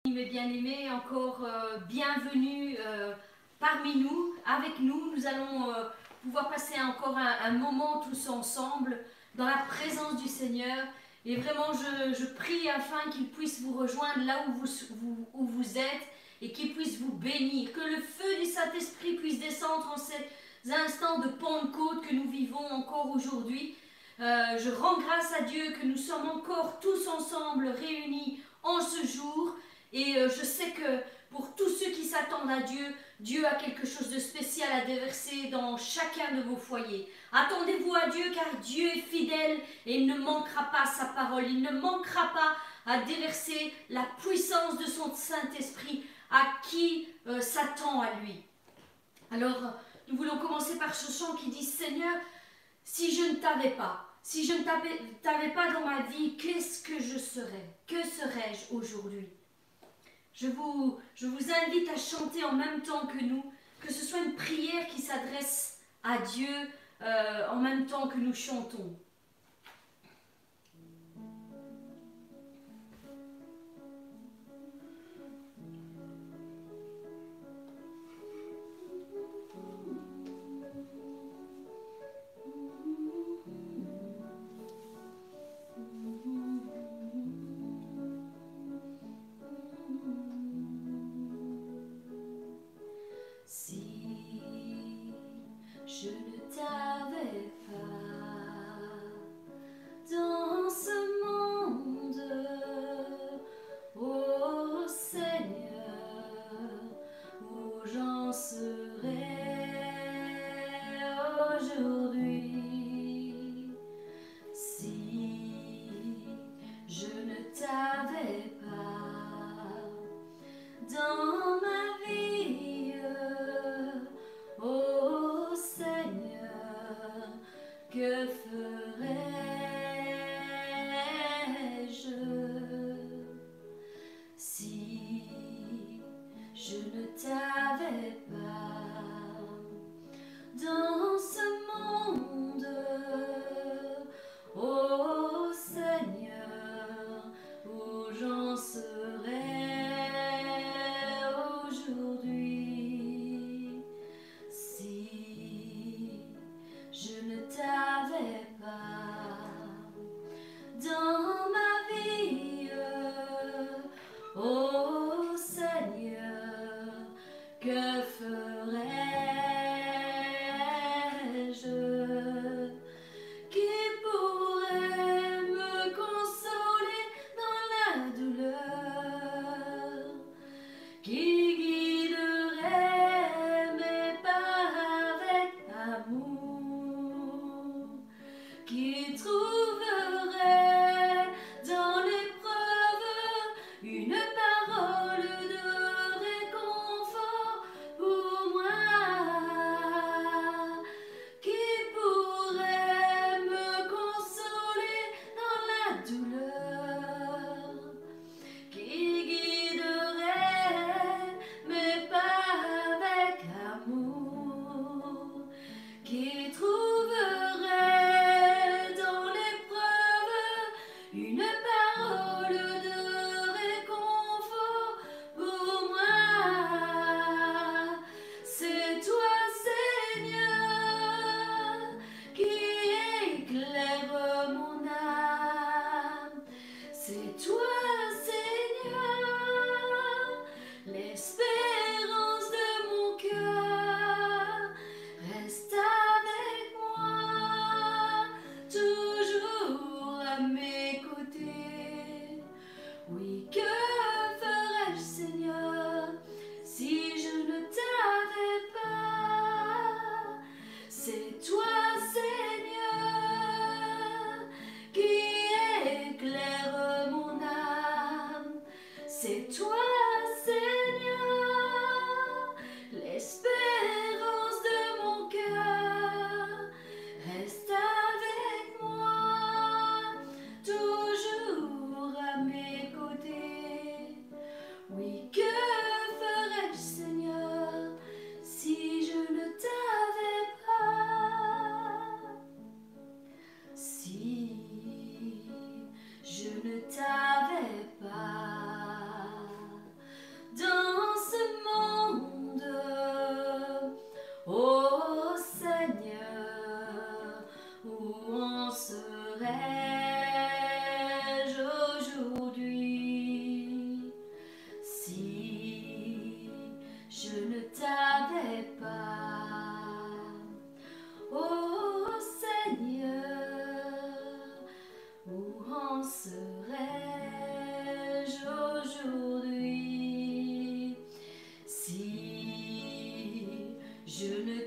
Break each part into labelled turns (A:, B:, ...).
A: Mes bien-aimés, encore bienvenue parmi nous, avec nous. Nous allons pouvoir passer encore un moment tous ensemble dans la présence du Seigneur. Et vraiment, je prie afin qu'il puisse vous rejoindre là où vous êtes et qu'il puisse vous bénir. Que le feu du Saint-Esprit puisse descendre en ces instants de Pentecôte que nous vivons encore aujourd'hui. Je rends grâce à Dieu que nous sommes encore tous ensemble réunis en ce jour. Et je sais que pour tous ceux qui s'attendent à Dieu, Dieu a quelque chose de spécial à déverser dans chacun de vos foyers. Attendez-vous à Dieu car Dieu est fidèle et il ne manquera pas sa parole. Il ne manquera pas à déverser la puissance de son Saint-Esprit à qui s'attend à lui. Alors, nous voulons commencer par ce chant qui dit « Seigneur, si je ne t'avais pas, si je ne t'avais pas dans ma vie, qu'est-ce que je serais? Que serais-je aujourd'hui ?» Je vous invite à chanter en même temps que nous, que ce soit une prière qui s'adresse à Dieu en même temps que nous chantons.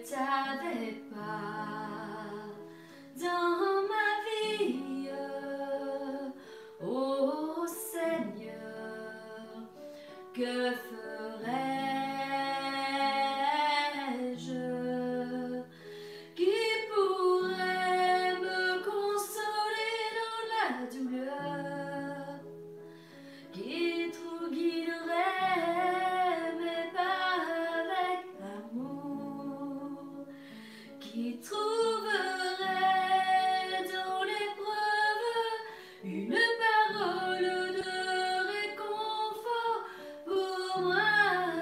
A: t'avais pas dans ma vie, ô Seigneur, que ferais-je? Qui pourrait me consoler dans la douleur? Qui guiderait mes pas avec amour? Qui trouverait dans l'épreuve une parole de réconfort pour moi?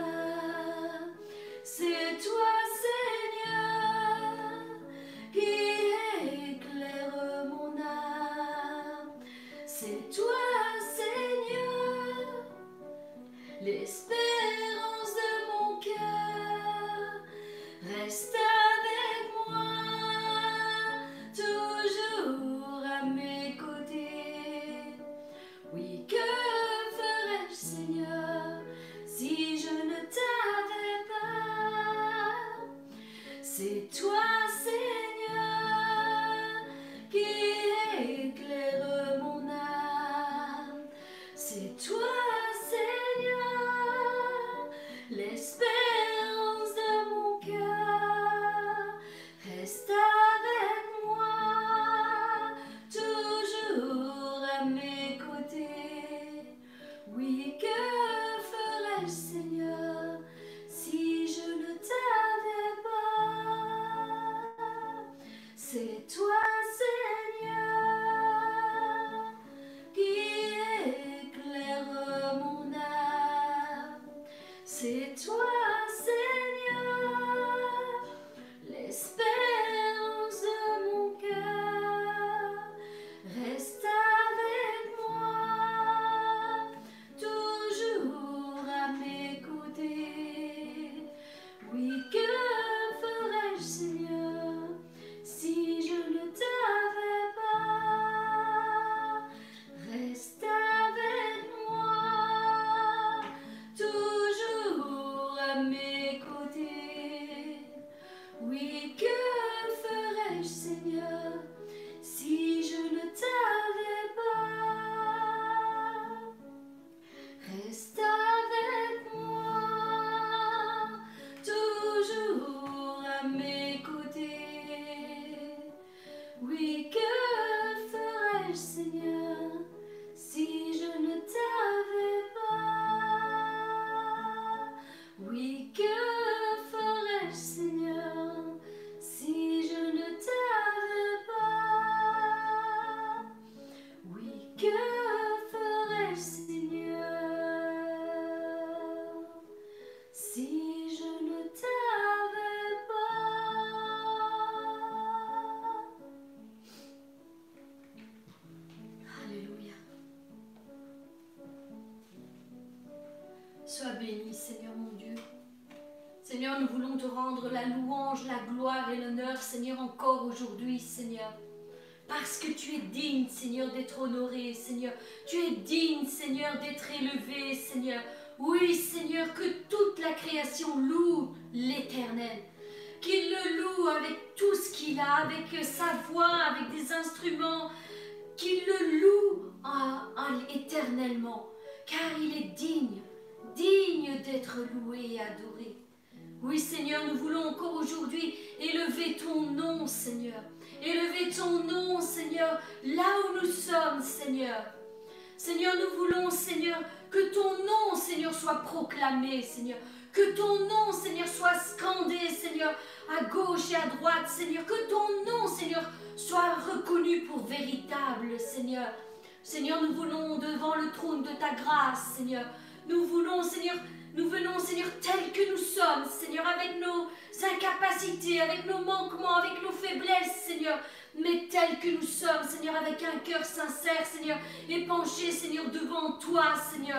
A: C'est toi, Seigneur, qui éclaire mon âme. C'est toi, Seigneur, l'espérance de mon cœur. Reste avec moi, toujours à mes côtés. Oui, que ferais-je, Seigneur, si je ne t'avais pas? C'est toi, Seigneur, qui éclaire mon âme. C'est toi, Seigneur, l'espérance de mon cœur. Reste avec moi, toujours à mes côtés. Oui, que ferais-je, Seigneur, si je ne t'avais pas? C'est toi, Seigneur, qui éclaire mon âme. C'est toi, Seigneur, l'espérance de mon cœur. Reste avec moi, toujours à mes côtés. Oui, que ferais-je, Seigneur, si je ne t'avais pas? Reste avec moi, toujours à mes côtés. Oui, que ferais-je, Seigneur, si je ne t'avais pas? Reste avec moi, toujours à mes côtés. Oui, que ferais-je, Seigneur, si je ne t'avais pas? Oui, que ferais-je, Seigneur, si je ne t'avais pas? Oui, que ferais-je, Seigneur, si je ne t'avais pas? Alléluia. Sois béni, Seigneur mon Dieu. Seigneur, nous voulons te rendre la louange, la gloire et l'honneur, Seigneur, encore aujourd'hui, Seigneur. Parce que tu es digne, Seigneur, d'être honoré, Seigneur. Tu es digne, Seigneur, d'être élevé, Seigneur. Oui, Seigneur, que toute la création loue l'Éternel. Qu'il le loue avec tout ce qu'il a, avec sa voix, avec des instruments. Qu'il le loue éternellement. Car il est digne, digne d'être loué et adoré. Oui, Seigneur, nous voulons encore aujourd'hui élever ton nom, Seigneur. Élever ton nom, Seigneur, là où nous sommes, Seigneur. Seigneur, nous voulons, Seigneur, que ton nom, Seigneur, soit proclamé, Seigneur. Que ton nom, Seigneur, soit scandé, Seigneur, à gauche et à droite, Seigneur. Que ton nom, Seigneur, soit reconnu pour véritable, Seigneur. Seigneur, nous voulons devant le trône de ta grâce, Seigneur. Nous voulons, Seigneur, nous venons, Seigneur, tels que nous sommes, Seigneur, avec nos incapacités, avec nos manquements, avec nos faiblesses, Seigneur, mais tels que nous sommes, Seigneur, avec un cœur sincère, Seigneur, et penchés, Seigneur, devant toi, Seigneur.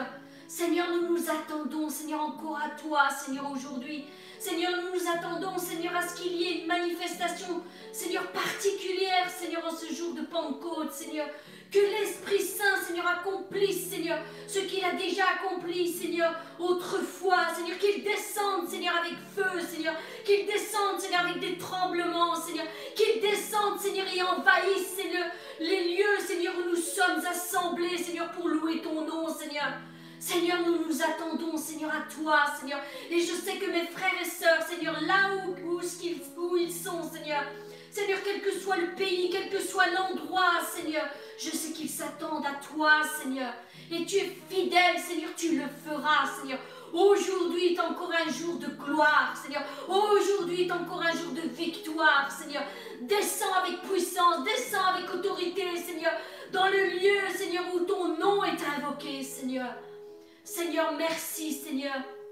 A: Seigneur, nous nous attendons, Seigneur, encore à toi, Seigneur, aujourd'hui. Seigneur, nous nous attendons, Seigneur, à ce qu'il y ait une manifestation, Seigneur, particulière, Seigneur, en ce jour de Pentecôte, Seigneur. Que l'Esprit Saint, Seigneur, accomplisse, Seigneur, ce qu'il a déjà accompli, Seigneur, autrefois, Seigneur, qu'il descende, Seigneur, avec feu, Seigneur, qu'il descende, Seigneur, avec des tremblements, Seigneur, qu'il descende, Seigneur, et envahisse, Seigneur, les lieux, Seigneur, où nous sommes assemblés, Seigneur, pour louer ton nom, Seigneur. Seigneur, nous nous attendons, Seigneur, à toi, Seigneur. Et je sais que mes frères et sœurs, Seigneur, là où ils sont, Seigneur, Seigneur, quel que soit le pays, quel que soit l'endroit, Seigneur, je sais qu'ils s'attendent à toi, Seigneur. Et tu es fidèle, Seigneur, tu le feras, Seigneur. Aujourd'hui est encore un jour de gloire, Seigneur. Aujourd'hui est encore un jour de victoire, Seigneur. Descends avec puissance, descends avec autorité, Seigneur, dans le lieu, Seigneur, où ton nom est invoqué, Seigneur. Seigneur, merci, Seigneur.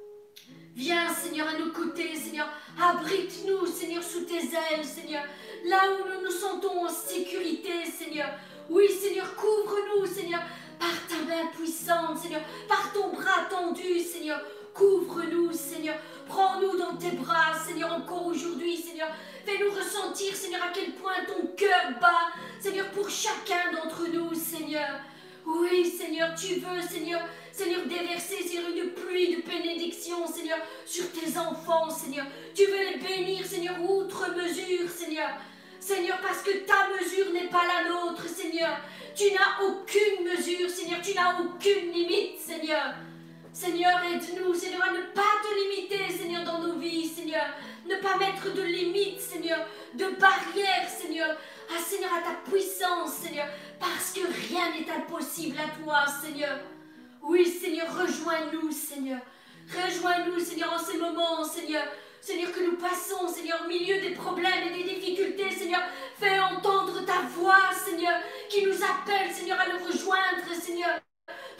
A: Viens, Seigneur, à nos côtés, Seigneur. Abrite-nous, Seigneur, sous tes ailes, Seigneur. Là où nous nous sentons en sécurité, Seigneur. Oui, Seigneur, couvre-nous, Seigneur, par ta main puissante, Seigneur. Par ton bras tendu, Seigneur. Couvre-nous, Seigneur. Prends-nous dans tes bras, Seigneur, encore aujourd'hui, Seigneur. Fais-nous ressentir, Seigneur, à quel point ton cœur bat, Seigneur, pour chacun d'entre nous, Seigneur. Oui, Seigneur, tu veux, Seigneur, déverser, Seigneur, une pluie de bénédiction, Seigneur, sur tes enfants, Seigneur. Tu veux les bénir, Seigneur, outre mesure, Seigneur. Seigneur, parce que ta mesure n'est pas la nôtre, Seigneur. Tu n'as aucune mesure, Seigneur, tu n'as aucune limite, Seigneur. Seigneur, aide-nous, Seigneur, à ne pas te limiter, Seigneur, dans nos vies, Seigneur. Ne pas mettre de limites, Seigneur, de barrières, Seigneur. Ah, Seigneur, à ta puissance, Seigneur, parce que rien n'est impossible à toi, Seigneur. Oui, Seigneur, rejoins-nous, Seigneur. Rejoins-nous, Seigneur, en ces moments, Seigneur. Seigneur, que nous passons, Seigneur, au milieu des problèmes et des difficultés, Seigneur. Fais entendre ta voix, Seigneur, qui nous appelle, Seigneur, à le rejoindre, Seigneur. Dans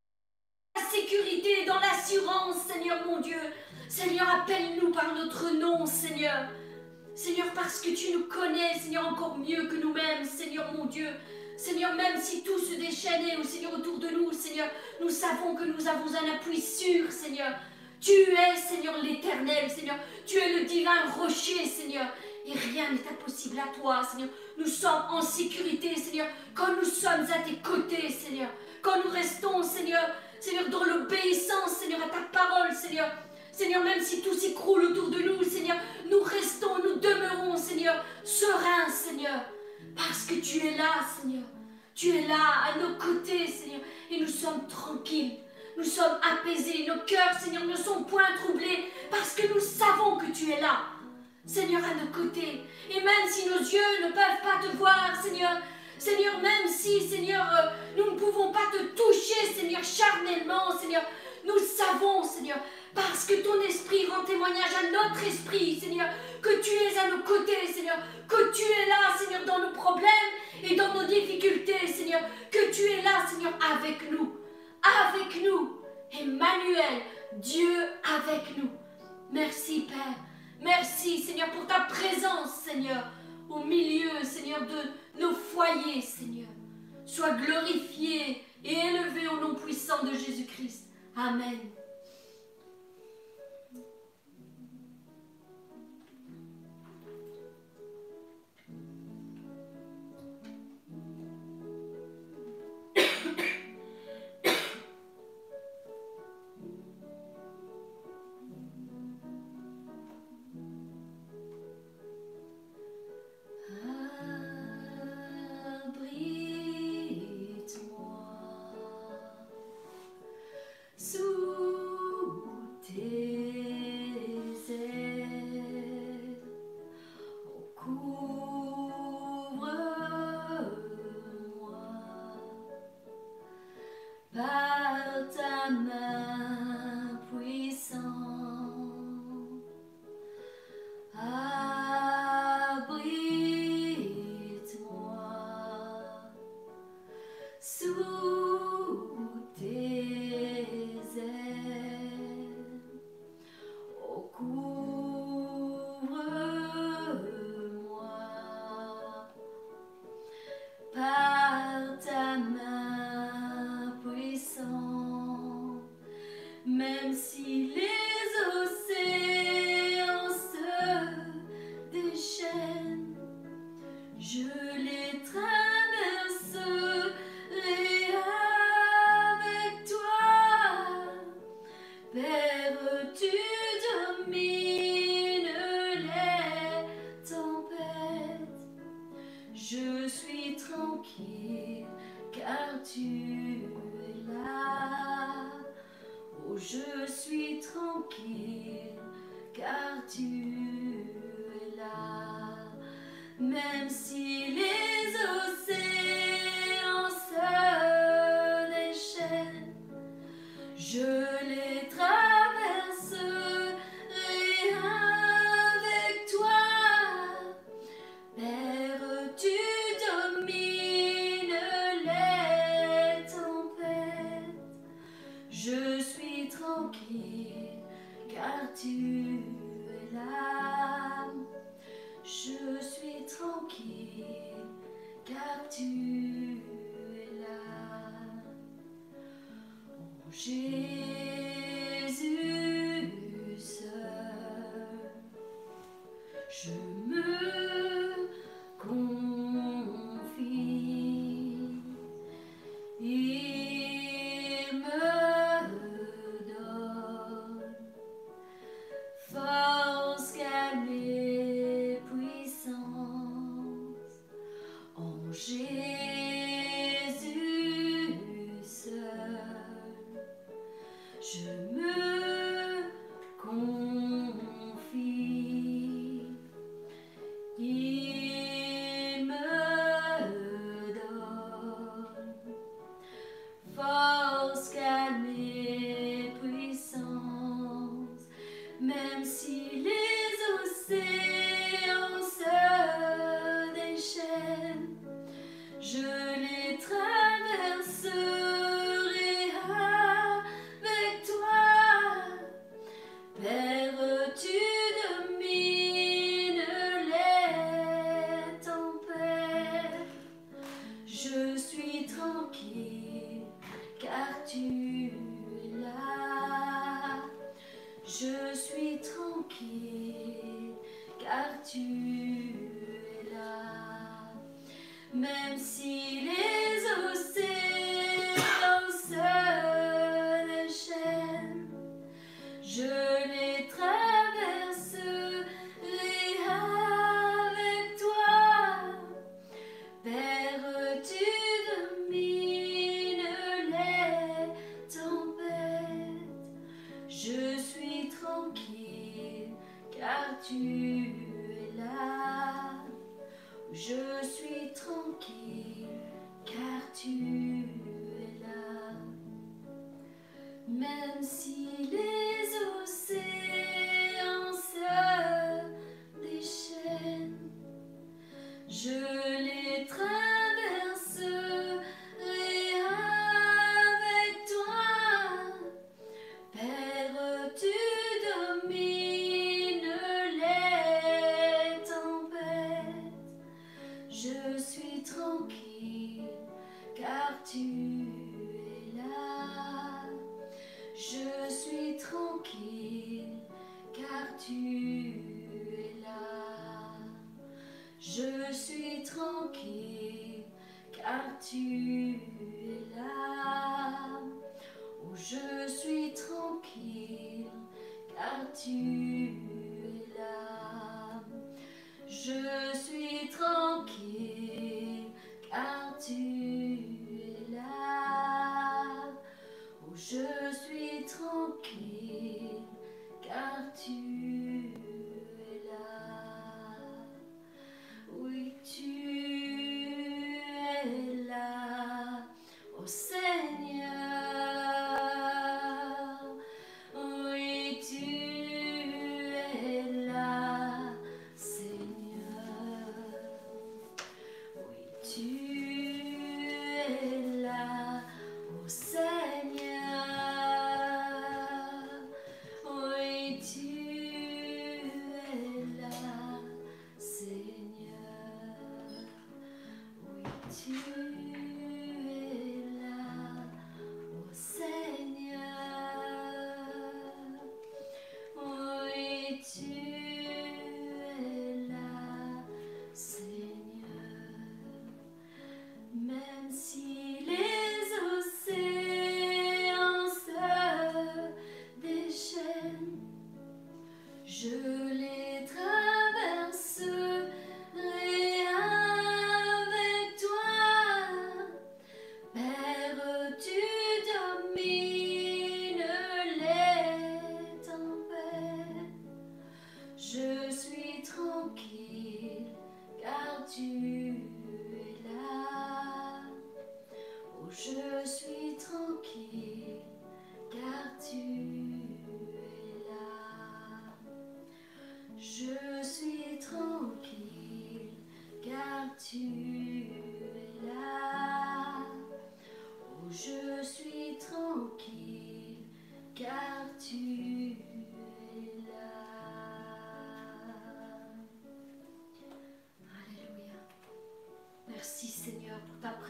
A: la sécurité, dans l'assurance, Seigneur, mon Dieu. Seigneur, appelle-nous par notre nom, Seigneur. Seigneur, parce que tu nous connais, Seigneur, encore mieux que nous-mêmes, Seigneur, mon Dieu. Seigneur, même si tout se déchaînait, oh Seigneur, autour de nous, Seigneur, nous savons que nous avons un appui sûr, Seigneur. Tu es, Seigneur, l'Éternel, Seigneur. Tu es le divin rocher, Seigneur. Et rien n'est impossible à toi, Seigneur. Nous sommes en sécurité, Seigneur, quand nous sommes à tes côtés, Seigneur. Quand nous restons, Seigneur, dans l'obéissance, Seigneur, à ta parole, Seigneur. Seigneur, même si tout s'écroule autour de nous, Seigneur, nous restons, nous demeurons, Seigneur, sereins, Seigneur. Parce que tu es là, Seigneur. Tu es là, à nos côtés, Seigneur. Et nous sommes tranquilles. Nous sommes apaisés. Nos cœurs, Seigneur, ne sont point troublés. Parce que nous savons que tu es là. Seigneur, à nos côtés. Et même si nos yeux ne peuvent pas te voir, Seigneur. Seigneur, même si, Seigneur, nous ne pouvons pas te toucher, Seigneur, charnellement, Seigneur. Nous savons, Seigneur, parce que ton esprit rend témoignage à notre esprit, Seigneur, que tu es à nos côtés, Seigneur, que tu es là, Seigneur, dans nos problèmes et dans nos difficultés, Seigneur, que tu es là, Seigneur, avec nous, Emmanuel, Dieu avec nous. Merci, Père, merci, Seigneur, pour ta présence, Seigneur, au milieu, Seigneur, de nos foyers, Seigneur. Sois glorifié et élevé au nom puissant de Jésus-Christ. Amen.
B: Sous
A: même si les océans se déchaînent, je les traverserai avec toi. Père, tu domines les tempêtes. Je suis tranquille car tu es là. Oh, je suis tranquille car tu es là. Même si les océans se déchaînent, je les traverserai avec toi. Père, tu domines les tempêtes. Je suis tranquille car tu es là. Je suis tranquille car tu es là. Oh Jésus seul, je me confie. Il me donne force, calme et puissance. En Jésus seul, je me confie. Il me donne force, calme et puissance. Même si les océans se déchaînent, je les traverserai avec toi. Père, tu domines les tempêtes. Je suis tranquille car tu es là. Je suis tranquille car tu es là. Même si les océans se déchaînent, je les traverserai avec toi. Père, tu domines les tempêtes. Je suis tranquille car tu es là. Je suis tranquille car tu es là. Même si les océans se déchaînent, je les traverserai avec toi. Père, tu domines les tempêtes. Je suis tranquille car tu es là. Je suis tranquille car tu es là. Je suis tranquille car tu es là. Oh, je suis tranquille car tu es là. Je suis tranquille car tu es là. Oh, je suis tranquille car tu es là. Oui, tu es là, oh Seigneur. Oui, tu es là, Seigneur. Oui, tu es là, oh Seigneur. Oui, tu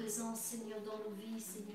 A: présence, Seigneur, dans nos vies, Seigneur.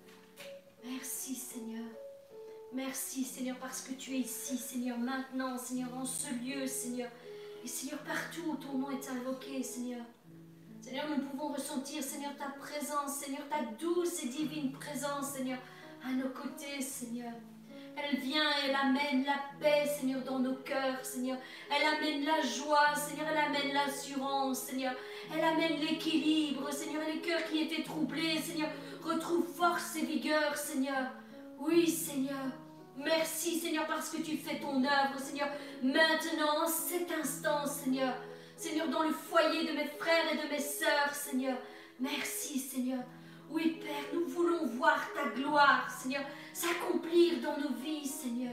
A: Merci, Seigneur. Merci, Seigneur, parce que tu es ici, Seigneur, maintenant, Seigneur, en ce lieu, Seigneur. Et Seigneur, partout où ton nom est invoqué, Seigneur. Seigneur, nous pouvons ressentir, Seigneur, ta présence, Seigneur, ta douce et divine présence, Seigneur, à nos côtés, Seigneur. Elle vient, elle amène la paix, Seigneur, dans nos cœurs, Seigneur. Elle amène la joie, Seigneur, elle amène l'assurance, Seigneur. Elle amène l'équilibre, Seigneur, et les cœurs qui étaient troublés, Seigneur, retrouvent force et vigueur, Seigneur. Oui, Seigneur. Merci, Seigneur, parce que tu fais ton œuvre, Seigneur, maintenant, en cet instant, Seigneur. Seigneur, dans le foyer de mes frères et de mes sœurs, Seigneur. Merci, Seigneur. Oui, Père, nous voulons voir ta gloire, Seigneur, s'accomplir dans nos vies, Seigneur.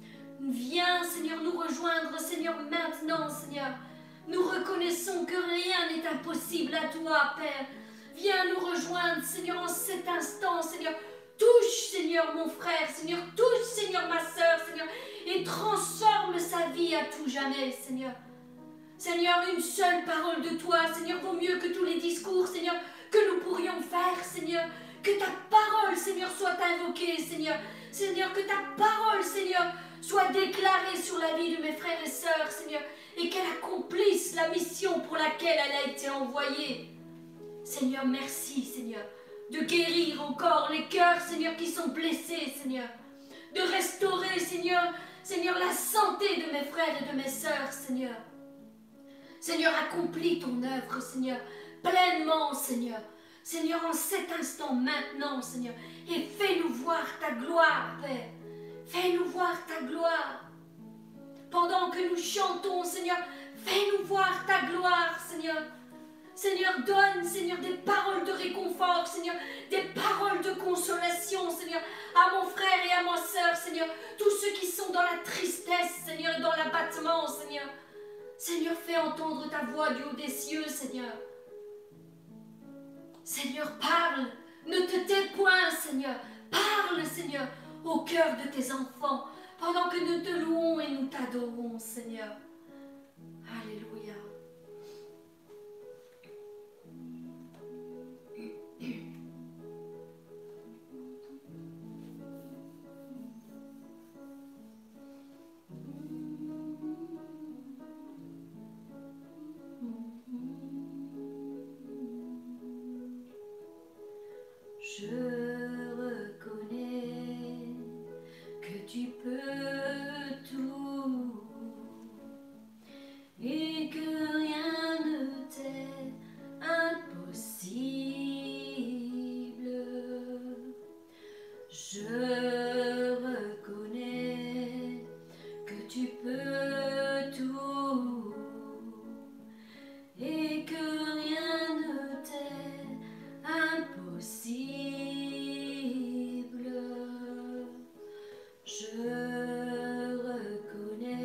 A: Viens, Seigneur, nous rejoindre, Seigneur, maintenant, Seigneur. Nous reconnaissons que rien n'est impossible à toi, Père. Viens nous rejoindre, Seigneur, en cet instant, Seigneur. Touche, Seigneur, mon frère, Seigneur. Touche, Seigneur, ma sœur, Seigneur. Et transforme sa vie à tout jamais, Seigneur. Seigneur, une seule parole de toi, Seigneur, vaut mieux que tous les discours, Seigneur, que nous pourrions faire, Seigneur. Que ta parole, Seigneur, soit invoquée, Seigneur. Seigneur, que ta parole, Seigneur, soit déclarée sur la vie de mes frères et sœurs, Seigneur, et qu'elle accomplisse la mission pour laquelle elle a été envoyée. Seigneur, merci, Seigneur, de guérir encore les cœurs, Seigneur, qui sont blessés, Seigneur. De restaurer, Seigneur, Seigneur, la santé de mes frères et de mes sœurs, Seigneur. Seigneur, accomplis ton œuvre, Seigneur, pleinement, Seigneur. Seigneur, en cet instant, maintenant, Seigneur, et fais-nous voir ta gloire, Père. Fais-nous voir ta gloire. Pendant que nous chantons, Seigneur, fais-nous voir ta gloire, Seigneur. Seigneur, donne, Seigneur, des paroles de réconfort, Seigneur, des paroles de consolation, Seigneur, à mon frère et à ma sœur, Seigneur, tous ceux qui sont dans la tristesse, Seigneur, et dans l'abattement, Seigneur. Seigneur, fais entendre ta voix du haut des cieux, Seigneur. Seigneur, parle, ne te tais point, Seigneur. Parle, Seigneur, au cœur de tes enfants, pendant que nous te louons et nous t'adorons, Seigneur. Alléluia. Je reconnais que tu peux tout et que rien ne t'est impossible. Je reconnais que tu peux tout et que rien ne t'est impossible. Je reconnais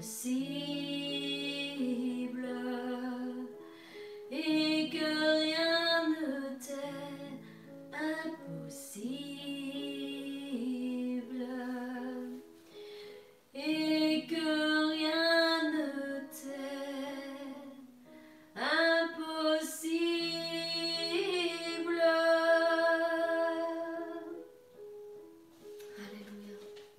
A: et que rien ne t'est impossible, et que rien ne t'est impossible. Alléluia.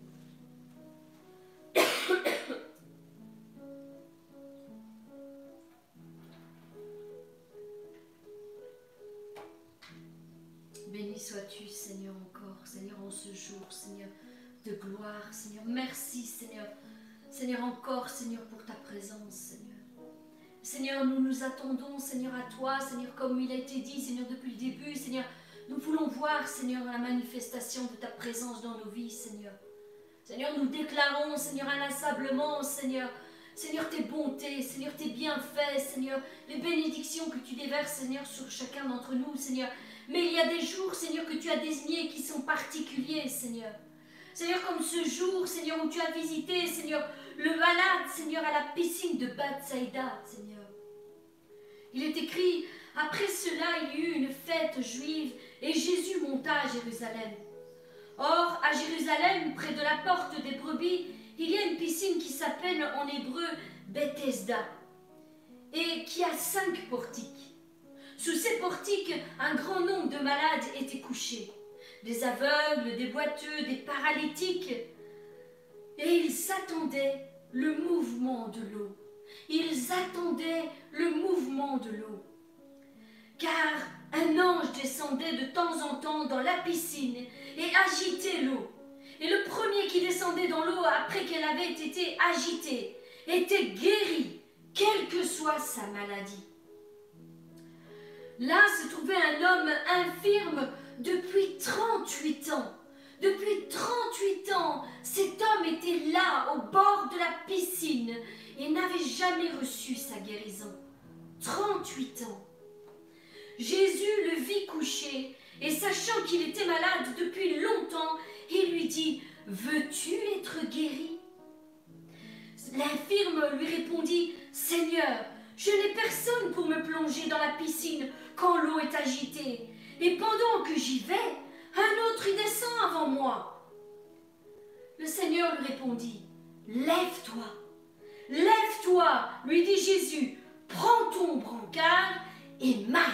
A: Béni sois-tu, Seigneur, encore, Seigneur, en ce jour, Seigneur, de gloire, Seigneur. Merci, Seigneur. Seigneur, encore, Seigneur, pour ta présence, Seigneur. Seigneur, nous nous attendons, Seigneur, à toi, Seigneur, comme il a été dit, Seigneur, depuis le début, Seigneur. Nous voulons voir, Seigneur, la manifestation de ta présence dans nos vies, Seigneur. Seigneur, nous déclarons, Seigneur, inlassablement, Seigneur, Seigneur, tes bontés, Seigneur, tes bienfaits, Seigneur, les bénédictions que tu déverses, Seigneur, sur chacun d'entre nous, Seigneur. Mais il y a des jours, Seigneur, que tu as désignés qui sont particuliers, Seigneur. Seigneur, comme ce jour, Seigneur, où tu as visité, Seigneur, le malade, Seigneur, à la piscine de Bethsaïda, Seigneur. Il est écrit, après cela, il y eut une fête juive et Jésus monta à Jérusalem. Or, à Jérusalem, près de la porte des brebis, il y a une piscine qui s'appelle en hébreu Bethesda et qui a 5 portiques. Sous ces portiques, un grand nombre de malades étaient couchés, des aveugles, des boiteux, des paralytiques, et ils attendaient le mouvement de l'eau. Ils attendaient le mouvement de l'eau. Car un ange descendait de temps en temps dans la piscine et agitait l'eau. Et le premier qui descendait dans l'eau après qu'elle avait été agitée était guéri, quelle que soit sa maladie. Là se trouvait un homme infirme depuis 38 ans. Depuis 38 ans, cet homme était là, au bord de la piscine, et n'avait jamais reçu sa guérison. 38 ans. Jésus le vit couché, et sachant qu'il était malade depuis longtemps, il lui dit, « Veux-tu être guéri ?» L'infirme lui répondit, « Seigneur, je n'ai personne pour me plonger dans la piscine quand l'eau est agitée, et pendant que j'y vais, un autre y descend avant moi. » Le Seigneur lui répondit, « Lève-toi, lève-toi, lui dit Jésus, prends ton brancard et marche. »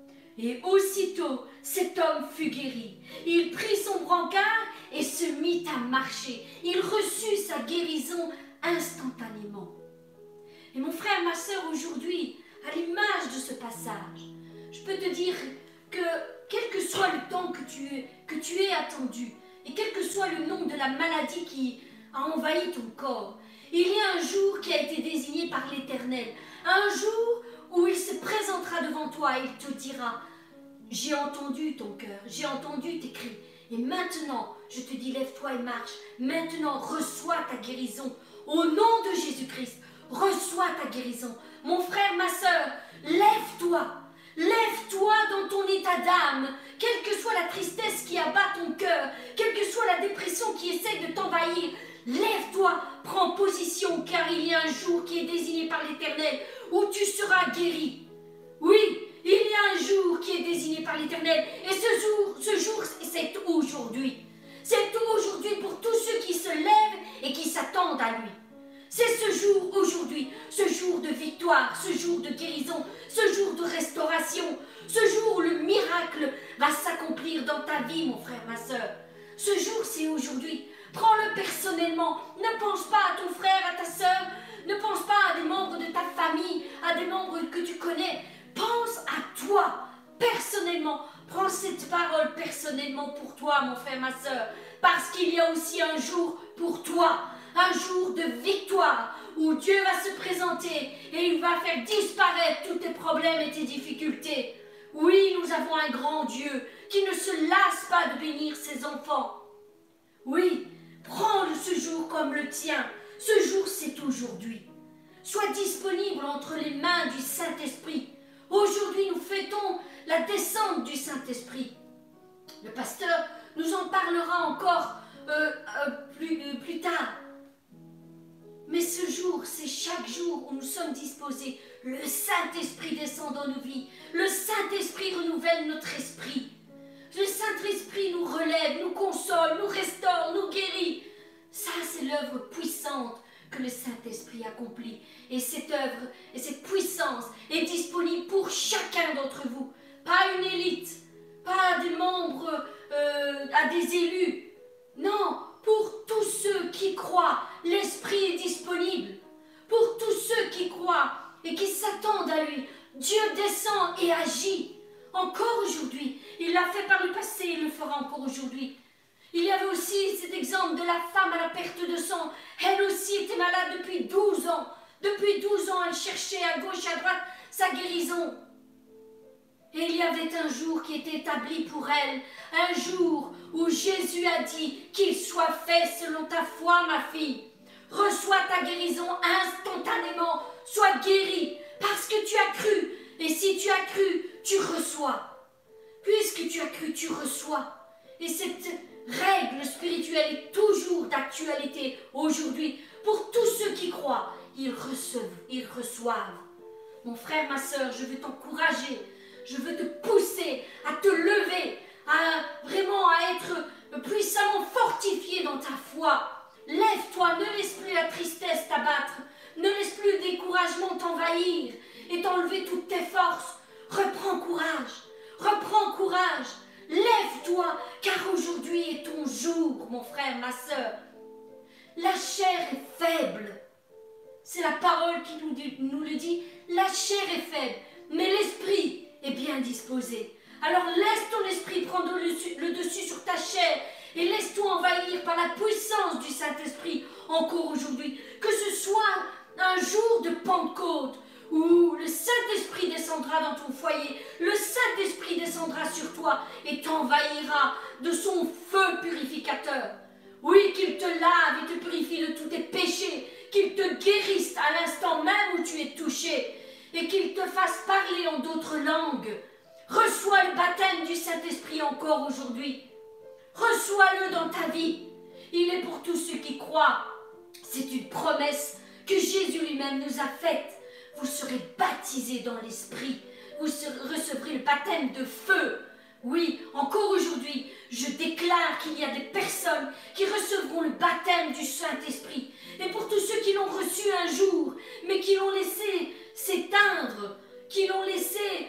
A: Et aussitôt, cet homme fut guéri. Il prit son brancard et se mit à marcher. Il reçut sa guérison instantanément. Et mon frère, ma sœur, aujourd'hui, à l'image de ce passage, je peux te dire que quel que soit le temps que tu aies attendu, et quel que soit le nom de la maladie qui a envahi ton corps, il y a un jour qui a été désigné par l'Éternel, un jour où il se présentera devant toi et il te dira, « J'ai entendu ton cœur, j'ai entendu tes cris, et maintenant, je te dis, lève-toi et marche, maintenant, reçois ta guérison, au nom de Jésus-Christ, reçois ta guérison. » Mon frère, ma sœur, lève-toi, lève-toi dans ton état d'âme, quelle que soit la tristesse qui abat ton cœur, quelle que soit la dépression qui essaie de t'envahir, lève-toi, prends position, car il y a un jour qui est désigné par l'Éternel où tu seras guéri. Oui, il y a un jour qui est désigné par l'Éternel, et ce jour, c'est aujourd'hui. C'est aujourd'hui pour tous ceux qui se lèvent et qui s'attendent à lui. C'est ce jour aujourd'hui, ce jour de victoire, ce jour de guérison, ce jour de restauration, ce jour où le miracle va s'accomplir dans ta vie, mon frère, ma sœur. Ce jour, c'est aujourd'hui. Prends-le personnellement. Ne pense pas à ton frère, à ta sœur. Ne pense pas à des membres de ta famille, à des membres que tu connais. Pense à toi, personnellement. Prends cette parole personnellement pour toi, mon frère, ma sœur. Parce qu'il y a aussi un jour pour toi. Un jour de victoire où Dieu va se présenter et il va faire disparaître tous tes problèmes et tes difficultés. Oui, nous avons un grand Dieu qui ne se lasse pas de bénir ses enfants. Oui, prends ce jour comme le tien. Ce jour, c'est aujourd'hui. Sois disponible entre les mains du Saint-Esprit. Aujourd'hui, nous fêtons la descente du Saint-Esprit. Le pasteur nous en parlera encore plus tard. Mais ce jour, c'est chaque jour où nous sommes disposés. Le Saint-Esprit descend dans nos vies. Le Saint-Esprit renouvelle notre esprit. Le Saint-Esprit nous relève, nous console, nous restaure, nous guérit. Ça, c'est l'œuvre puissante que le Saint-Esprit accomplit. Et cette œuvre et cette puissance est disponible pour chacun d'entre vous. Pas une élite, pas des membres, à des élus. Non, pour tous ceux qui croient, l'Esprit est disponible. Pour tous ceux qui croient et qui s'attendent à lui, Dieu descend et agit. Encore aujourd'hui, il l'a fait par le passé, il le fera encore aujourd'hui. Il y avait aussi cet exemple de la femme à la perte de sang. Elle aussi était malade depuis 12 ans. Depuis 12 ans, elle cherchait à gauche, à droite sa guérison. Et il y avait un jour qui était établi pour elle, un jour où Jésus a dit qu'il soit fait selon ta foi, ma fille. Reçois ta guérison instantanément, sois guérie parce que tu as cru. Et si tu as cru, tu reçois. Puisque tu as cru, tu reçois. Et cette règle spirituelle est toujours d'actualité aujourd'hui. Pour tous ceux qui croient, ils reçoivent. Mon frère, ma sœur, je veux t'encourager. Je veux te pousser à te lever, vraiment à être puissamment fortifié dans ta foi. Lève-toi, ne laisse plus la tristesse t'abattre, ne laisse plus le découragement t'envahir et t'enlever toutes tes forces. Reprends courage, lève-toi, car aujourd'hui est ton jour, mon frère, ma sœur. La chair est faible, c'est la parole qui nous le dit, la chair est faible, mais l'esprit est bien disposé. Alors laisse ton esprit prendre le dessus sur ta chair et laisse-toi envahir par la puissance du Saint-Esprit encore aujourd'hui. Que ce soit un jour de Pentecôte où le Saint-Esprit descendra dans ton foyer, le Saint-Esprit descendra sur toi et t'envahira de son feu purificateur. Oui, qu'il te lave et te purifie de tous tes péchés, qu'il te guérisse à l'instant même où tu es touché, et qu'il te fasse parler en d'autres langues. Reçois le baptême du Saint-Esprit encore aujourd'hui. Reçois-le dans ta vie. Il est pour tous ceux qui croient. C'est une promesse que Jésus lui-même nous a faite. Vous serez baptisés dans l'Esprit. Vous recevrez le baptême de feu. Oui, encore aujourd'hui, je déclare qu'il y a des personnes qui recevront le baptême du Saint-Esprit. Et pour tous ceux qui l'ont reçu un jour, mais qui l'ont laissé s'éteindre, qui l'ont laissé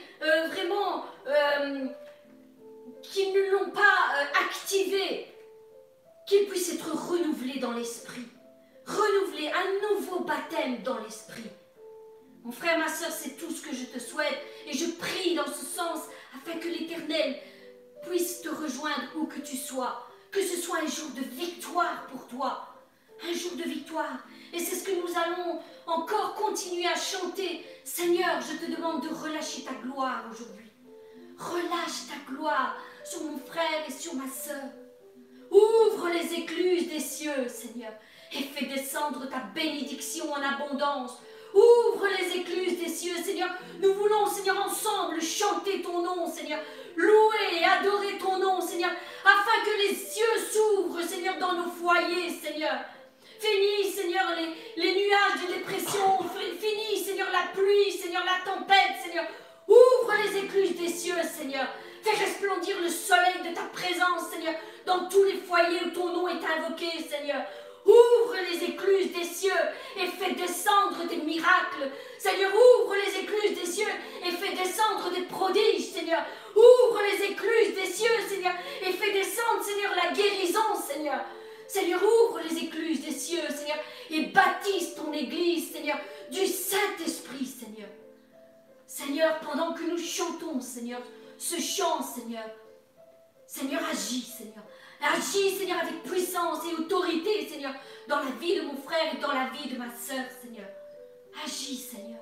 A: qui ne l'ont pas activé, qu'il puisse être renouvelé dans l'esprit, renouvelé, un nouveau baptême dans l'esprit. Mon frère, ma soeur, c'est tout ce que je te souhaite et je prie dans ce sens afin que l'Éternel puisse te rejoindre où que tu sois, que ce soit un jour de victoire pour toi, un jour de victoire. Et c'est ce que nous allons encore continuer à chanter. Seigneur, je te demande de relâcher ta gloire aujourd'hui. Relâche ta gloire sur mon frère et sur ma sœur. Ouvre les écluses des cieux, Seigneur, et fais descendre ta bénédiction en abondance. Ouvre les écluses des cieux, Seigneur. Nous voulons, Seigneur, ensemble chanter ton nom, Seigneur. Louer et adorer ton nom, Seigneur, afin que les cieux s'ouvrent, Seigneur, dans nos foyers, Seigneur. Finis, Seigneur, les nuages de dépression. Finis, Seigneur, la pluie, Seigneur, la tempête, Seigneur. Ouvre les écluses des cieux, Seigneur. Fais resplendir le soleil de ta présence, Seigneur, dans tous les foyers où ton nom est invoqué, Seigneur. Ouvre les écluses des cieux et fais descendre des miracles. Seigneur, ouvre les écluses des cieux et fais descendre des prodiges, Seigneur. Ouvre les écluses des cieux, Seigneur, et fais descendre, Seigneur, la guérison, Seigneur. Seigneur, ouvre les écluses des cieux, Seigneur, et baptise ton Église, Seigneur, du Saint-Esprit, Seigneur. Seigneur, pendant que nous chantons, Seigneur, ce chant, Seigneur, Seigneur, agis, Seigneur. Agis, Seigneur, avec puissance et autorité, Seigneur, dans la vie de mon frère et dans la vie de ma sœur, Seigneur. Agis, Seigneur.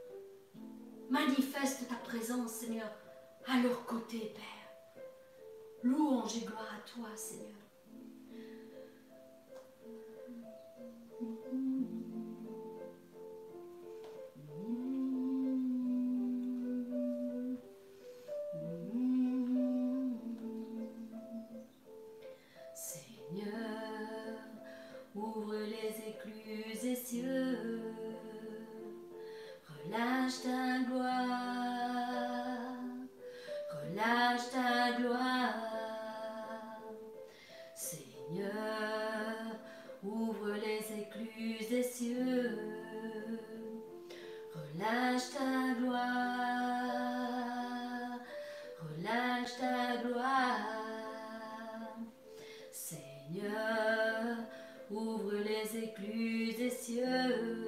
A: Manifeste ta présence, Seigneur, à leur côté, Père. Louange et gloire à toi, Seigneur. Seigneur, ouvre les écluses cieux. Relâche ta gloire, relâche ta gloire. Seigneur, ouvre les écluses des cieux. Relâche ta gloire, relâche ta gloire. Seigneur, ouvre les écluses des cieux.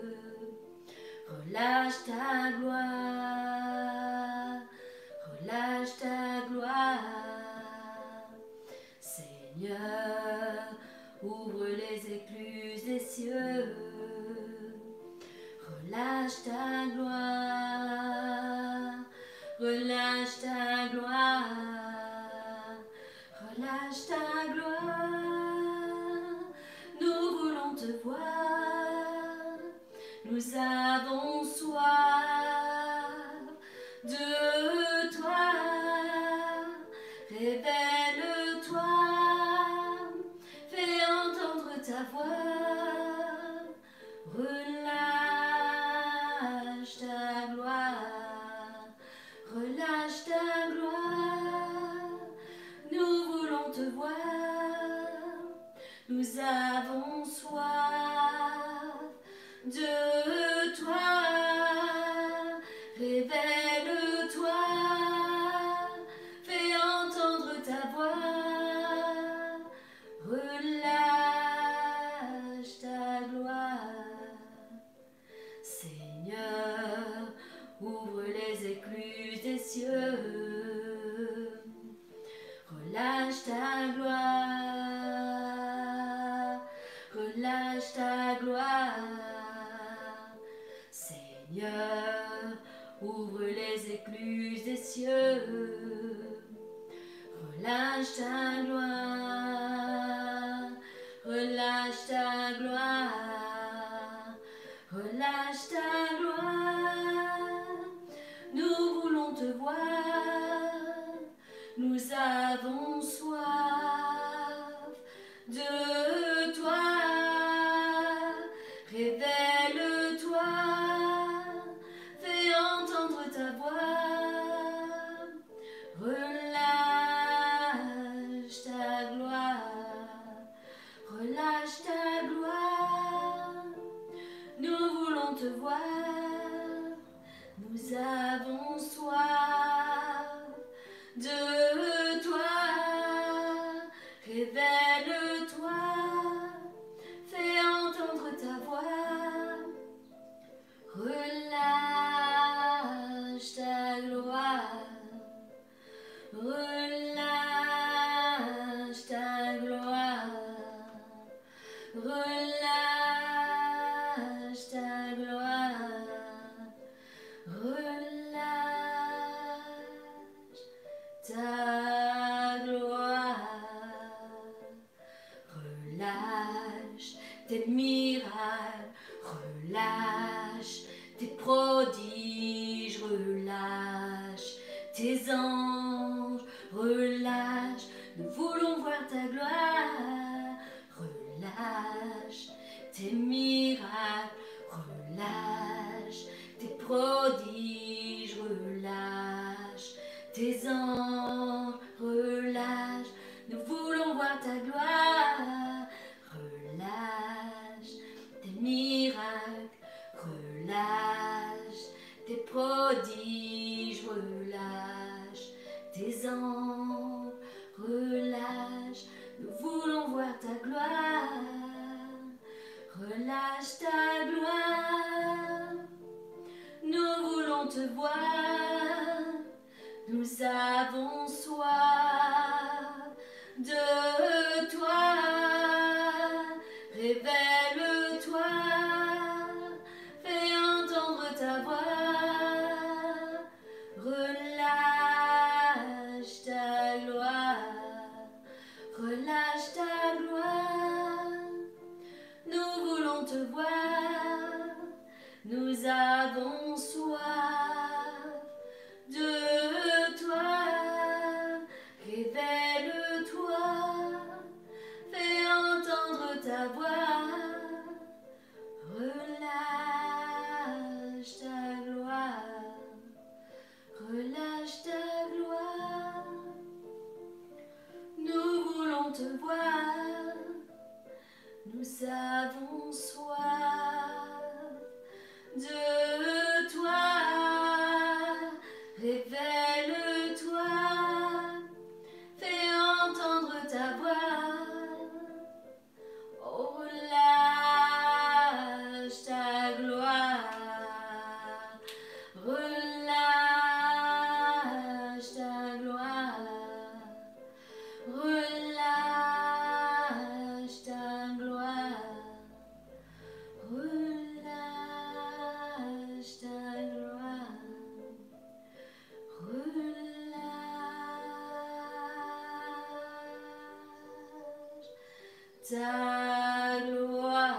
A: Relâche ta gloire, relâche ta gloire. Seigneur, ouvre les écluses des cieux. Relâche ta gloire, relâche ta gloire, relâche ta gloire. Nous voulons te voir, nous avons soif de toi. Révèle-toi, fais entendre ta voix. Relâche ta gloire, relâche ta gloire. Nous voulons te voir, nous avons soif de toi. Révèle-toi, fais entendre ta voix. Relâche ta gloire. Seigneur, ouvre les écluses des cieux. Relâche ta gloire, relâche ta gloire. Seigneur, ouvre les écluses des cieux. Relâche ta gloire, relâche ta gloire, relâche ta gloire. Nous voulons te voir, nous avons soif de toi. Révèle-toi, fais entendre ta voix. Relâche ta gloire, relâche ta gloire. Nous voulons te voir, nous avons soif de toi. Révèle-toi, fais entendre ta voix. Relâche ta gloire, relâche ta gloire, relâche ta gloire, relâche ta gloire. Relâche tes miracles, relâche tes prodiges, relâche tes anges, relâche, nous voulons voir ta gloire. Relâche tes miracles, relâche tes prodiges, relâche tes anges, relâche, nous voulons voir ta gloire. Relâche tes miracles, relâche tes prodiges, relâche tes anges, relâche, nous voulons voir ta gloire. Relâche ta gloire, nous voulons te voir, nous avons soif de toi. Révèle-toi, fais entendre ta voix. Relâche ta gloire, relâche ta gloire. Nous voulons te voir, nous avons soif de toi. Révèle-toi, fais entendre ta voix. de toi, révèle-toi, fais entendre ta voix, oh relâche ta gloire, relâche ta gloire, relâche ta gloire. Relâche ta gloire, relâche ta gloire.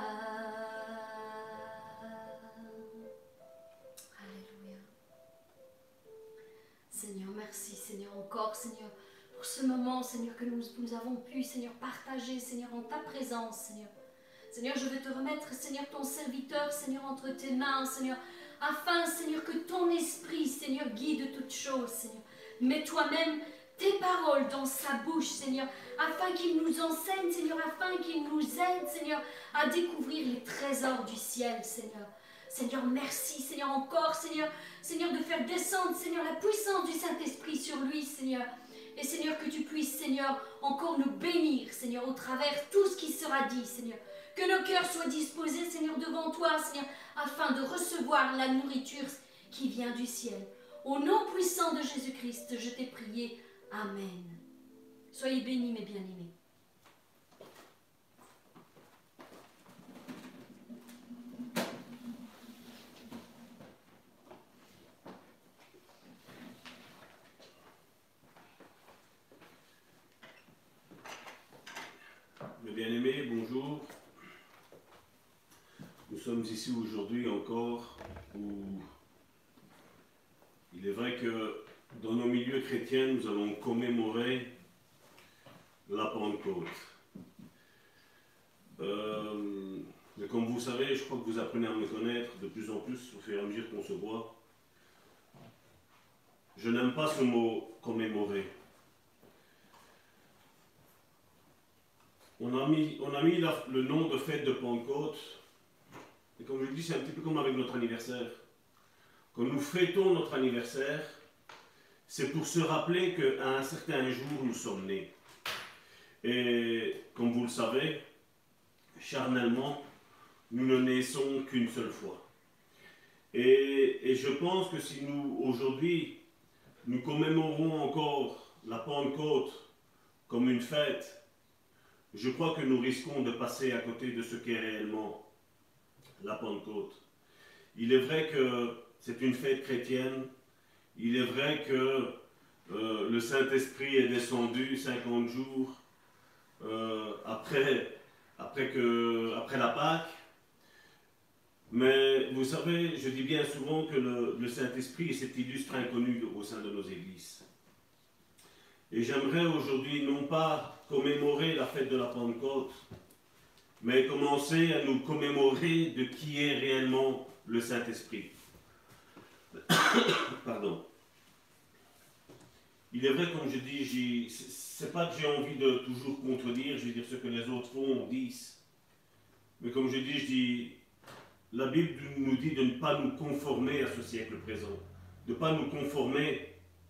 A: Alléluia. Seigneur, merci Seigneur encore, Seigneur, pour ce moment, Seigneur, que nous avons pu, Seigneur, partager, Seigneur, en ta présence, Seigneur. Seigneur, je veux te remettre, Seigneur, ton serviteur, Seigneur, entre tes mains, Seigneur, afin, Seigneur, que ton esprit, Seigneur, guide toutes choses, Seigneur. Mets toi-même tes paroles dans sa bouche, Seigneur, afin qu'il nous enseigne, Seigneur, afin qu'il nous aide, Seigneur, à découvrir les trésors du ciel, Seigneur. Seigneur, merci, Seigneur, encore, Seigneur, Seigneur, de faire descendre, Seigneur, la puissance du Saint-Esprit sur lui, Seigneur. Et Seigneur, que tu puisses, Seigneur, encore nous bénir, Seigneur, au travers tout ce qui sera dit, Seigneur. Que nos cœurs soient disposés, Seigneur, devant toi, Seigneur, afin de recevoir la nourriture qui vient du ciel. Au nom puissant de Jésus-Christ, je t'ai prié. Amen. Soyez bénis, mes bien-aimés.
B: Mes bien-aimés, bonjour. Nous sommes ici aujourd'hui encore où il est vrai que dans nos milieux chrétiens, nous allons commémorer la Pentecôte. Mais comme vous savez, je crois que vous apprenez à me connaître de plus en plus au fur et à mesure qu'on se voit. Je n'aime pas ce mot commémorer. On a mis le nom de fête de Pentecôte, et comme je le dis, c'est un petit peu comme avec notre anniversaire. Quand nous fêtons notre anniversaire, c'est pour se rappeler qu'à un certain jour, nous sommes nés. Et comme vous le savez, charnellement, nous ne naissons qu'une seule fois. Et je pense que si nous, aujourd'hui, nous commémorons encore la Pentecôte comme une fête, je crois que nous risquons de passer à côté de ce qu'est réellement la Pentecôte. Il est vrai que c'est une fête chrétienne, il est vrai que le Saint-Esprit est descendu 50 jours après la Pâque, mais vous savez, je dis bien souvent que le Saint-Esprit est cet illustre inconnu au sein de nos églises. Et j'aimerais aujourd'hui non pas commémorer la fête de la Pentecôte, mais commencer à nous commémorer de qui est réellement le Saint-Esprit. Pardon. Il est vrai, comme je dis, c'est pas que j'ai envie de toujours contredire, je veux dire ce que les autres font, disent. Mais comme je dis, la Bible nous dit de ne pas nous conformer à ce siècle présent, de ne pas nous conformer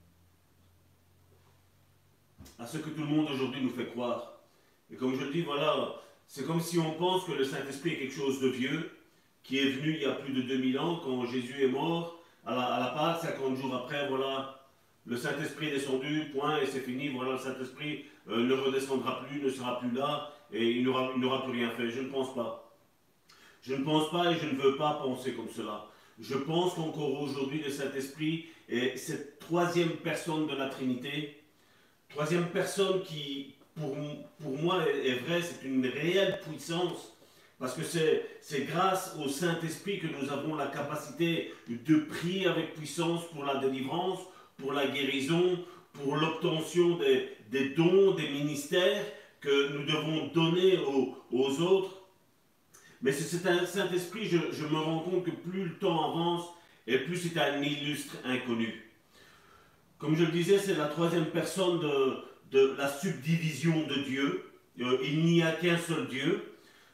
B: à ce que tout le monde aujourd'hui nous fait croire. Et comme je le dis, voilà, c'est comme si on pense que le Saint-Esprit est quelque chose de vieux, qui est venu il y a plus de 2000 ans, quand Jésus est mort, à la Pâque, 50 jours après, voilà, le Saint-Esprit est descendu, point, et c'est fini, voilà, le Saint-Esprit ne redescendra plus, ne sera plus là, et il n'aura plus rien fait. Je ne pense pas. Je ne pense pas et je ne veux pas penser comme cela. Je pense qu'encore aujourd'hui, le Saint-Esprit est cette troisième personne de la Trinité, troisième personne qui, pour moi, est vraie, c'est une réelle puissance, parce que c'est grâce au Saint-Esprit que nous avons la capacité de prier avec puissance pour la délivrance, pour la guérison, pour l'obtention des dons, des ministères que nous devons donner aux autres. Mais c'est un Saint-Esprit, je me rends compte que plus le temps avance, et plus c'est un illustre inconnu. Comme je le disais, c'est la troisième personne de la subdivision de Dieu. Il n'y a qu'un seul Dieu.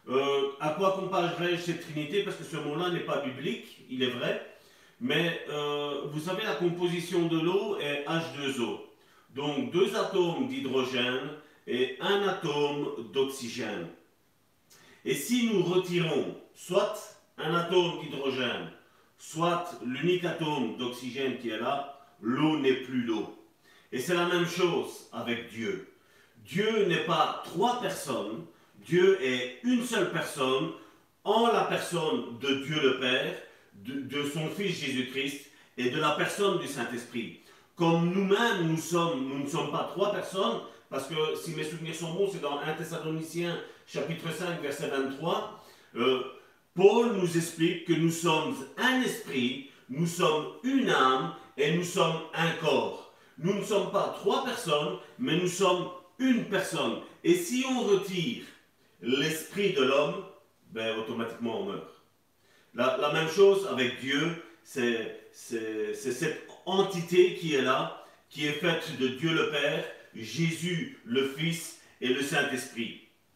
B: À quoi comparerais-je cette Trinité? Parce que ce mot-là n'est pas biblique, il est vrai. Mais vous savez, la composition de l'eau est H2O. Donc 2 atomes d'hydrogène et 1 atome d'oxygène. Et si nous retirons soit un atome d'hydrogène, soit l'unique atome d'oxygène qui est là, l'eau n'est plus l'eau. Et c'est la même chose avec Dieu. Dieu n'est pas 3 personnes, Dieu est une seule personne, en la personne de Dieu le Père, de son Fils Jésus-Christ et de la personne du Saint-Esprit. Comme nous-mêmes, nous ne sommes pas 3 personnes, parce que si mes souvenirs sont bons, c'est dans 1 Thessaloniciens chapitre 5, verset 23, Paul nous explique que nous sommes un esprit, nous sommes une âme et nous sommes un corps. Nous ne sommes pas 3 personnes, mais nous sommes une personne. Et si on retire l'esprit de l'homme, ben, automatiquement on meurt. La même chose avec Dieu, c'est cette entité qui est là, qui est faite de Dieu le Père, Jésus le Fils et le Saint-Esprit.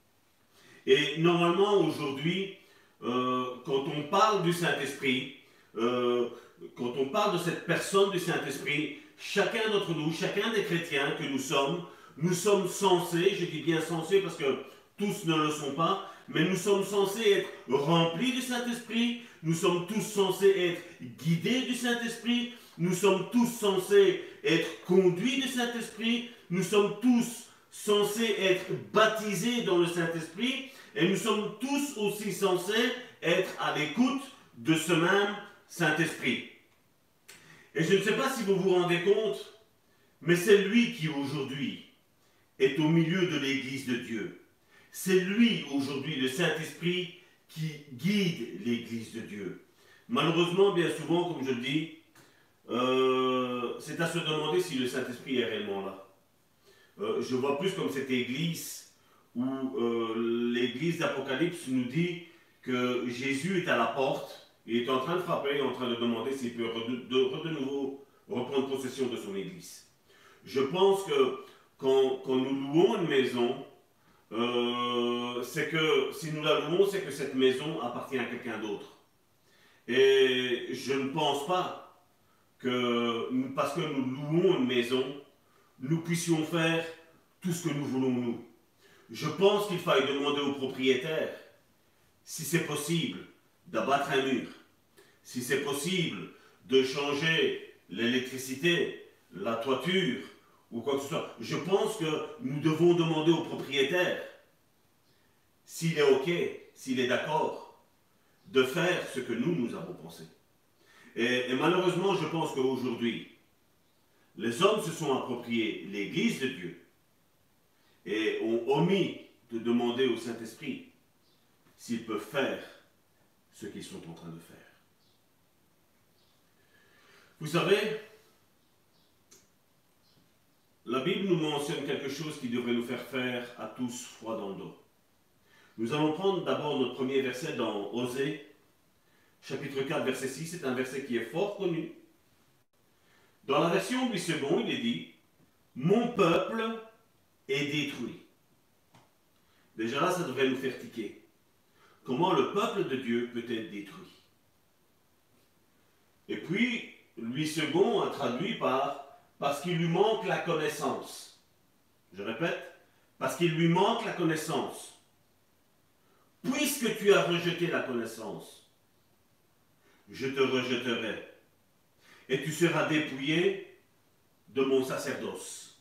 B: Et normalement aujourd'hui, quand on parle du Saint-Esprit, quand on parle de cette personne du Saint-Esprit, chacun d'entre nous, chacun des chrétiens que nous sommes censés, je dis bien censés parce que tous ne le sont pas, mais nous sommes censés être remplis du Saint-Esprit, nous sommes tous censés être guidés du Saint-Esprit, nous sommes tous censés être conduits du Saint-Esprit, nous sommes tous censés être baptisés dans le Saint-Esprit, et nous sommes tous aussi censés être à l'écoute de ce même Saint-Esprit. Et je ne sais pas si vous vous rendez compte, mais c'est lui qui aujourd'hui est au milieu de l'Église de Dieu. C'est lui aujourd'hui, le Saint-Esprit, qui guide l'Église de Dieu. Malheureusement, bien souvent, comme je le dis, c'est à se demander si le Saint-Esprit est réellement là. Je vois plus comme cette Église où l'Église d'Apocalypse nous dit que Jésus est à la porte, il est en train de frapper, en train de demander s'il peut de nouveau reprendre possession de son Église. Je pense que quand nous louons une maison, c'est que si nous la louons, c'est que cette maison appartient à quelqu'un d'autre. Et je ne pense pas que parce que nous louons une maison, nous puissions faire tout ce que nous voulons nous. Je pense qu'il faille demander au propriétaire si c'est possible d'abattre un mur, si c'est possible de changer l'électricité, la toiture, ou quoi que ce soit. Je pense que nous devons demander au propriétaire s'il est OK, s'il est d'accord de faire ce que nous avons pensé. Et malheureusement, je pense qu'aujourd'hui, les hommes se sont appropriés l'Église de Dieu et ont omis de demander au Saint-Esprit s'ils peuvent faire ce qu'ils sont en train de faire. Vous savez, la Bible nous mentionne quelque chose qui devrait nous faire à tous froid dans le dos. Nous allons prendre d'abord notre premier verset dans Osée, chapitre 4, verset 6. C'est un verset qui est fort connu. Dans la version 8 secondes, il est dit « Mon peuple est détruit ». Déjà là, ça devrait nous faire tiquer. Comment le peuple de Dieu peut être détruit? Et puis, 8 secondes a traduit par « parce qu'il lui manque la connaissance ». Je répète, parce qu'il lui manque la connaissance. Puisque tu as rejeté la connaissance, je te rejetterai. Et tu seras dépouillé de mon sacerdoce.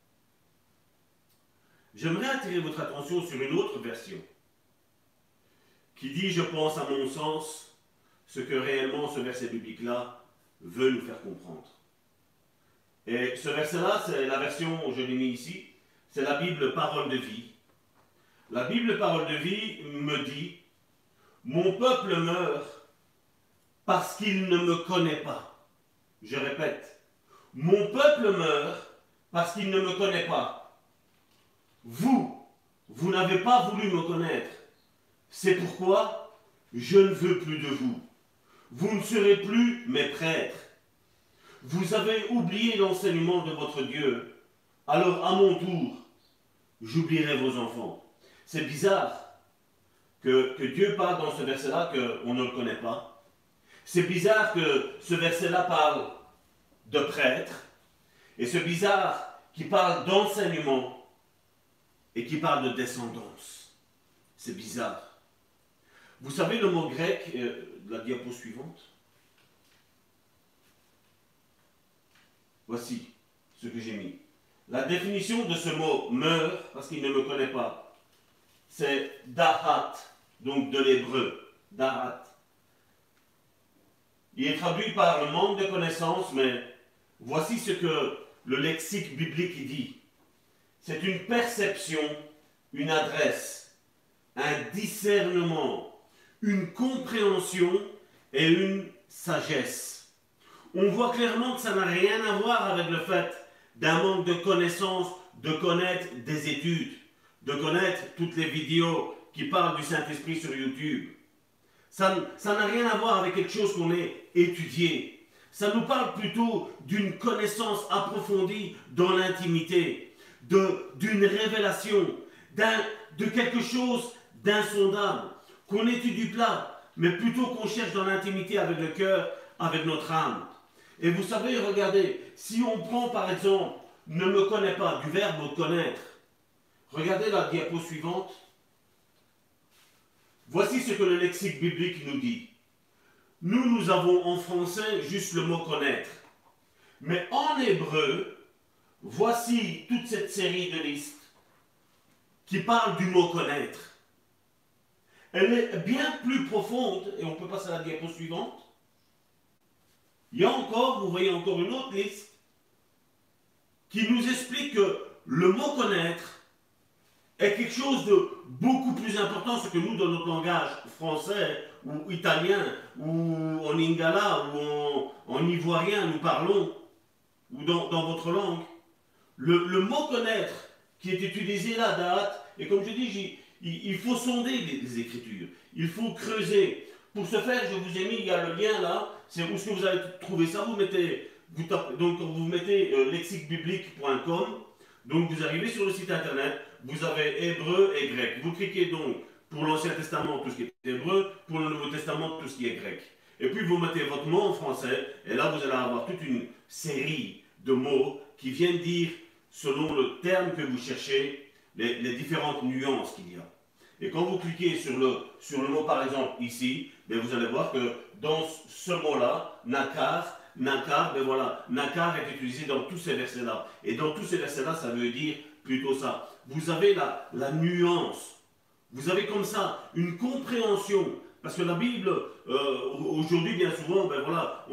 B: J'aimerais attirer votre attention sur une autre version qui dit, je pense à mon sens, ce que réellement ce verset biblique-là veut nous faire comprendre. Et ce verset-là, c'est la version, je l'ai mis ici, c'est la Bible Parole de vie. La Bible Parole de vie me dit, mon peuple meurt parce qu'il ne me connaît pas. Je répète, mon peuple meurt parce qu'il ne me connaît pas. Vous n'avez pas voulu me connaître. C'est pourquoi je ne veux plus de vous. Vous ne serez plus mes prêtres. Vous avez oublié l'enseignement de votre Dieu. Alors à mon tour, j'oublierai vos enfants. C'est bizarre. que Dieu parle dans ce verset-là qu'on ne le connaît pas. C'est bizarre que ce verset-là parle de prêtre, et c'est bizarre qu'il parle d'enseignement et qu'il parle de descendance. C'est bizarre. Vous savez le mot grec, la diapo suivante? Voici ce que j'ai mis. La définition de ce mot meurt, parce qu'il ne me connaît pas, c'est dahat, donc de l'hébreu. Dahat. Il est traduit par le manque de connaissances, mais voici ce que le lexique biblique dit. C'est une perception, une adresse, un discernement, une compréhension et une sagesse. On voit clairement que ça n'a rien à voir avec le fait d'un manque de connaissances, de connaître des études, de connaître toutes les vidéos qui parlent du Saint-Esprit sur YouTube. Ça n'a rien à voir avec quelque chose qu'on ait étudié. Ça nous parle plutôt d'une connaissance approfondie dans l'intimité, d'une révélation, de quelque chose d'insondable, qu'on étudie pas, mais plutôt qu'on cherche dans l'intimité avec le cœur, avec notre âme. Et vous savez, regardez, si on prend par exemple, ne me connaît pas, du verbe connaître, regardez la diapo suivante. Voici ce que le lexique biblique nous dit. Nous avons en français juste le mot connaître. Mais en hébreu, voici toute cette série de listes qui parlent du mot connaître. Elle est bien plus profonde, et on peut passer à la diapo suivante. Il y a encore, vous voyez encore une autre liste qui nous explique que le mot connaître est quelque chose de beaucoup plus important, ce que nous, dans notre langage français, ou italien, ou en lingala, ou en ivoirien, nous parlons, ou dans votre langue. Le mot connaître qui est utilisé là, date, et comme je dis, il faut sonder les Écritures, il faut creuser. Pour ce faire, je vous ai mis, il y a le lien là, c'est où est-ce que vous allez trouver ça, donc vous mettez lexiquebiblique.com, donc vous arrivez sur le site internet, vous avez hébreu et grec. Vous cliquez donc pour l'Ancien Testament tout ce qui est hébreu, pour le Nouveau Testament tout ce qui est grec. Et puis vous mettez votre mot en français, et là vous allez avoir toute une série de mots qui viennent dire, selon le terme que vous cherchez, les différentes nuances qu'il y a. Et quand vous cliquez sur le mot par exemple ici, ben vous allez voir que dans ce mot-là, nakar, ben voilà, nakar est utilisé dans tous ces versets-là. Et dans tous ces versets-là, ça veut dire plutôt ça. Vous avez la nuance. Vous avez comme ça une compréhension. Parce que la Bible, aujourd'hui, bien souvent, ben voilà,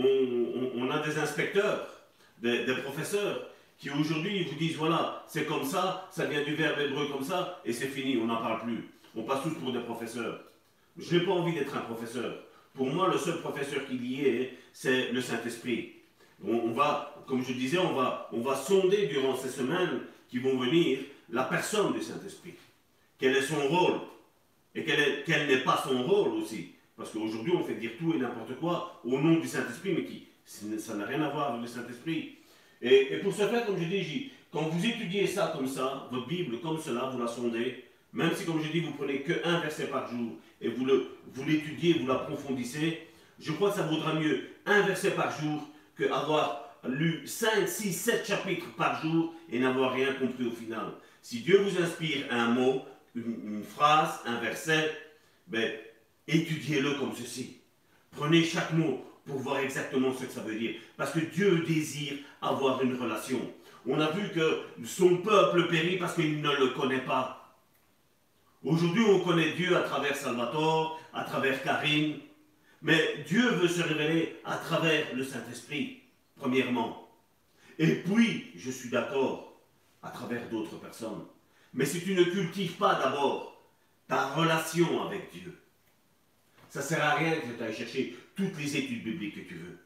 B: on a des inspecteurs, des professeurs, qui aujourd'hui vous disent, voilà, c'est comme ça vient du verbe hébreu comme ça, et c'est fini, on n'en parle plus. On passe tous pour des professeurs. Je n'ai pas envie d'être un professeur. Pour moi, le seul professeur qu'il y ait, c'est le Saint-Esprit. On va, comme je disais, on va sonder durant ces semaines qui vont venir la personne du Saint-Esprit. Quel est son rôle? Et quel n'est pas son rôle aussi? Parce qu'aujourd'hui, on fait dire tout et n'importe quoi au nom du Saint-Esprit, mais ça n'a rien à voir avec le Saint-Esprit. Et pour ce faire, comme je dis, quand vous étudiez ça comme ça, votre Bible comme cela, vous la sondez, même si, comme je dis, vous prenez qu'un verset par jour et vous l'étudiez, vous l'approfondissez, je crois que ça vaudra mieux un verset par jour qu'avoir lu 5, 6, 7 chapitres par jour et n'avoir rien compris au final. Si Dieu vous inspire un mot, une phrase, un verset, ben, étudiez-le comme ceci. Prenez chaque mot pour voir exactement ce que ça veut dire. Parce que Dieu désire avoir une relation. On a vu que son peuple périt parce qu'il ne le connaît pas. Aujourd'hui, on connaît Dieu à travers Salvatore, à travers Karine, mais Dieu veut se révéler à travers le Saint-Esprit, premièrement. Et puis, je suis d'accord, à travers d'autres personnes. Mais si tu ne cultives pas d'abord ta relation avec Dieu, ça ne sert à rien que tu ailles chercher toutes les études bibliques que tu veux.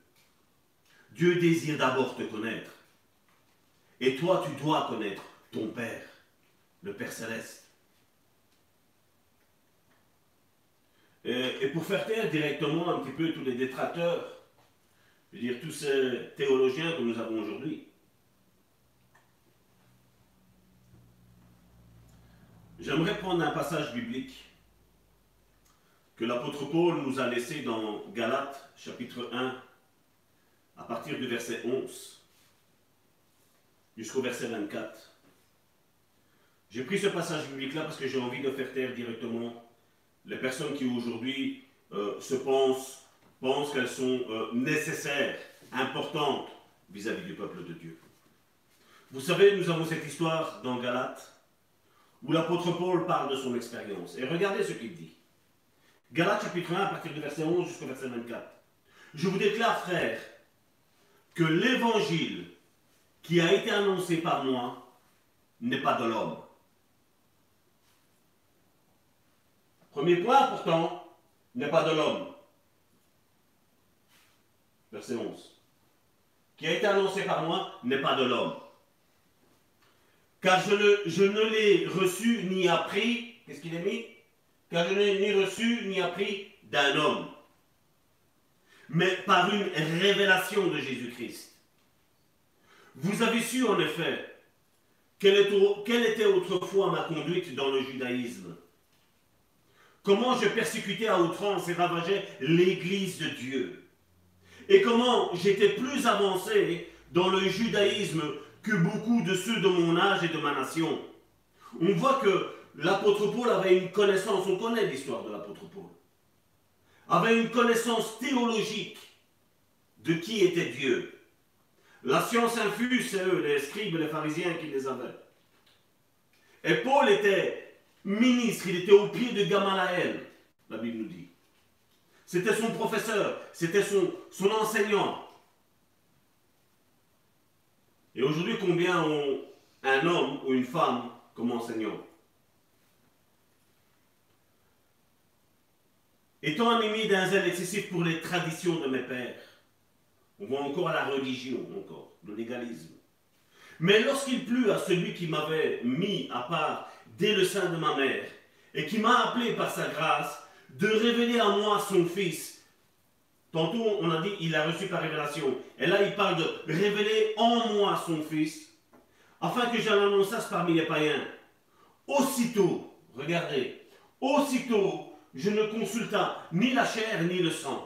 B: Dieu désire d'abord te connaître. Et toi, tu dois connaître ton Père, le Père Céleste. Et pour faire taire directement un petit peu tous les détracteurs, je veux dire tous ces théologiens que nous avons aujourd'hui, j'aimerais prendre un passage biblique que l'apôtre Paul nous a laissé dans Galates, chapitre 1, à partir du verset 11, jusqu'au verset 24. J'ai pris ce passage biblique-là parce que j'ai envie de faire taire directement les personnes qui aujourd'hui pensent qu'elles sont nécessaires, importantes vis-à-vis du peuple de Dieu. Vous savez, nous avons cette histoire dans Galates où l'apôtre Paul parle de son expérience. Et regardez ce qu'il dit. Galates chapitre 1, à partir du verset 11 jusqu'au verset 24. Je vous déclare, frères, que l'évangile qui a été annoncé par moi n'est pas de l'homme. Premier point, pourtant, n'est pas de l'homme. Verset 11. Qui a été annoncé par moi n'est pas de l'homme. Car je ne l'ai reçu ni appris, qu'est-ce qu'il est mis? Car je ne l'ai ni reçu ni appris d'un homme, mais par une révélation de Jésus-Christ. Vous avez su en effet quelle était autrefois ma conduite dans le judaïsme. Comment je persécutais à outrance et ravageais l'église de Dieu. Et comment j'étais plus avancé dans le judaïsme que beaucoup de ceux de mon âge et de ma nation. On voit que l'apôtre Paul avait une connaissance, on connaît l'histoire de l'apôtre Paul, avait une connaissance théologique de qui était Dieu. La science infuse, c'est eux, les scribes et les pharisiens qui les avaient. Et Paul était ministre, il était au pied de Gamalaël, la Bible nous dit. C'était son professeur, c'était son enseignant. Et aujourd'hui, combien ont un homme ou une femme comme enseignant? Étant animé d'un zèle excessif pour les traditions de mes pères, on voit encore à la religion, encore, le légalisme. Mais lorsqu'il plut à celui qui m'avait mis à part dès le sein de ma mère, et qui m'a appelé par sa grâce, de révéler à moi son Fils. Tantôt on a dit il a reçu par révélation, et là il parle de révéler en moi son Fils, afin que j'en annonçasse parmi les païens. Aussitôt, regardez, aussitôt, je ne consulta ni la chair ni le sang.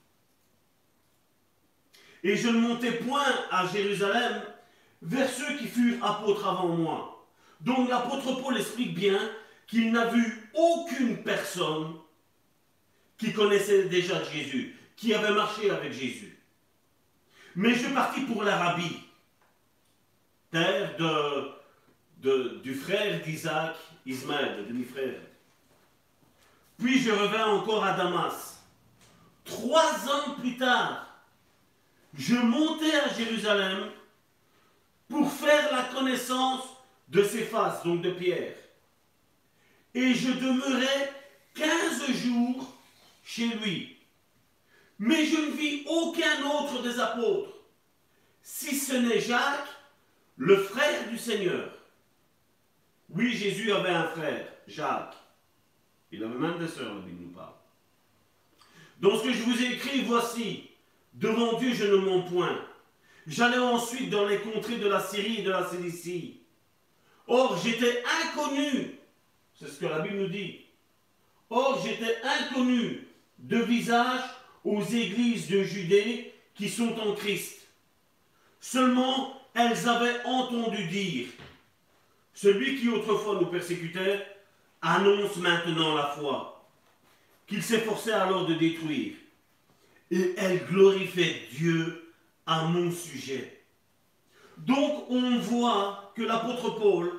B: Et je ne montai point à Jérusalem vers ceux qui furent apôtres avant moi. Donc l'apôtre Paul explique bien qu'il n'a vu aucune personne qui connaissait déjà Jésus, qui avait marché avec Jésus. Mais je partis pour l'Arabie, terre du frère d'Isaac, Ismaël, le demi-frère. Puis je revins encore à Damas. 3 ans plus tard, je montai à Jérusalem pour faire la connaissance de Céphas, donc de Pierre. Et je demeurai 15 jours chez lui. Mais je ne vis aucun autre des apôtres, si ce n'est Jacques, le frère du Seigneur. Oui, Jésus avait un frère, Jacques. Il avait même des sœurs, la Bible nous parle. Donc ce que je vous ai écrit, voici, devant Dieu je ne mens point. J'allais ensuite dans les contrées de la Syrie et de la Cilicie. Or j'étais inconnu, c'est ce que la Bible nous dit. Or j'étais inconnu de visage aux églises de Judée qui sont en Christ. Seulement elles avaient entendu dire, celui qui autrefois nous persécutait annonce maintenant la foi, qu'il s'efforçait alors de détruire. Et elle glorifiait Dieu à mon sujet. Donc on voit que l'apôtre Paul,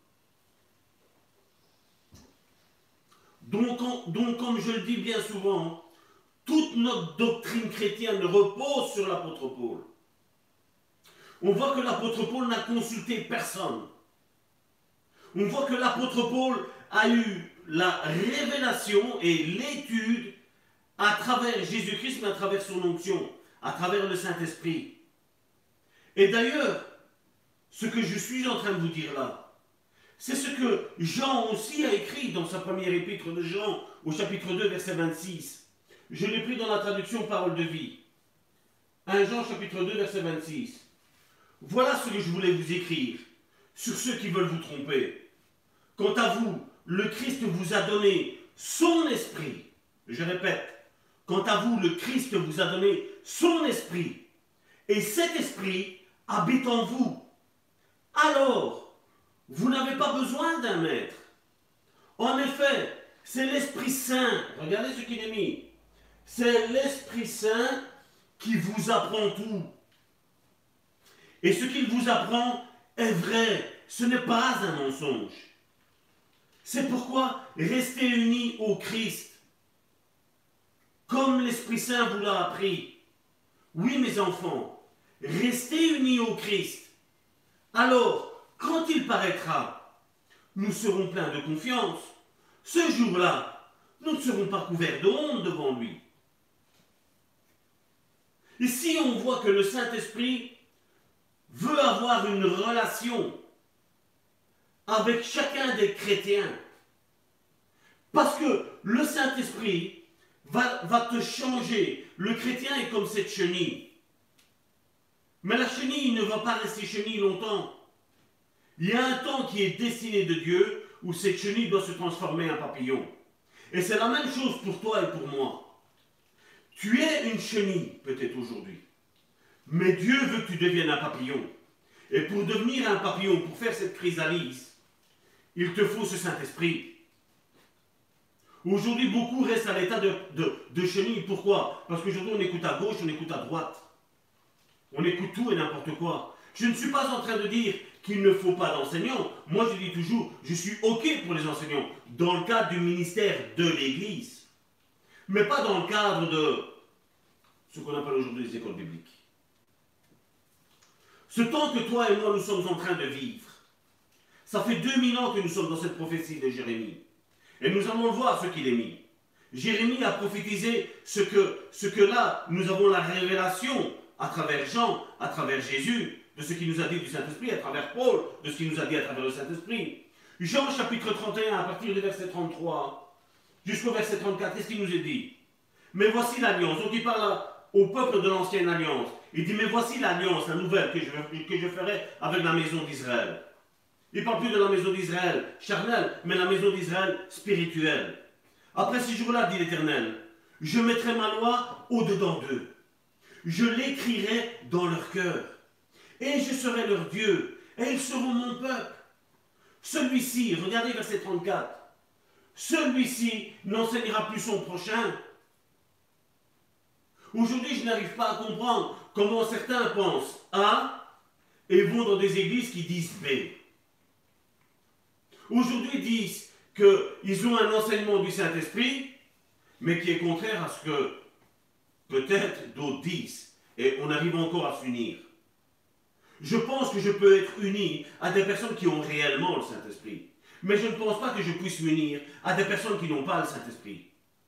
B: donc comme je le dis bien souvent, toute notre doctrine chrétienne repose sur l'apôtre Paul. On voit que l'apôtre Paul n'a consulté personne. On voit que l'apôtre Paul a eu la révélation et l'étude à travers Jésus-Christ, mais à travers son onction, à travers le Saint-Esprit. Et d'ailleurs, ce que je suis en train de vous dire là, c'est ce que Jean aussi a écrit dans sa première épître de Jean, au chapitre 2, verset 26. Je l'ai pris dans la traduction Parole de vie. 1 Jean, chapitre 2, verset 26. Voilà ce que je voulais vous écrire sur ceux qui veulent vous tromper. Quant à vous, le Christ vous a donné son esprit. Je répète, quant à vous, le Christ vous a donné son esprit, et cet esprit habite en vous. Alors, vous n'avez pas besoin d'un maître. En effet, c'est l'Esprit Saint, regardez ce qu'il est mis, c'est l'Esprit Saint qui vous apprend tout. Et ce qu'il vous apprend est vrai, ce n'est pas un mensonge. C'est pourquoi restez unis au Christ, comme l'Esprit Saint vous l'a appris. Oui, mes enfants, restez unis au Christ. Alors, quand il paraîtra, nous serons pleins de confiance. Ce jour-là, nous ne serons pas couverts de honte devant lui. Ici, on voit que le Saint-Esprit veut avoir une relation avec chacun des chrétiens. Parce que le Saint-Esprit va te changer. Le chrétien est comme cette chenille. Mais la chenille ne va pas rester chenille longtemps. Il y a un temps qui est destiné de Dieu où cette chenille doit se transformer en papillon. Et c'est la même chose pour toi et pour moi. Tu es une chenille, peut-être aujourd'hui. Mais Dieu veut que tu deviennes un papillon. Et pour devenir un papillon, pour faire cette chrysalise, il te faut ce Saint-Esprit. Aujourd'hui, beaucoup restent à l'état de chenille. Pourquoi? Parce qu'aujourd'hui, on écoute à gauche, on écoute à droite. On écoute tout et n'importe quoi. Je ne suis pas en train de dire qu'il ne faut pas d'enseignants. Moi, je dis toujours, je suis OK pour les enseignants, dans le cadre du ministère de l'Église. Mais pas dans le cadre de ce qu'on appelle aujourd'hui les écoles bibliques. Ce temps que toi et moi, nous sommes en train de vivre, ça fait 2000 ans que nous sommes dans cette prophétie de Jérémie. Et nous allons le voir ce qu'il est mis. Jérémie a prophétisé ce que là, nous avons la révélation à travers Jean, à travers Jésus, de ce qu'il nous a dit du Saint-Esprit, à travers Paul, de ce qu'il nous a dit à travers le Saint-Esprit. Jean chapitre 31, à partir du verset 33, jusqu'au verset 34, qu'est-ce qu'il nous est dit? Mais voici l'alliance. Donc il parle au peuple de l'ancienne alliance. Il dit, mais voici l'alliance, la nouvelle que je ferai avec la maison d'Israël. Il ne parle plus de la maison d'Israël charnelle, mais la maison d'Israël spirituelle. Après ces jours-là, dit l'Éternel, je mettrai ma loi au-dedans d'eux. Je l'écrirai dans leur cœur. Et je serai leur Dieu. Et ils seront mon peuple. Celui-ci, regardez verset 34. Celui-ci n'enseignera plus son prochain. Aujourd'hui, je n'arrive pas à comprendre comment certains pensent A et vont dans des églises qui disent B. Aujourd'hui, ils disent qu'ils ont un enseignement du Saint-Esprit, mais qui est contraire à ce que peut-être d'autres disent. Et on arrive encore à s'unir. Je pense que je peux être uni à des personnes qui ont réellement le Saint-Esprit. Mais je ne pense pas que je puisse m'unir à des personnes qui n'ont pas le Saint-Esprit.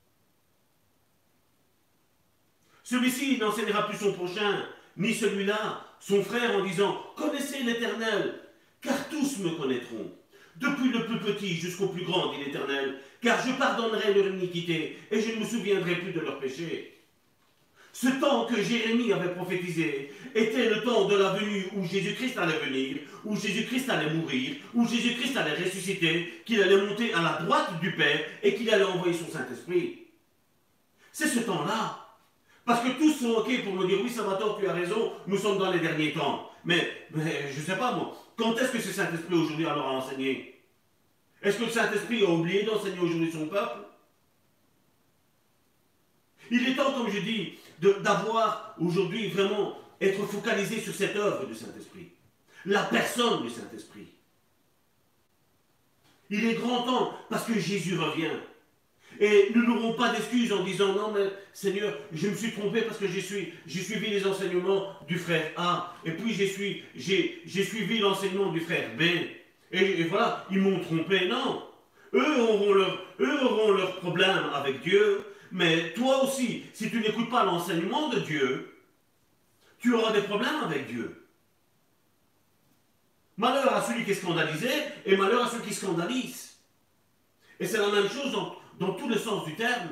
B: Celui-ci n'enseignera plus son prochain, ni celui-là, son frère, en disant « Connaissez l'Éternel, car tous me connaîtront. Depuis le plus petit jusqu'au plus grand, dit l'Éternel, car je pardonnerai leur iniquité, et je ne me souviendrai plus de leurs péchés. » Ce temps que Jérémie avait prophétisé était le temps de la venue où Jésus-Christ allait venir, où Jésus-Christ allait mourir, où Jésus-Christ allait ressusciter, qu'il allait monter à la droite du Père et qu'il allait envoyer son Saint-Esprit. C'est ce temps-là. Parce que tous sont OK pour me dire, oui, Salvatore, tu as raison, nous sommes dans les derniers temps. Mais je ne sais pas moi, quand est-ce que ce Saint-Esprit aujourd'hui alors a enseigné? Est-ce que le Saint-Esprit a oublié d'enseigner aujourd'hui son peuple? Il est temps, comme je dis, d'avoir aujourd'hui vraiment être focalisé sur cette œuvre du Saint-Esprit. La personne du Saint-Esprit. Il est grand temps parce que Jésus revient. Et nous n'aurons pas d'excuses en disant non mais Seigneur, je me suis trompé parce que j'ai suivi les enseignements du frère A. Et puis j'ai suivi l'enseignement du frère B. Et voilà, ils m'ont trompé. Non. Eux auront leurs problèmes avec Dieu. Mais toi aussi, si tu n'écoutes pas l'enseignement de Dieu, tu auras des problèmes avec Dieu. Malheur à celui qui est scandalisé et malheur à ceux qui scandalisent. Et c'est la même chose dans tous les sens du terme.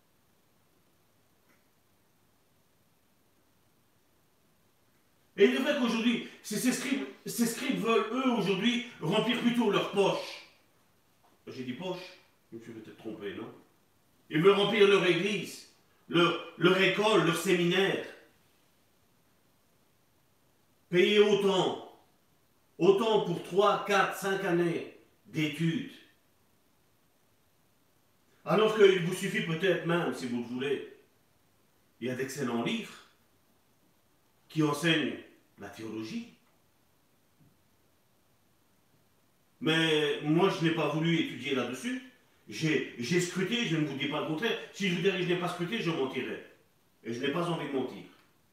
B: Et il est vrai qu'aujourd'hui, ces scribes veulent, eux, aujourd'hui, remplir plutôt leur poche. J'ai dit poche, je me suis peut-être trompé, non? Ils veulent remplir leur église, leur école, leur séminaire. Payer autant pour 3, 4, 5 années d'études. Alors qu'il vous suffit peut-être même, si vous le voulez, il y a d'excellents livres qui enseignent la théologie. Mais moi, je n'ai pas voulu étudier là-dessus. J'ai scruté, je ne vous dis pas le contraire. Si je vous dirais que je n'ai pas scruté, je mentirais. Et je n'ai pas envie de mentir.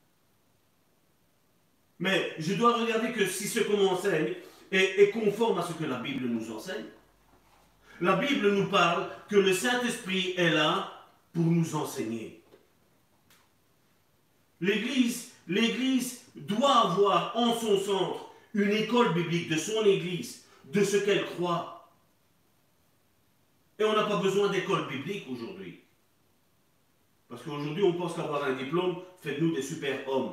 B: Mais je dois regarder que si ce qu'on enseigne est conforme à ce que la Bible nous enseigne. La Bible nous parle que le Saint-Esprit est là pour nous enseigner. L'Église doit avoir en son centre une école biblique de son Église, de ce qu'elle croit. Et on n'a pas besoin d'école biblique aujourd'hui. Parce qu'aujourd'hui, on pense qu'avoir un diplôme fait de nous des super-hommes.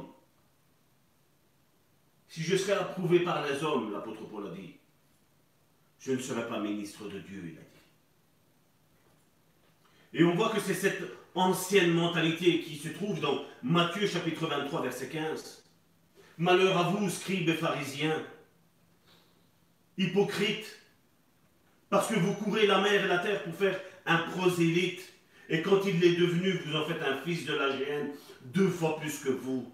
B: Si je serais approuvé par les hommes, l'apôtre Paul a dit, je ne serais pas ministre de Dieu, il a dit. Et on voit que c'est cette ancienne mentalité qui se trouve dans Matthieu chapitre 23, verset 15. Malheur à vous, scribes et pharisiens, hypocrites, parce que vous courez la mer et la terre pour faire un prosélyte, et quand il est devenu, vous en faites un fils de la géhenne, 2 fois plus que vous.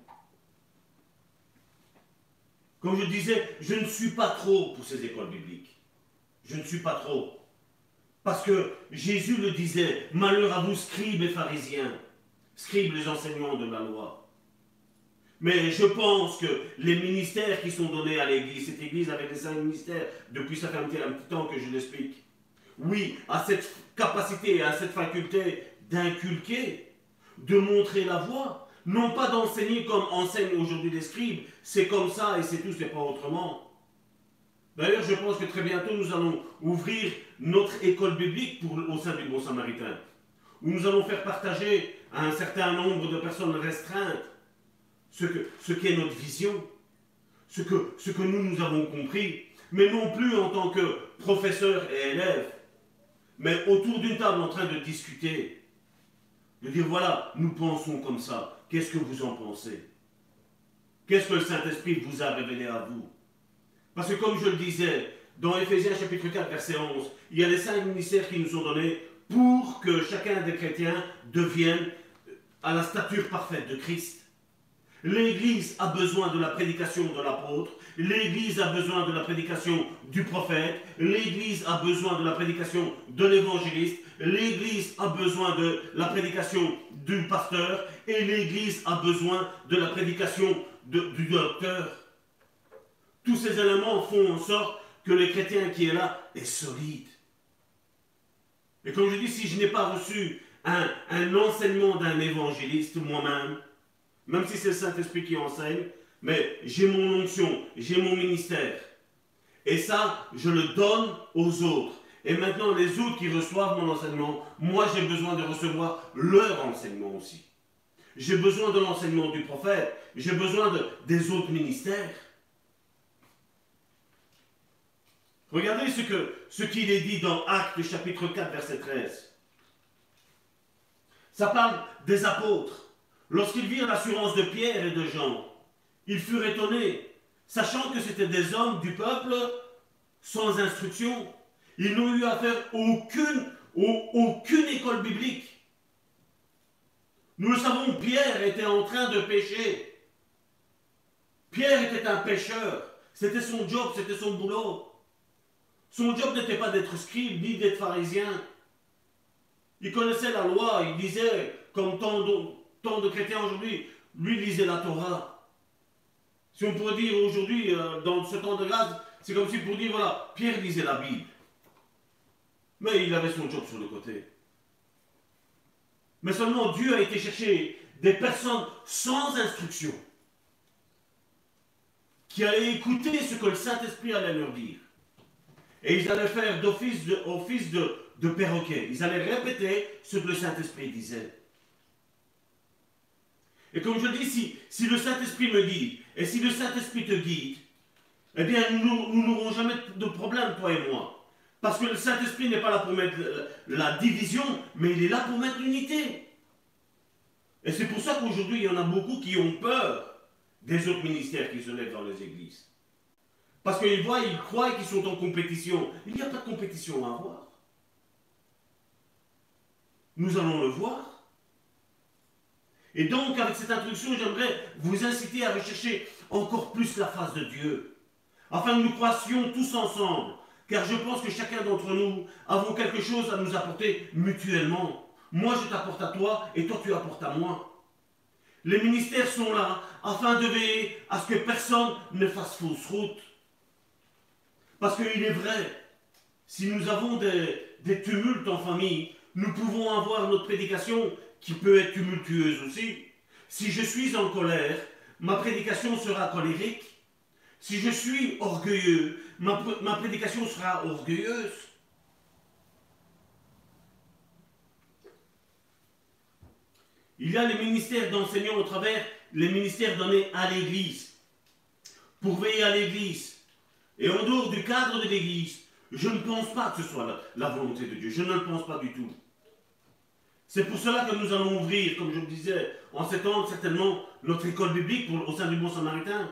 B: Comme je disais, je ne suis pas trop pour ces écoles bibliques. Je ne suis pas trop. Parce que Jésus le disait, malheur à vous, scribes et pharisiens, scribes les enseignants de la loi. Mais je pense que les ministères qui sont donnés à l'Église, cette Église avec les 5 ministères, depuis ça fait un petit temps que je l'explique, oui, à cette capacité, à cette faculté d'inculquer, de montrer la voie, non pas d'enseigner comme enseignent aujourd'hui les scribes, c'est comme ça et c'est tout, c'est pas autrement. D'ailleurs, je pense que très bientôt, nous allons ouvrir notre école biblique au sein du Bon Samaritain, où nous allons faire partager à un certain nombre de personnes restreintes ce qu'est notre vision, ce que nous avons compris, mais non plus en tant que professeurs et élèves, mais autour d'une table en train de discuter, de dire voilà, nous pensons comme ça, qu'est-ce que vous en pensez? Qu'est-ce que le Saint-Esprit vous a révélé à vous? Parce que comme je le disais, dans Éphésiens chapitre 4, verset 11, il y a les 5 ministères qui nous sont donnés pour que chacun des chrétiens devienne à la stature parfaite de Christ. L'Église a besoin de la prédication de l'apôtre, l'Église a besoin de la prédication du prophète, l'Église a besoin de la prédication de l'évangéliste, l'Église a besoin de la prédication du pasteur et l'Église a besoin de la prédication du docteur. Tous ces éléments font en sorte que le chrétien qui est là est solide. Et comme je dis, si je n'ai pas reçu un enseignement d'un évangéliste moi-même, même si c'est le Saint-Esprit qui enseigne, mais j'ai mon onction, j'ai mon ministère. Et ça, je le donne aux autres. Et maintenant, les autres qui reçoivent mon enseignement, moi j'ai besoin de recevoir leur enseignement aussi. J'ai besoin de l'enseignement du prophète, j'ai besoin des autres ministères. Regardez ce qu'il est dit dans Actes chapitre 4, verset 13. Ça parle des apôtres. Lorsqu'ils virent l'assurance de Pierre et de Jean, ils furent étonnés, sachant que c'étaient des hommes du peuple sans instruction. Ils n'ont eu à faire aucune école biblique. Nous le savons, Pierre était en train de pécher. Pierre était un pécheur. C'était son job, c'était son boulot. Son job n'était pas d'être scribe, ni d'être pharisien. Il connaissait la loi, il disait, comme tant de chrétiens aujourd'hui, lui lisait la Torah. Si on pourrait dire aujourd'hui, dans ce temps de grâce, c'est comme si pour dire, voilà, Pierre lisait la Bible. Mais il avait son job sur le côté. Mais seulement Dieu a été chercher des personnes sans instruction, qui allaient écouter ce que le Saint-Esprit allait leur dire. Et ils allaient faire d'office de perroquet. Ils allaient répéter ce que le Saint-Esprit disait. Et comme je dis, si le Saint-Esprit me guide, et si le Saint-Esprit te guide, eh bien, nous n'aurons jamais de problème, toi et moi. Parce que le Saint-Esprit n'est pas là pour mettre la division, mais il est là pour mettre l'unité. Et c'est pour ça qu'aujourd'hui, il y en a beaucoup qui ont peur des autres ministères qui se lèvent dans les églises. Parce qu'ils voient, ils croient qu'ils sont en compétition. Il n'y a pas de compétition à avoir. Nous allons le voir. Et donc, avec cette introduction, j'aimerais vous inciter à rechercher encore plus la face de Dieu, afin que nous croissions tous ensemble, car je pense que chacun d'entre nous avons quelque chose à nous apporter mutuellement. Moi, je t'apporte à toi, et toi, tu apportes à moi. Les ministères sont là, afin de veiller à ce que personne ne fasse fausse route. Parce qu'il est vrai, si nous avons des tumultes en famille, nous pouvons avoir notre prédication qui peut être tumultueuse aussi. Si je suis en colère, ma prédication sera colérique. Si je suis orgueilleux, ma prédication sera orgueilleuse. Il y a les ministères d'enseignants au travers les ministères donnés à l'Église, pour veiller à l'Église. Et en dehors du cadre de l'Église, je ne pense pas que ce soit la volonté de Dieu. Je ne le pense pas du tout. C'est pour cela que nous allons ouvrir, comme je vous disais, en septembre, certainement, notre école biblique au sein du Bon Samaritain.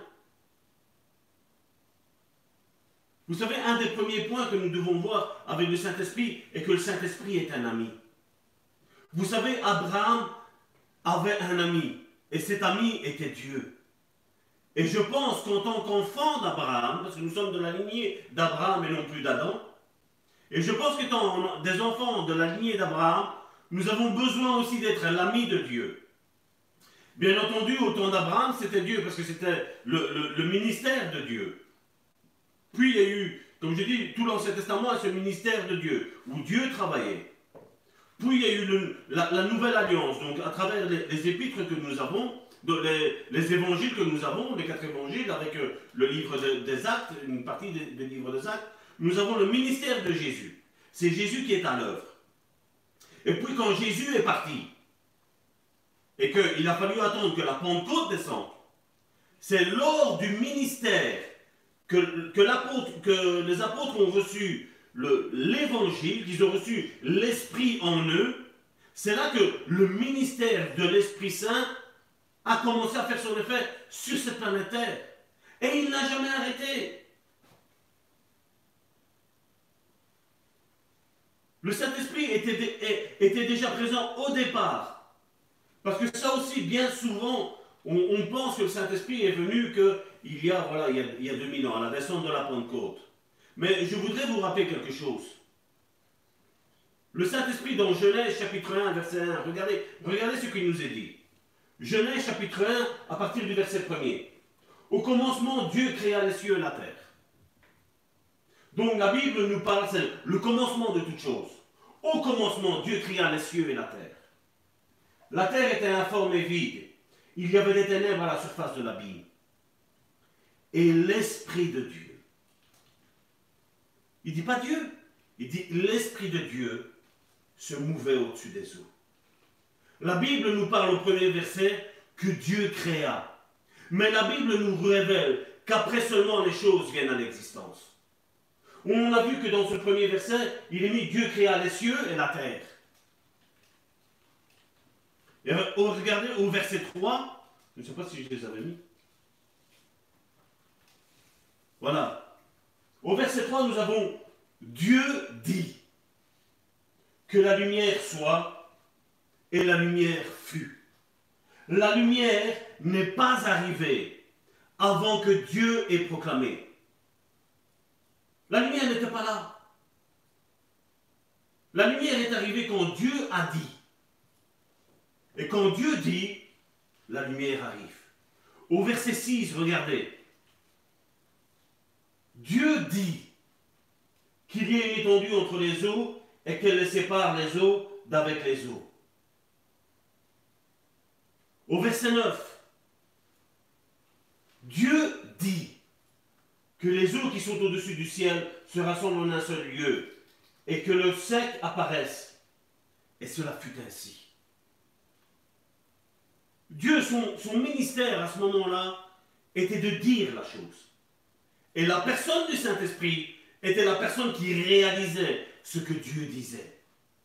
B: Vous savez, un des premiers points que nous devons voir avec le Saint-Esprit est que le Saint-Esprit est un ami. Vous savez, Abraham avait un ami, et cet ami était Dieu. Et je pense qu'en tant qu'enfant d'Abraham, parce que nous sommes de la lignée d'Abraham et non plus d'Adam, et je pense qu'étant des enfants de la lignée d'Abraham, nous avons besoin aussi d'être l'ami de Dieu. Bien entendu, au temps d'Abraham, c'était Dieu, parce que c'était le ministère de Dieu. Puis il y a eu, comme je dis, tout l'Ancien Testament, ce ministère de Dieu, où Dieu travaillait. Puis il y a eu la nouvelle alliance, donc à travers les épîtres que nous avons, les évangiles que nous avons, les 4 évangiles, avec le livre des Actes, une partie des livres des Actes, nous avons le ministère de Jésus. C'est Jésus qui est à l'œuvre. Et puis quand Jésus est parti, et qu'il a fallu attendre que la Pentecôte descende, c'est lors du ministère que les apôtres ont reçu l'évangile, qu'ils ont reçu l'Esprit en eux. C'est là que le ministère de l'Esprit Saint a commencé à faire son effet sur cette planète Terre. Et il n'a jamais arrêté. Le Saint-Esprit était déjà présent au départ. Parce que ça aussi, bien souvent, on pense que le Saint-Esprit est venu il y a 2000 ans, à la descente de la Pentecôte. Mais je voudrais vous rappeler quelque chose. Le Saint-Esprit dans Genèse chapitre 1, verset 1, regardez ce qu'il nous est dit. Genèse chapitre 1, à partir du verset 1er. Au commencement, Dieu créa les cieux et la terre. Donc la Bible nous parle, c'est le commencement de toutes choses. Au commencement, Dieu créa les cieux et la terre. La terre était informe et vide. Il y avait des ténèbres à la surface de l'abîme. Et l'Esprit de Dieu. Il ne dit pas Dieu, il dit l'Esprit de Dieu se mouvait au-dessus des eaux. La Bible nous parle au premier verset que Dieu créa. Mais la Bible nous révèle qu'après seulement les choses viennent à l'existence. On a vu que dans ce premier verset, il est mis Dieu créa les cieux et la terre. Et regardez au verset 3, je ne sais pas si je les avais mis. Voilà. Au verset 3, nous avons Dieu dit que la lumière soit et la lumière fut. La lumière n'est pas arrivée avant que Dieu ait proclamé. La lumière n'était pas là. La lumière est arrivée quand Dieu a dit. Et quand Dieu dit, la lumière arrive. Au verset 6, regardez. Dieu dit qu'il y ait une étendue entre les eaux et qu'elle sépare les eaux d'avec les eaux. Au verset 9, Dieu dit que les eaux qui sont au-dessus du ciel se rassemblent en un seul lieu et que le sec apparaisse. Et cela fut ainsi. Dieu, son ministère à ce moment-là, était de dire la chose. Et la personne du Saint-Esprit était la personne qui réalisait ce que Dieu disait.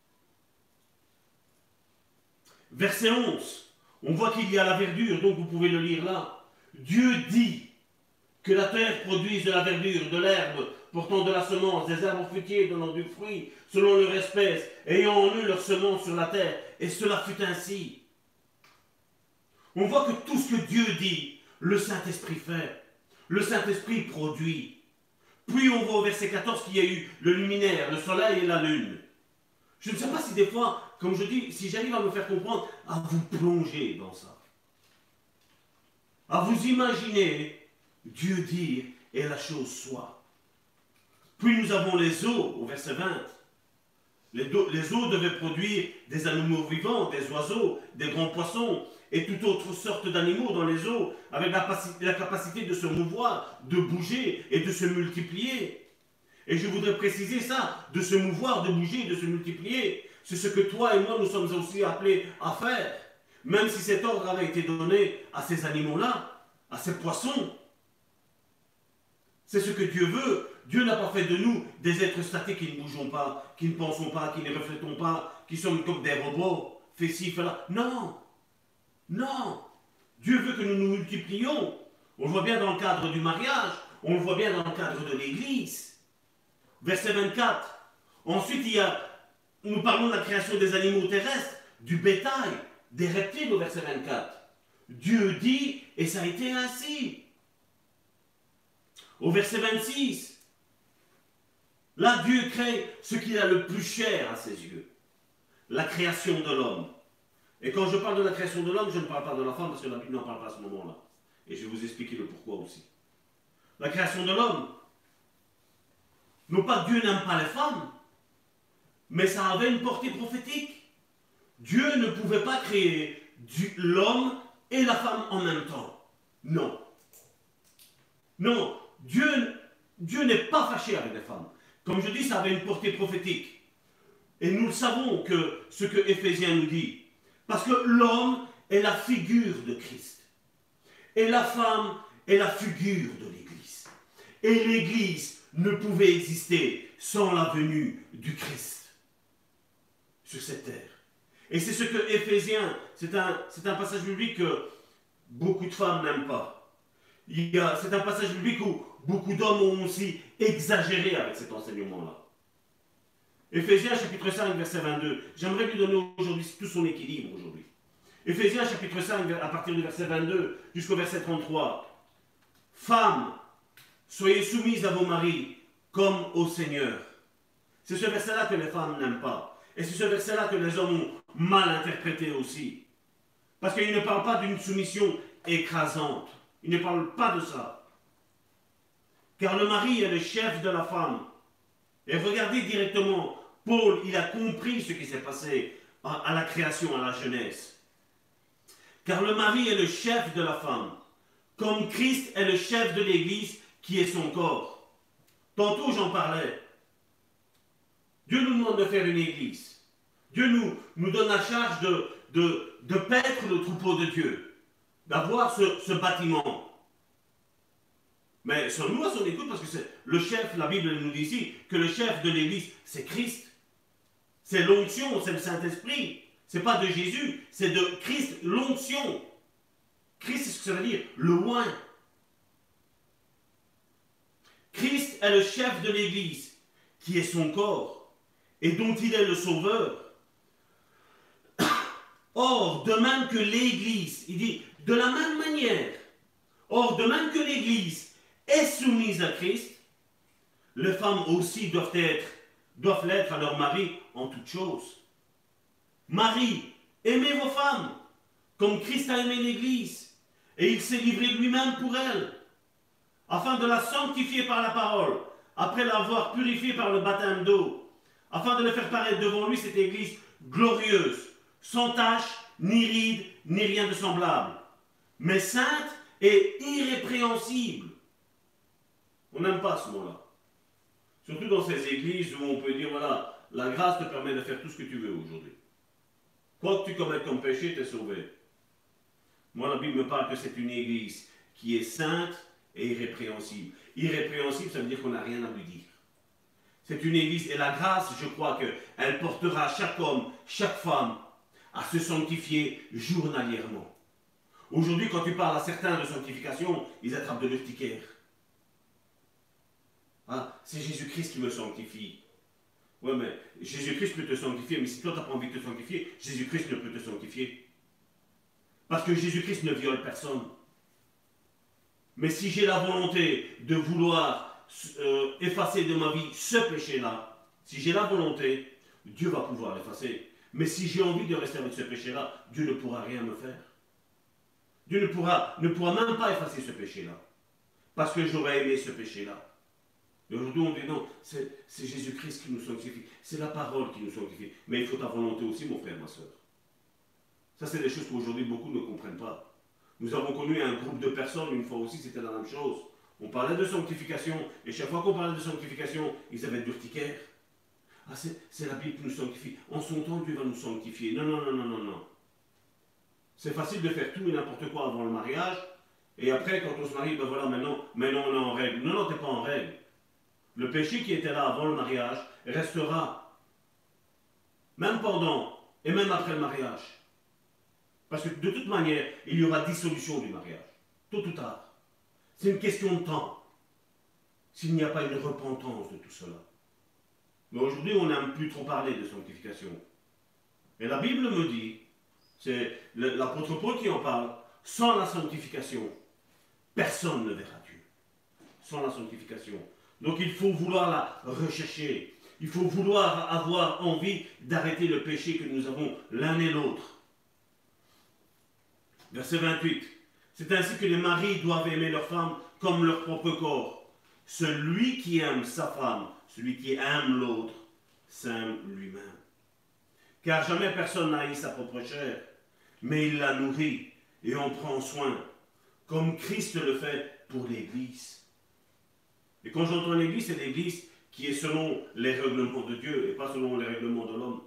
B: Verset 11, on voit qu'il y a la verdure, donc vous pouvez le lire là. Dieu dit que la terre produise de la verdure, de l'herbe, portant de la semence, des arbres fruitiers donnant du fruit, selon leur espèce, ayant en eux leur semence sur la terre. Et cela fut ainsi. On voit que tout ce que Dieu dit, le Saint-Esprit fait. Le Saint-Esprit produit. Puis on voit au verset 14 qu'il y a eu le luminaire, le soleil et la lune. Je ne sais pas si des fois, comme je dis, si j'arrive à me faire comprendre, à vous plonger dans ça. À vous imaginer Dieu dire et la chose soit. Puis nous avons les eaux, au verset 20. Les eaux devaient produire des animaux vivants, des oiseaux, des grands poissons et toute autre sorte d'animaux dans les eaux, avec la capacité de se mouvoir, de bouger et de se multiplier. Et je voudrais préciser ça, de se mouvoir, de bouger, de se multiplier. C'est ce que toi et moi nous sommes aussi appelés à faire. Même si cet ordre avait été donné à ces animaux-là, à ces poissons. C'est ce que Dieu veut. Dieu n'a pas fait de nous des êtres statiques qui ne bougeons pas, qui ne pensons pas, qui ne reflétons pas, qui sommes comme des robots, fais ci, fais là. Non, non. Dieu veut que nous nous multiplions. On le voit bien dans le cadre du mariage, on le voit bien dans le cadre de l'Église. Verset 24. Ensuite, nous parlons de la création des animaux terrestres, du bétail, des reptiles au verset 24. Dieu dit, et ça a été ainsi. Au verset 26, là Dieu crée ce qu'il a le plus cher à ses yeux, la création de l'homme. Et quand je parle de la création de l'homme, je ne parle pas de la femme parce que la Bible n'en parle pas à ce moment-là. Et je vais vous expliquer le pourquoi aussi. La création de l'homme, non pas que Dieu n'aime pas les femmes, mais ça avait une portée prophétique. Dieu ne pouvait pas créer l'homme et la femme en même temps. Non. Non. Dieu n'est pas fâché avec les femmes. Comme je dis, ça avait une portée prophétique. Et nous le savons que ce que Éphésiens nous dit. Parce que l'homme est la figure de Christ. Et la femme est la figure de l'Église. Et l'Église ne pouvait exister sans la venue du Christ sur cette terre. Et c'est ce que Éphésiens, c'est un passage biblique que beaucoup de femmes n'aiment pas. C'est un passage biblique où beaucoup d'hommes ont aussi exagéré avec cet enseignement-là. Éphésiens chapitre 5, verset 22. J'aimerais lui donner aujourd'hui tout son équilibre aujourd'hui. Éphésiens chapitre 5, à partir du verset 22 jusqu'au verset 33. Femmes, soyez soumises à vos maris comme au Seigneur. C'est ce verset-là que les femmes n'aiment pas. Et c'est ce verset-là que les hommes ont mal interprété aussi. Parce qu'il ne parle pas d'une soumission écrasante. Il ne parle pas de ça. Car le mari est le chef de la femme. Et regardez directement, Paul, il a compris ce qui s'est passé à la création, à la Genèse. Car le mari est le chef de la femme, comme Christ est le chef de l'Église qui est son corps. Tantôt j'en parlais. Dieu nous demande de faire une Église. Dieu nous donne la charge de paître le troupeau de Dieu, d'avoir ce bâtiment. Mais sommes-nous à son écoute parce que c'est le chef, la Bible nous dit ici, que le chef de l'Église, c'est Christ. C'est l'onction, c'est le Saint-Esprit. Ce n'est pas de Jésus, c'est de Christ, l'onction. Christ, c'est ce que ça veut dire, le oint. Christ est le chef de l'Église, qui est son corps, et dont il est le sauveur. Or, de même que l'Église, il dit, de la même manière, or, de même que l'Église est soumise à Christ, les femmes aussi doivent l'être à leur mari en toutes choses. Marie, aimez vos femmes, comme Christ a aimé l'Église, et il s'est livré lui-même pour elle, afin de la sanctifier par la parole, après l'avoir purifiée par le baptême d'eau, afin de le faire paraître devant lui cette Église glorieuse, sans tache, ni ride, ni rien de semblable, mais sainte et irrépréhensible. On n'aime pas ce mot-là. Surtout dans ces églises où on peut dire, voilà, la grâce te permet de faire tout ce que tu veux aujourd'hui. Quoi que tu commettes comme péché, tu es sauvé. Moi, la Bible me parle que c'est une église qui est sainte et irrépréhensible. Irrépréhensible, ça veut dire qu'on n'a rien à lui dire. C'est une église, et la grâce, je crois qu'elle portera chaque homme, chaque femme à se sanctifier journalièrement. Aujourd'hui, quand tu parles à certains de sanctification, ils attrapent de l'urticaire. Ah, c'est Jésus-Christ qui me sanctifie. Ouais, mais Jésus-Christ peut te sanctifier, mais si toi tu n'as pas envie de te sanctifier, Jésus-Christ ne peut te sanctifier. Parce que Jésus-Christ ne viole personne. Mais si j'ai la volonté de vouloir effacer de ma vie ce péché-là, si j'ai la volonté, Dieu va pouvoir l'effacer. Mais si j'ai envie de rester avec ce péché-là, Dieu ne pourra rien me faire. Dieu ne pourra même pas effacer ce péché-là. Parce que j'aurais aimé ce péché-là. Et aujourd'hui, on dit non, c'est Jésus-Christ qui nous sanctifie. C'est la parole qui nous sanctifie. Mais il faut ta volonté aussi, mon frère, ma soeur. Ça, c'est des choses qu'aujourd'hui, beaucoup ne comprennent pas. Nous avons connu un groupe de personnes, une fois aussi, c'était la même chose. On parlait de sanctification, et chaque fois qu'on parlait de sanctification, ils avaient de l'urticaire. Ah, c'est la Bible qui nous sanctifie. En son temps, Dieu va nous sanctifier. Non, non, non, non, non, non. C'est facile de faire tout et n'importe quoi avant le mariage, et après, quand on se marie, ben voilà, maintenant on est en règle. Non, non, t'es pas en règle. Le péché qui était là avant le mariage restera, même pendant et même après le mariage. Parce que de toute manière, il y aura dissolution du mariage, tôt ou tard. C'est une question de temps, s'il n'y a pas une repentance de tout cela. Mais aujourd'hui, on n'aime plus trop parler de sanctification. Et la Bible me dit, c'est l'apôtre Paul qui en parle, sans la sanctification, personne ne verra Dieu. Sans la sanctification. Donc il faut vouloir la rechercher. Il faut vouloir avoir envie d'arrêter le péché que nous avons l'un et l'autre. Verset 28. C'est ainsi que les maris doivent aimer leur femme comme leur propre corps. Celui qui aime sa femme, celui qui aime l'autre, s'aime lui-même. Car jamais personne n'a haï sa propre chair, mais il la nourrit et en prend soin, comme Christ le fait pour l'Église. Et quand j'entends l'Église, c'est l'Église qui est selon les règlements de Dieu et pas selon les règlements de l'homme.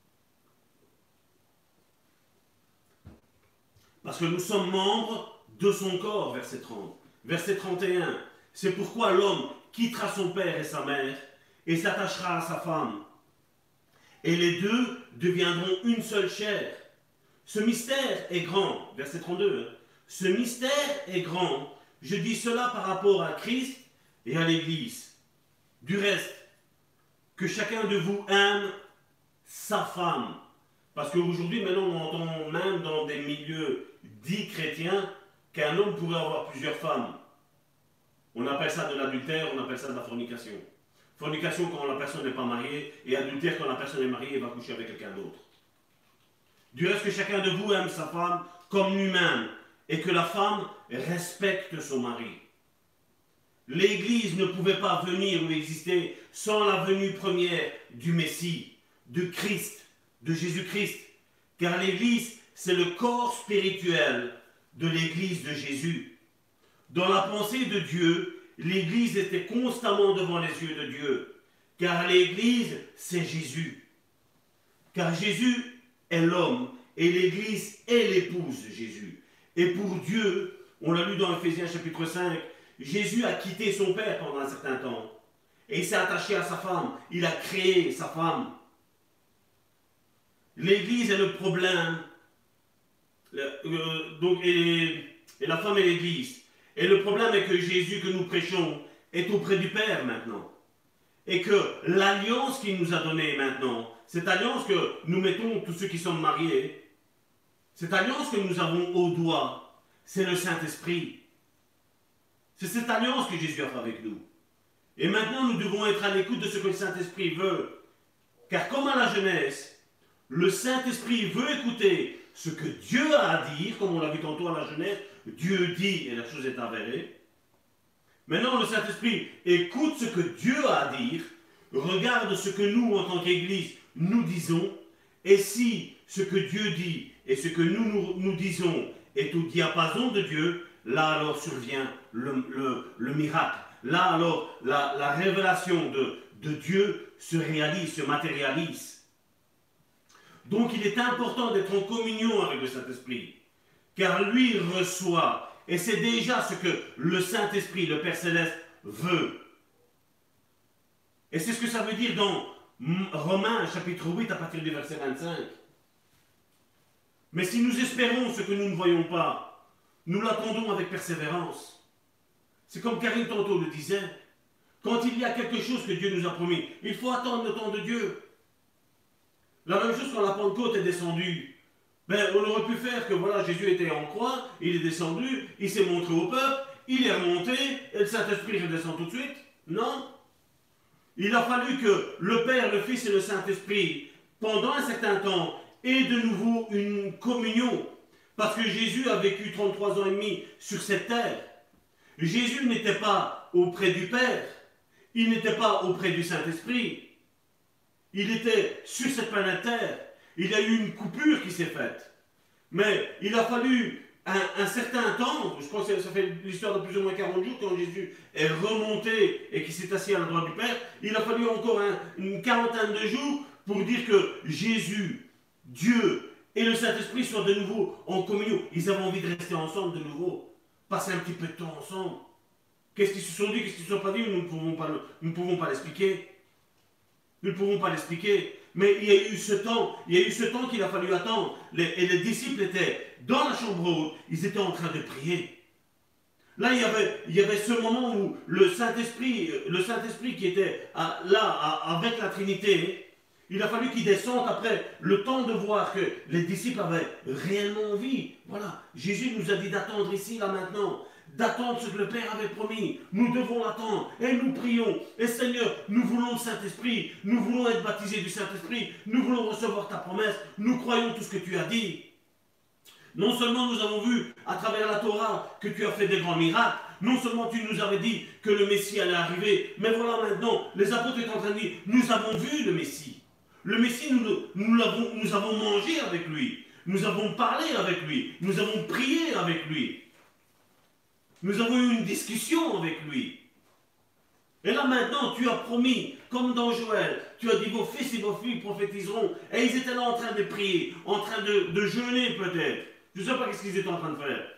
B: Parce que nous sommes membres de son corps, verset 30. Verset 31, c'est pourquoi l'homme quittera son père et sa mère et s'attachera à sa femme. Et les deux deviendront une seule chair. Ce mystère est grand, verset 32. Ce mystère est grand, je dis cela par rapport à Christ et à l'Église. Du reste, que chacun de vous aime sa femme. Parce qu'aujourd'hui, maintenant, on entend même dans des milieux dits chrétiens qu'un homme pourrait avoir plusieurs femmes. On appelle ça de l'adultère, on appelle ça de la fornication. Fornication quand la personne n'est pas mariée, et adultère quand la personne est mariée et va coucher avec quelqu'un d'autre. Du reste, que chacun de vous aime sa femme comme lui-même, et que la femme respecte son mari. L'Église ne pouvait pas venir ou exister sans la venue première du Messie, de Christ, de Jésus-Christ. Car l'Église, c'est le corps spirituel de l'Église de Jésus. Dans la pensée de Dieu, l'Église était constamment devant les yeux de Dieu. Car l'Église, c'est Jésus. Car Jésus est l'homme et l'Église est l'épouse de Jésus. Et pour Dieu, on l'a lu dans Ephésiens chapitre 5, Jésus a quitté son Père pendant un certain temps. Et il s'est attaché à sa femme. Il a créé sa femme. L'Église est le problème. Et la femme est l'Église. Et le problème est que Jésus que nous prêchons est auprès du Père maintenant. Et que l'alliance qu'il nous a donnée maintenant, cette alliance que nous mettons tous ceux qui sommes mariés, cette alliance que nous avons au doigt, c'est le Saint-Esprit. C'est cette alliance que Jésus a fait avec nous. Et maintenant, nous devons être à l'écoute de ce que le Saint-Esprit veut. Car comme à la Genèse, le Saint-Esprit veut écouter ce que Dieu a à dire, comme on l'a vu tantôt à la Genèse, Dieu dit et la chose est avérée. Maintenant, le Saint-Esprit écoute ce que Dieu a à dire, regarde ce que nous, en tant qu'Église, nous disons, et si ce que Dieu dit et ce que nous disons est au diapason de Dieu, là alors survient le miracle. Là alors la révélation de Dieu se réalise, se matérialise. Donc il est important d'être en communion avec le Saint-Esprit, car lui reçoit, et c'est déjà ce que le Saint-Esprit, le Père Céleste, veut. Et c'est ce que ça veut dire dans Romains chapitre 8 à partir du verset 25. Mais si nous espérons ce que nous ne voyons pas, nous l'attendons avec persévérance. C'est comme Karine tantôt le disait. Quand il y a quelque chose que Dieu nous a promis, il faut attendre le temps de Dieu. La même chose quand la Pentecôte est descendue. Ben, on aurait pu faire que voilà, Jésus était en croix, il est descendu, il s'est montré au peuple, il est remonté, et le Saint-Esprit redescend tout de suite. Non. Il a fallu que le Père, le Fils et le Saint-Esprit, pendant un certain temps, aient de nouveau une communion. Parce que Jésus a vécu 33 ans et demi sur cette terre. Jésus n'était pas auprès du Père. Il n'était pas auprès du Saint-Esprit. Il était sur cette planète Terre. Il y a eu une coupure qui s'est faite. Mais il a fallu un certain temps, je pense que ça fait l'histoire de plus ou moins 40 jours, quand Jésus est remonté et qu'il s'est assis à la droite du Père, il a fallu encore une quarantaine de jours pour dire que Jésus, Dieu et le Saint-Esprit soient de nouveau en communion. Ils avaient envie de rester ensemble de nouveau, passer un petit peu de temps ensemble. Qu'est-ce qu'ils se sont dit, qu'est-ce qu'ils ne se sont pas dit, nous ne pouvons pas l'expliquer. Nous ne pouvons pas l'expliquer. Mais il y a eu ce temps qu'il a fallu attendre. Et les disciples étaient dans la chambre haute, ils étaient en train de prier. Là, il y avait ce moment où le Saint-Esprit qui était avec la Trinité, il a fallu qu'il descende après le temps de voir que les disciples avaient réellement envie. Voilà, Jésus nous a dit d'attendre ici, là, maintenant. D'attendre ce que le Père avait promis. Nous devons l'attendre. Et nous prions. Et Seigneur, nous voulons le Saint-Esprit. Nous voulons être baptisés du Saint-Esprit. Nous voulons recevoir ta promesse. Nous croyons tout ce que tu as dit. Non seulement nous avons vu à travers la Torah que tu as fait des grands miracles. Non seulement tu nous avais dit que le Messie allait arriver. Mais voilà maintenant, les apôtres étaient en train de dire, nous avons vu le Messie. Le Messie, nous avons mangé avec lui. Nous avons parlé avec lui. Nous avons prié avec lui. Nous avons eu une discussion avec lui. Et là maintenant, tu as promis, comme dans Joël, tu as dit vos fils et vos filles prophétiseront. Et ils étaient là en train de prier, en train de jeûner peut-être. Je ne sais pas ce qu'ils étaient en train de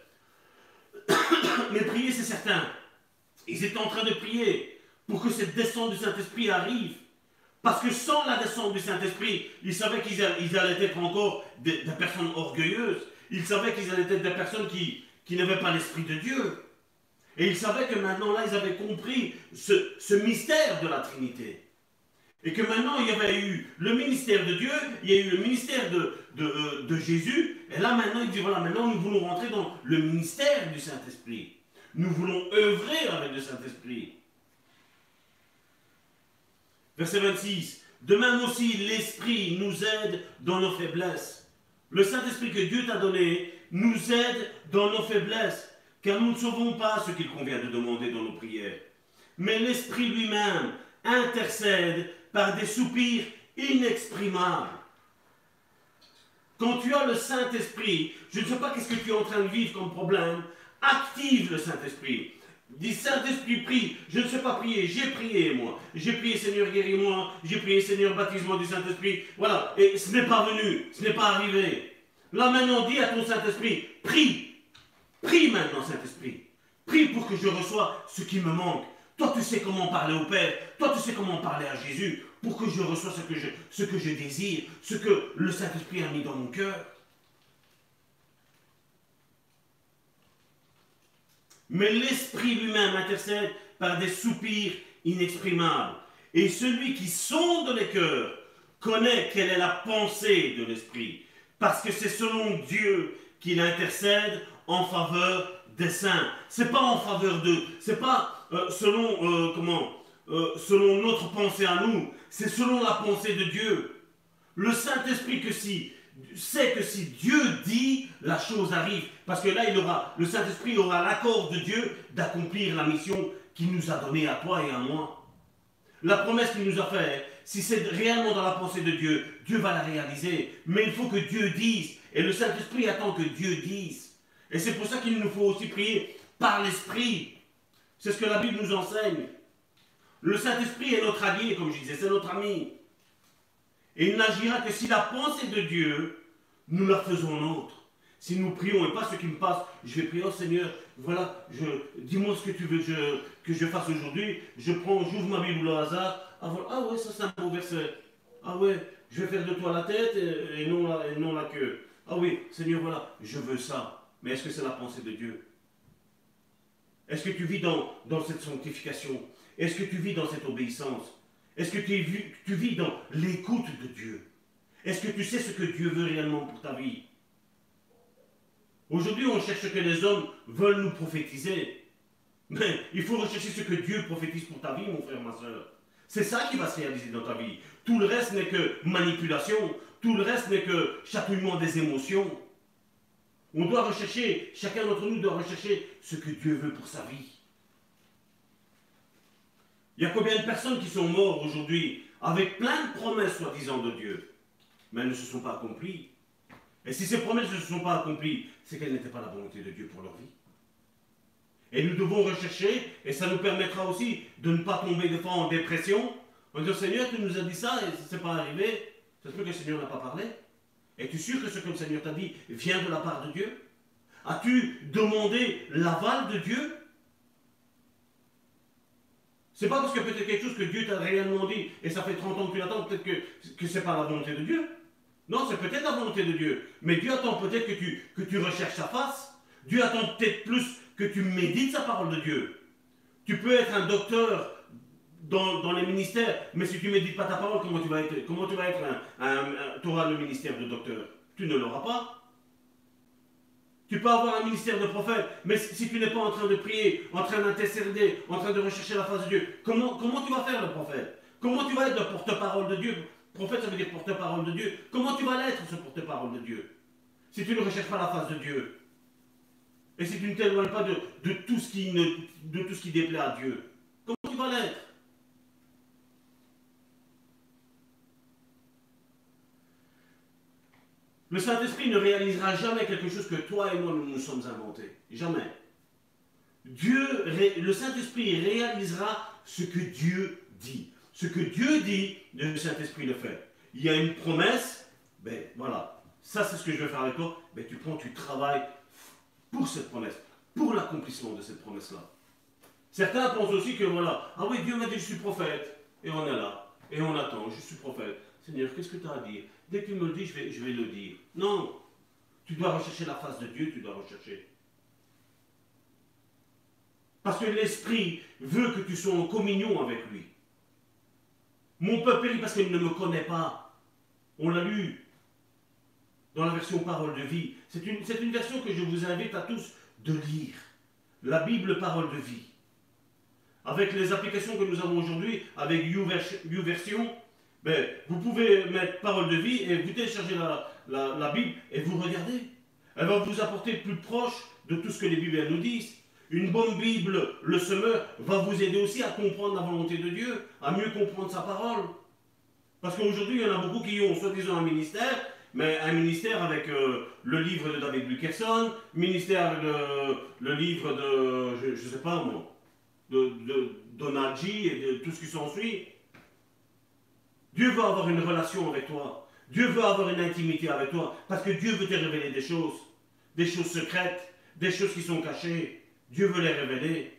B: faire. Mais prier, c'est certain. Ils étaient en train de prier pour que cette descente du Saint-Esprit arrive. Parce que sans la descente du Saint-Esprit, ils savaient qu'ils allaient être encore des personnes orgueilleuses. Ils savaient qu'ils allaient être des personnes qui n'avaient pas l'Esprit de Dieu. Et ils savaient que maintenant, là, ils avaient compris ce mystère de la Trinité. Et que maintenant, il y avait eu le ministère de Dieu, il y a eu le ministère de Jésus. Et là, maintenant, il dit, voilà, maintenant, nous voulons rentrer dans le ministère du Saint-Esprit. Nous voulons œuvrer avec le Saint-Esprit. Verset 26. De même aussi, l'Esprit nous aide dans nos faiblesses. Le Saint-Esprit que Dieu t'a donné nous aide dans nos faiblesses. Car nous ne saurons pas ce qu'il convient de demander dans nos prières. Mais l'Esprit lui-même intercède par des soupirs inexprimables. Quand tu as le Saint-Esprit, je ne sais pas qu'est-ce que tu es en train de vivre comme problème, active le Saint-Esprit. Dis Saint-Esprit, prie. Je ne sais pas prier, j'ai prié moi. J'ai prié Seigneur guéris-moi, j'ai prié Seigneur baptise-moi du Saint-Esprit. Voilà, et ce n'est pas venu, ce n'est pas arrivé. Là maintenant, dis à ton Saint-Esprit, prie. Prie maintenant, Saint-Esprit. Prie pour que je reçoive ce qui me manque. Toi, tu sais comment parler au Père. Toi, tu sais comment parler à Jésus. Pour que je reçoive ce que je désire. Ce que le Saint-Esprit a mis dans mon cœur. Mais l'Esprit lui-même intercède par des soupirs inexprimables. Et celui qui sonde les cœurs connaît quelle est la pensée de l'Esprit. Parce que c'est selon Dieu qu'il intercède en faveur des saints. C'est pas en faveur d'eux. C'est pas selon notre pensée à nous. C'est selon la pensée de Dieu. Le Saint-Esprit sait que si Dieu dit, la chose arrive. Parce que là, le Saint-Esprit aura l'accord de Dieu d'accomplir la mission qu'il nous a donnée à toi et à moi. La promesse qu'il nous a faite, si c'est réellement dans la pensée de Dieu, Dieu va la réaliser. Mais il faut que Dieu dise. Et le Saint-Esprit attend que Dieu dise. Et c'est pour ça qu'il nous faut aussi prier par l'Esprit. C'est ce que la Bible nous enseigne. Le Saint-Esprit est notre allié, comme je disais, c'est notre ami. Et il n'agira que si la pensée de Dieu, nous la faisons nôtre. Si nous prions et pas ce qui me passe, je vais prier, oh Seigneur, voilà, dis-moi ce que tu veux que je fasse aujourd'hui. J'ouvre ma Bible au hasard. Ah ouais, ça c'est un beau verset. Ah ouais, je vais faire de toi la tête et non la queue. Ah oui, Seigneur, voilà, je veux ça. Mais est-ce que c'est la pensée de Dieu? Est-ce que tu vis dans cette sanctification? Est-ce que tu vis dans cette obéissance? Est-ce que tu vis dans l'écoute de Dieu? Est-ce que tu sais ce que Dieu veut réellement pour ta vie? Aujourd'hui, on cherche ce que les hommes veulent nous prophétiser. Mais il faut rechercher ce que Dieu prophétise pour ta vie, mon frère, ma soeur. C'est ça qui va se réaliser dans ta vie. Tout le reste n'est que manipulation. Tout le reste n'est que chatouillement des émotions. On doit rechercher, chacun d'entre nous doit rechercher ce que Dieu veut pour sa vie. Il y a combien de personnes qui sont mortes aujourd'hui avec plein de promesses soi-disant de Dieu, mais elles ne se sont pas accomplies. Et si ces promesses ne se sont pas accomplies, c'est qu'elles n'étaient pas la volonté de Dieu pour leur vie. Et nous devons rechercher, et ça nous permettra aussi de ne pas tomber des fois en dépression, en disant Seigneur, tu nous as dit ça et ça ne s'est pas arrivé. Ça se peut que le Seigneur n'a pas parlé. Es-tu sûr que ce que le Seigneur t'a dit vient de la part de Dieu? As-tu demandé l'aval de Dieu? C'est pas parce que peut-être quelque chose que Dieu t'a réellement dit, et ça fait 30 ans que tu l'attends, peut-être que c'est pas la volonté de Dieu. Non, c'est peut-être la volonté de Dieu. Mais Dieu attend peut-être que tu recherches sa face. Dieu attend peut-être plus que tu médites sa parole de Dieu. Tu peux être un docteur dans les ministères, mais si tu ne médites pas ta parole, comment tu vas être tu auras le ministère de docteur? Tu ne l'auras pas. Tu peux avoir un ministère de prophète, mais si tu n'es pas en train de prier, en train d'intercéder, en train de rechercher la face de Dieu, comment tu vas faire le prophète? Comment tu vas être le porte-parole de Dieu? Prophète, ça veut dire porte-parole de Dieu. Comment tu vas l'être, ce porte-parole de Dieu? Si tu ne recherches pas la face de Dieu. Et si tu ne t'éloignes pas de tout ce qui déplaît à Dieu. Comment tu vas l'être? Le Saint-Esprit ne réalisera jamais quelque chose que toi et moi nous nous sommes inventés. Jamais. Le Saint-Esprit réalisera ce que Dieu dit. Ce que Dieu dit, le Saint-Esprit le fait. Il y a une promesse, ben voilà, ça c'est ce que je vais faire avec toi, ben tu travailles pour cette promesse, pour l'accomplissement de cette promesse-là. Certains pensent aussi que voilà, ah oui, Dieu m'a dit je suis prophète, et on est là, et on attend, je suis prophète. Seigneur, qu'est-ce que tu as à dire? Dès que tu me le dis, je vais le dire. Non, tu dois rechercher la face de Dieu, tu dois rechercher. Parce que l'Esprit veut que tu sois en communion avec lui. Mon peuple périt parce qu'il ne me connaît pas. On l'a lu dans la version Parole de vie. C'est une version que je vous invite à tous de lire. La Bible Parole de vie. Avec les applications que nous avons aujourd'hui, avec YouVersion, ben, vous pouvez mettre Parole de vie et vous téléchargez la Bible et vous regardez. Elle va vous apporter plus proche de tout ce que les Bibles nous disent. Une bonne Bible, le semeur, va vous aider aussi à comprendre la volonté de Dieu, à mieux comprendre sa parole. Parce qu'aujourd'hui, il y en a beaucoup qui ont soi-disant un ministère, mais un ministère avec le livre de David Luckerson, ministère avec le livre de, je ne sais pas moi, de Donald G et de tout ce qui s'ensuit. Dieu veut avoir une relation avec toi. Dieu veut avoir une intimité avec toi. Parce que Dieu veut te révéler des choses secrètes, des choses qui sont cachées. Dieu veut les révéler.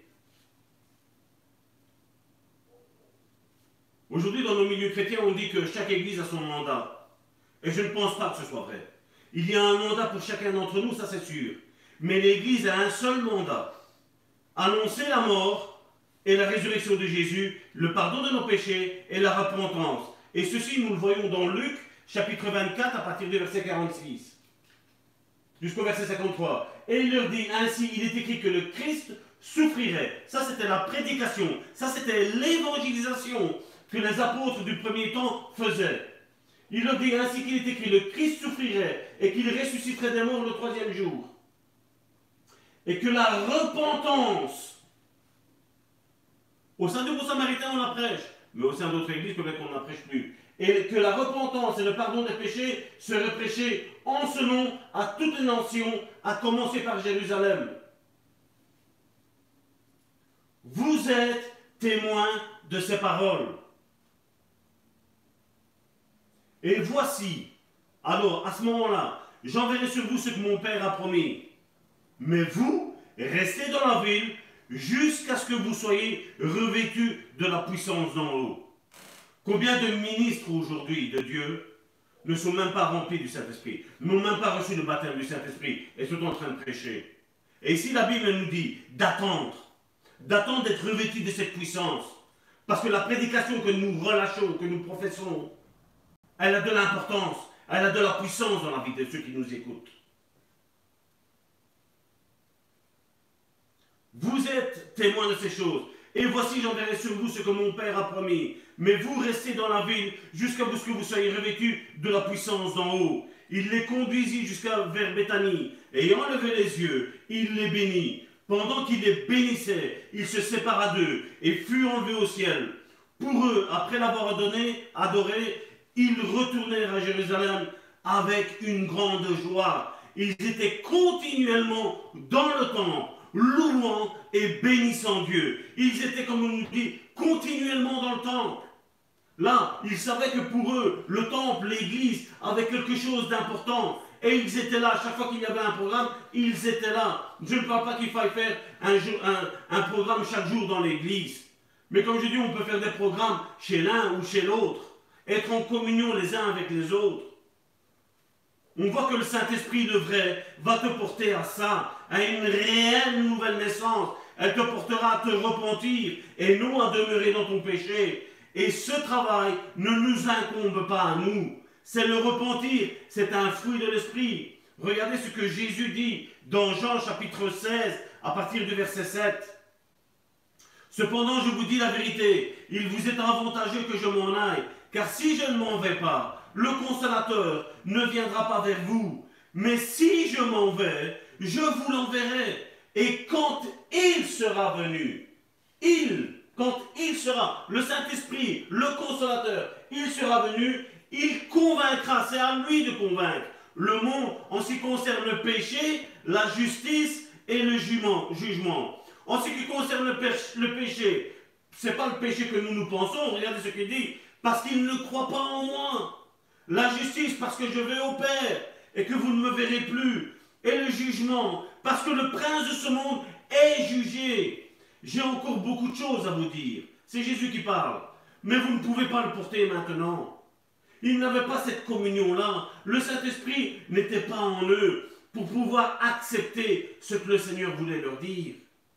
B: Aujourd'hui, dans nos milieux chrétiens, on dit que chaque église a son mandat. Et je ne pense pas que ce soit vrai. Il y a un mandat pour chacun d'entre nous, ça c'est sûr. Mais l'église a un seul mandat. Annoncer la mort et la résurrection de Jésus, le pardon de nos péchés et la repentance. Et ceci, nous le voyons dans Luc, chapitre 24, à partir du verset 46. Jusqu'au verset 53. Et il leur dit, ainsi, il est écrit que le Christ souffrirait. Ça, c'était la prédication. Ça, c'était l'évangélisation que les apôtres du premier temps faisaient. Il leur dit ainsi qu'il est écrit, le Christ souffrirait et qu'il ressusciterait des morts le troisième jour. Et que la repentance, au sein du bon samaritain on la prêche, mais au sein d'autres églises peut-être qu'on ne la prêche plus. Et que la repentance et le pardon des péchés seraient prêchés en ce nom à toutes les nations, à commencer par Jérusalem. Vous êtes témoins de ces paroles. Et voici, alors à ce moment-là, j'enverrai sur vous ce que mon Père a promis. Mais vous, restez dans la ville jusqu'à ce que vous soyez revêtus de la puissance d'en haut. Combien de ministres aujourd'hui de Dieu ne sont même pas remplis du Saint-Esprit, n'ont même pas reçu le baptême du Saint-Esprit et sont en train de prêcher. Et ici, la Bible nous dit d'attendre d'être revêtus de cette puissance. Parce que la prédication que nous relâchons, que nous professons, elle a de l'importance, elle a de la puissance dans la vie de ceux qui nous écoutent. Vous êtes témoins de ces choses. Et voici, j'enverrai sur vous ce que mon Père a promis. Mais vous restez dans la ville jusqu'à ce que vous soyez revêtus de la puissance d'en haut. Il les conduisit vers Béthanie. Ayant levé les yeux, il les bénit. Pendant qu'il les bénissait, il se sépara d'eux et fut enlevé au ciel. Pour eux, après l'avoir adoré, ils retournèrent à Jérusalem avec une grande joie. Ils étaient continuellement dans le temple, louant et bénissant Dieu. Ils étaient, comme on nous dit, continuellement dans le temple. Là, ils savaient que pour eux, le temple, l'église, avait quelque chose d'important. Et ils étaient là, chaque fois qu'il y avait un programme, ils étaient là. Je ne parle pas qu'il faille faire un programme chaque jour dans l'église. Mais comme je dis, on peut faire des programmes chez l'un ou chez l'autre. Être en communion les uns avec les autres. On voit que le Saint-Esprit, le vrai, va te porter à ça, à une réelle nouvelle naissance. Elle te portera à te repentir et non à demeurer dans ton péché. Et ce travail ne nous incombe pas à nous. C'est le repentir, c'est un fruit de l'esprit. Regardez ce que Jésus dit dans Jean chapitre 16, à partir du verset 7. Cependant, je vous dis la vérité, il vous est avantageux que je m'en aille, car si je ne m'en vais pas, le Consolateur ne viendra pas vers vous. Mais si je m'en vais, je vous l'enverrai. Et quand il sera venu, quand il sera, le Saint-Esprit, le Consolateur, il sera venu, il convaincra, c'est à lui de convaincre le monde en ce qui concerne le péché, la justice et le jugement. En ce qui concerne le péché, ce n'est pas le péché que nous pensons, regardez ce qu'il dit, parce qu'il ne croit pas en moi. La justice, parce que je vais au Père et que vous ne me verrez plus. Et le jugement, parce que le prince de ce monde est jugé. J'ai encore beaucoup de choses à vous dire. C'est Jésus qui parle. Mais vous ne pouvez pas le porter maintenant. Ils n'avaient pas cette communion-là. Le Saint-Esprit n'était pas en eux pour pouvoir accepter ce que le Seigneur voulait leur dire.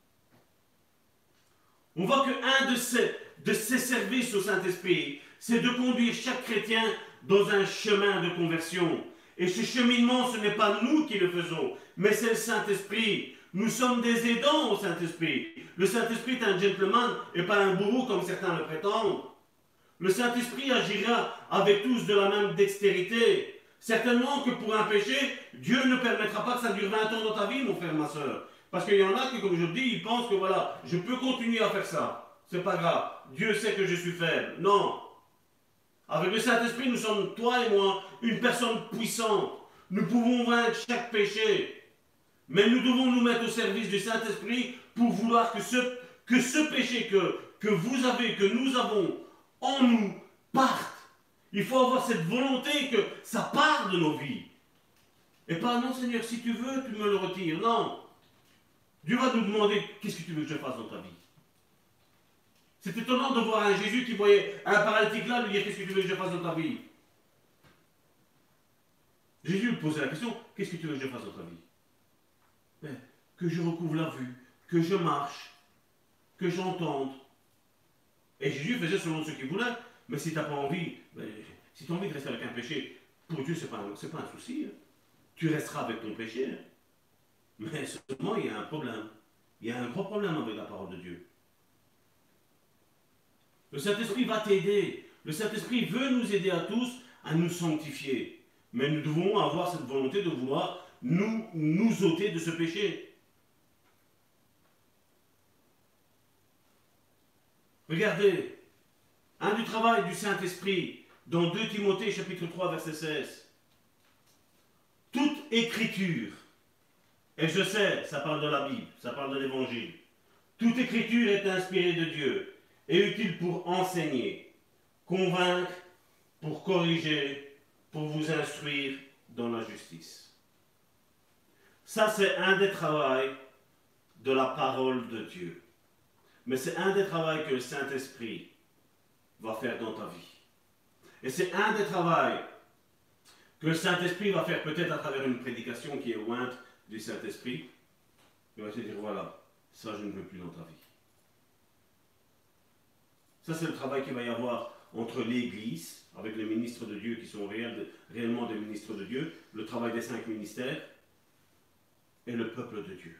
B: On voit qu'un de ses services au Saint-Esprit, c'est de conduire chaque chrétien dans un chemin de conversion. Et ce cheminement, ce n'est pas nous qui le faisons, mais c'est le Saint-Esprit. Nous sommes des aidants au Saint-Esprit. Le Saint-Esprit est un gentleman et pas un bourreau comme certains le prétendent. Le Saint-Esprit agira avec tous de la même dextérité. Certainement que pour un péché, Dieu ne permettra pas que ça dure 20 ans dans ta vie, mon frère, ma soeur. Parce qu'il y en a qui, comme je dis, ils pensent que voilà, je peux continuer à faire ça. C'est pas grave. Dieu sait que je suis faible. Non. Avec le Saint-Esprit, nous sommes, toi et moi, une personne puissante. Nous pouvons vaincre chaque péché. Mais nous devons nous mettre au service du Saint-Esprit pour vouloir que ce péché que vous avez, que nous avons en nous, parte. Il faut avoir cette volonté que ça parte de nos vies. Et pas, non Seigneur, si tu veux, tu me le retires. Non. Dieu va nous demander, qu'est-ce que tu veux que je fasse dans ta vie? C'est étonnant de voir un Jésus qui voyait un paralytique là, lui dire, qu'est-ce que tu veux que je fasse dans ta vie? Jésus lui posait la question, qu'est-ce que tu veux que je fasse dans ta vie? Ben, que je recouvre la vue, que je marche, que j'entende. Et Jésus faisait selon ce qu'il voulait. Mais si tu n'as pas envie, si tu as envie de rester avec un péché, pour Dieu, ce n'est pas un souci. Hein. Tu resteras avec ton péché. Hein. Mais seulement, il y a un problème. Il y a un gros problème avec la parole de Dieu. Le Saint-Esprit va t'aider. Le Saint-Esprit veut nous aider à tous à nous sanctifier. Mais nous devons avoir cette volonté de vouloir nous ôter de ce péché. Regardez, un du travail du Saint-Esprit, dans 2 Timothée chapitre 3 verset 16. Toute écriture, et je sais, ça parle de la Bible, ça parle de l'Évangile, toute écriture est inspirée de Dieu et utile pour enseigner, convaincre, pour corriger, pour vous instruire dans la justice. Ça, c'est un des travaux de la parole de Dieu. Mais c'est un des travaux que le Saint-Esprit va faire dans ta vie. Et c'est un des travaux que le Saint-Esprit va faire peut-être à travers une prédication qui est ointe du Saint-Esprit. Il va te dire, voilà, ça je ne veux plus dans ta vie. Ça c'est le travail qu'il va y avoir entre l'Église, avec les ministres de Dieu qui sont réellement des ministres de Dieu, le travail des 5 ministères, et le peuple de Dieu.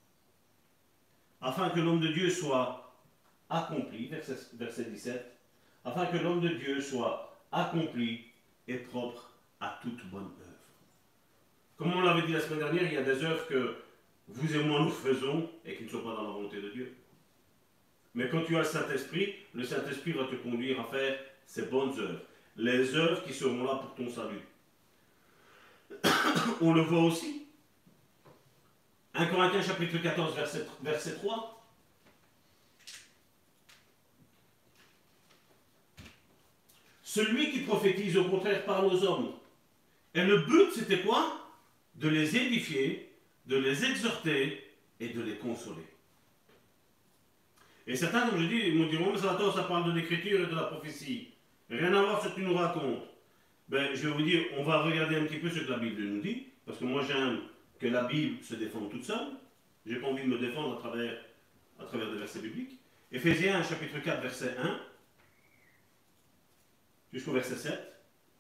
B: Afin que l'homme de Dieu soit accompli, verset 17, afin que l'homme de Dieu soit accompli et propre à toute bonne œuvre. Comme on l'avait dit la semaine dernière, il y a des œuvres que vous et moi nous faisons et qui ne sont pas dans la volonté de Dieu. Mais quand tu as le Saint-Esprit va te conduire à faire ces bonnes œuvres, les œuvres qui seront là pour ton salut. On le voit aussi. 1 Corinthiens chapitre 14, verset 3. Celui qui prophétise, au contraire, parle aux hommes. Et le but, c'était quoi? De les édifier, de les exhorter et de les consoler. Et certains, comme je dis, ils m'ont dit, oh, mais ça parle de l'écriture et de la prophétie. Rien à voir sur ce que tu nous racontes. Ben, je vais vous dire, on va regarder un petit peu ce que la Bible nous dit, parce que moi j'aime que la Bible se défende toute seule. J'ai pas envie de me défendre à travers des versets bibliques. Éphésiens chapitre 4, verset 1, jusqu'au verset 7.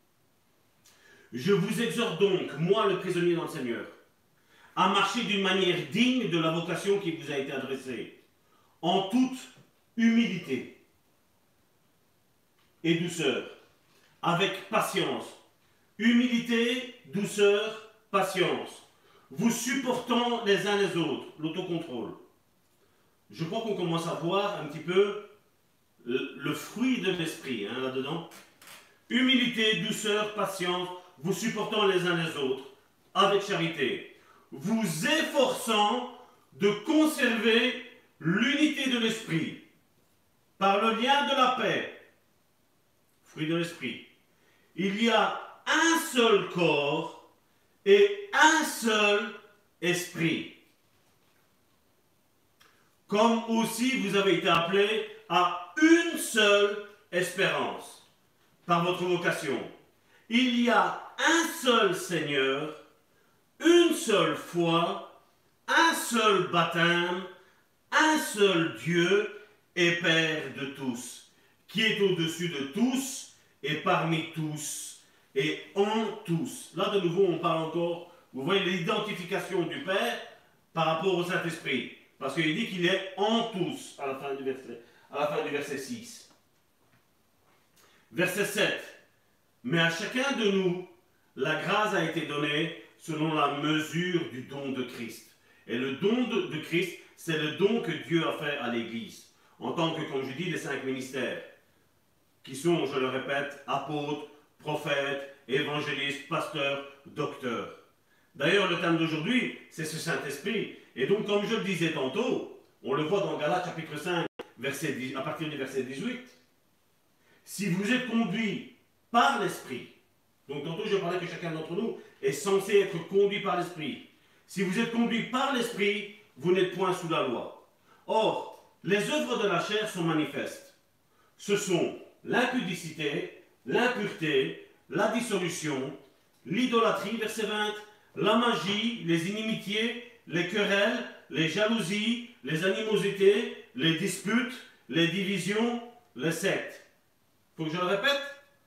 B: Je vous exhorte donc, moi le prisonnier dans le Seigneur, à marcher d'une manière digne de la vocation qui vous a été adressée, en toute humilité et douceur, avec patience. Humilité, douceur, patience. Vous supportant les uns les autres, l'autocontrôle. Je crois qu'on commence à voir un petit peu le fruit de l'esprit, hein, là-dedans. Humilité, douceur, patience, vous supportant les uns les autres, avec charité. Vous efforçant de conserver l'unité de l'esprit, par le lien de la paix, fruit de l'esprit. Il y a un seul corps et un seul esprit. Comme aussi vous avez été appelés à une seule espérance, par votre vocation. Il y a un seul Seigneur, une seule foi, un seul baptême, un seul Dieu et Père de tous, qui est au-dessus de tous et parmi tous et en tous. Là, de nouveau, on parle encore, vous voyez l'identification du Père par rapport au Saint-Esprit. Parce qu'il dit qu'il est en tous, à la fin du verset 6. Verset 7. Mais à chacun de nous, la grâce a été donnée selon la mesure du don de Christ. Et le don de Christ, c'est le don que Dieu a fait à l'Église, en tant que, comme je dis, les 5 ministères, qui sont, je le répète, apôtres, prophètes, évangélistes, pasteurs, docteurs. D'ailleurs, le thème d'aujourd'hui, c'est ce Saint-Esprit. Et donc, comme je le disais tantôt, on le voit dans Galates chapitre 5, à partir du verset 18. Si vous êtes conduits par l'Esprit, donc tantôt je parlais que chacun d'entre nous est censé être conduit par l'Esprit. Si vous êtes conduits par l'Esprit, vous n'êtes point sous la loi. Or, les œuvres de la chair sont manifestes. Ce sont l'impudicité, l'impureté, la dissolution, l'idolâtrie, verset 20, la magie, les inimitiés, les querelles, les jalousies, les animosités, les disputes, les divisions, les sectes. Faut que je le répète?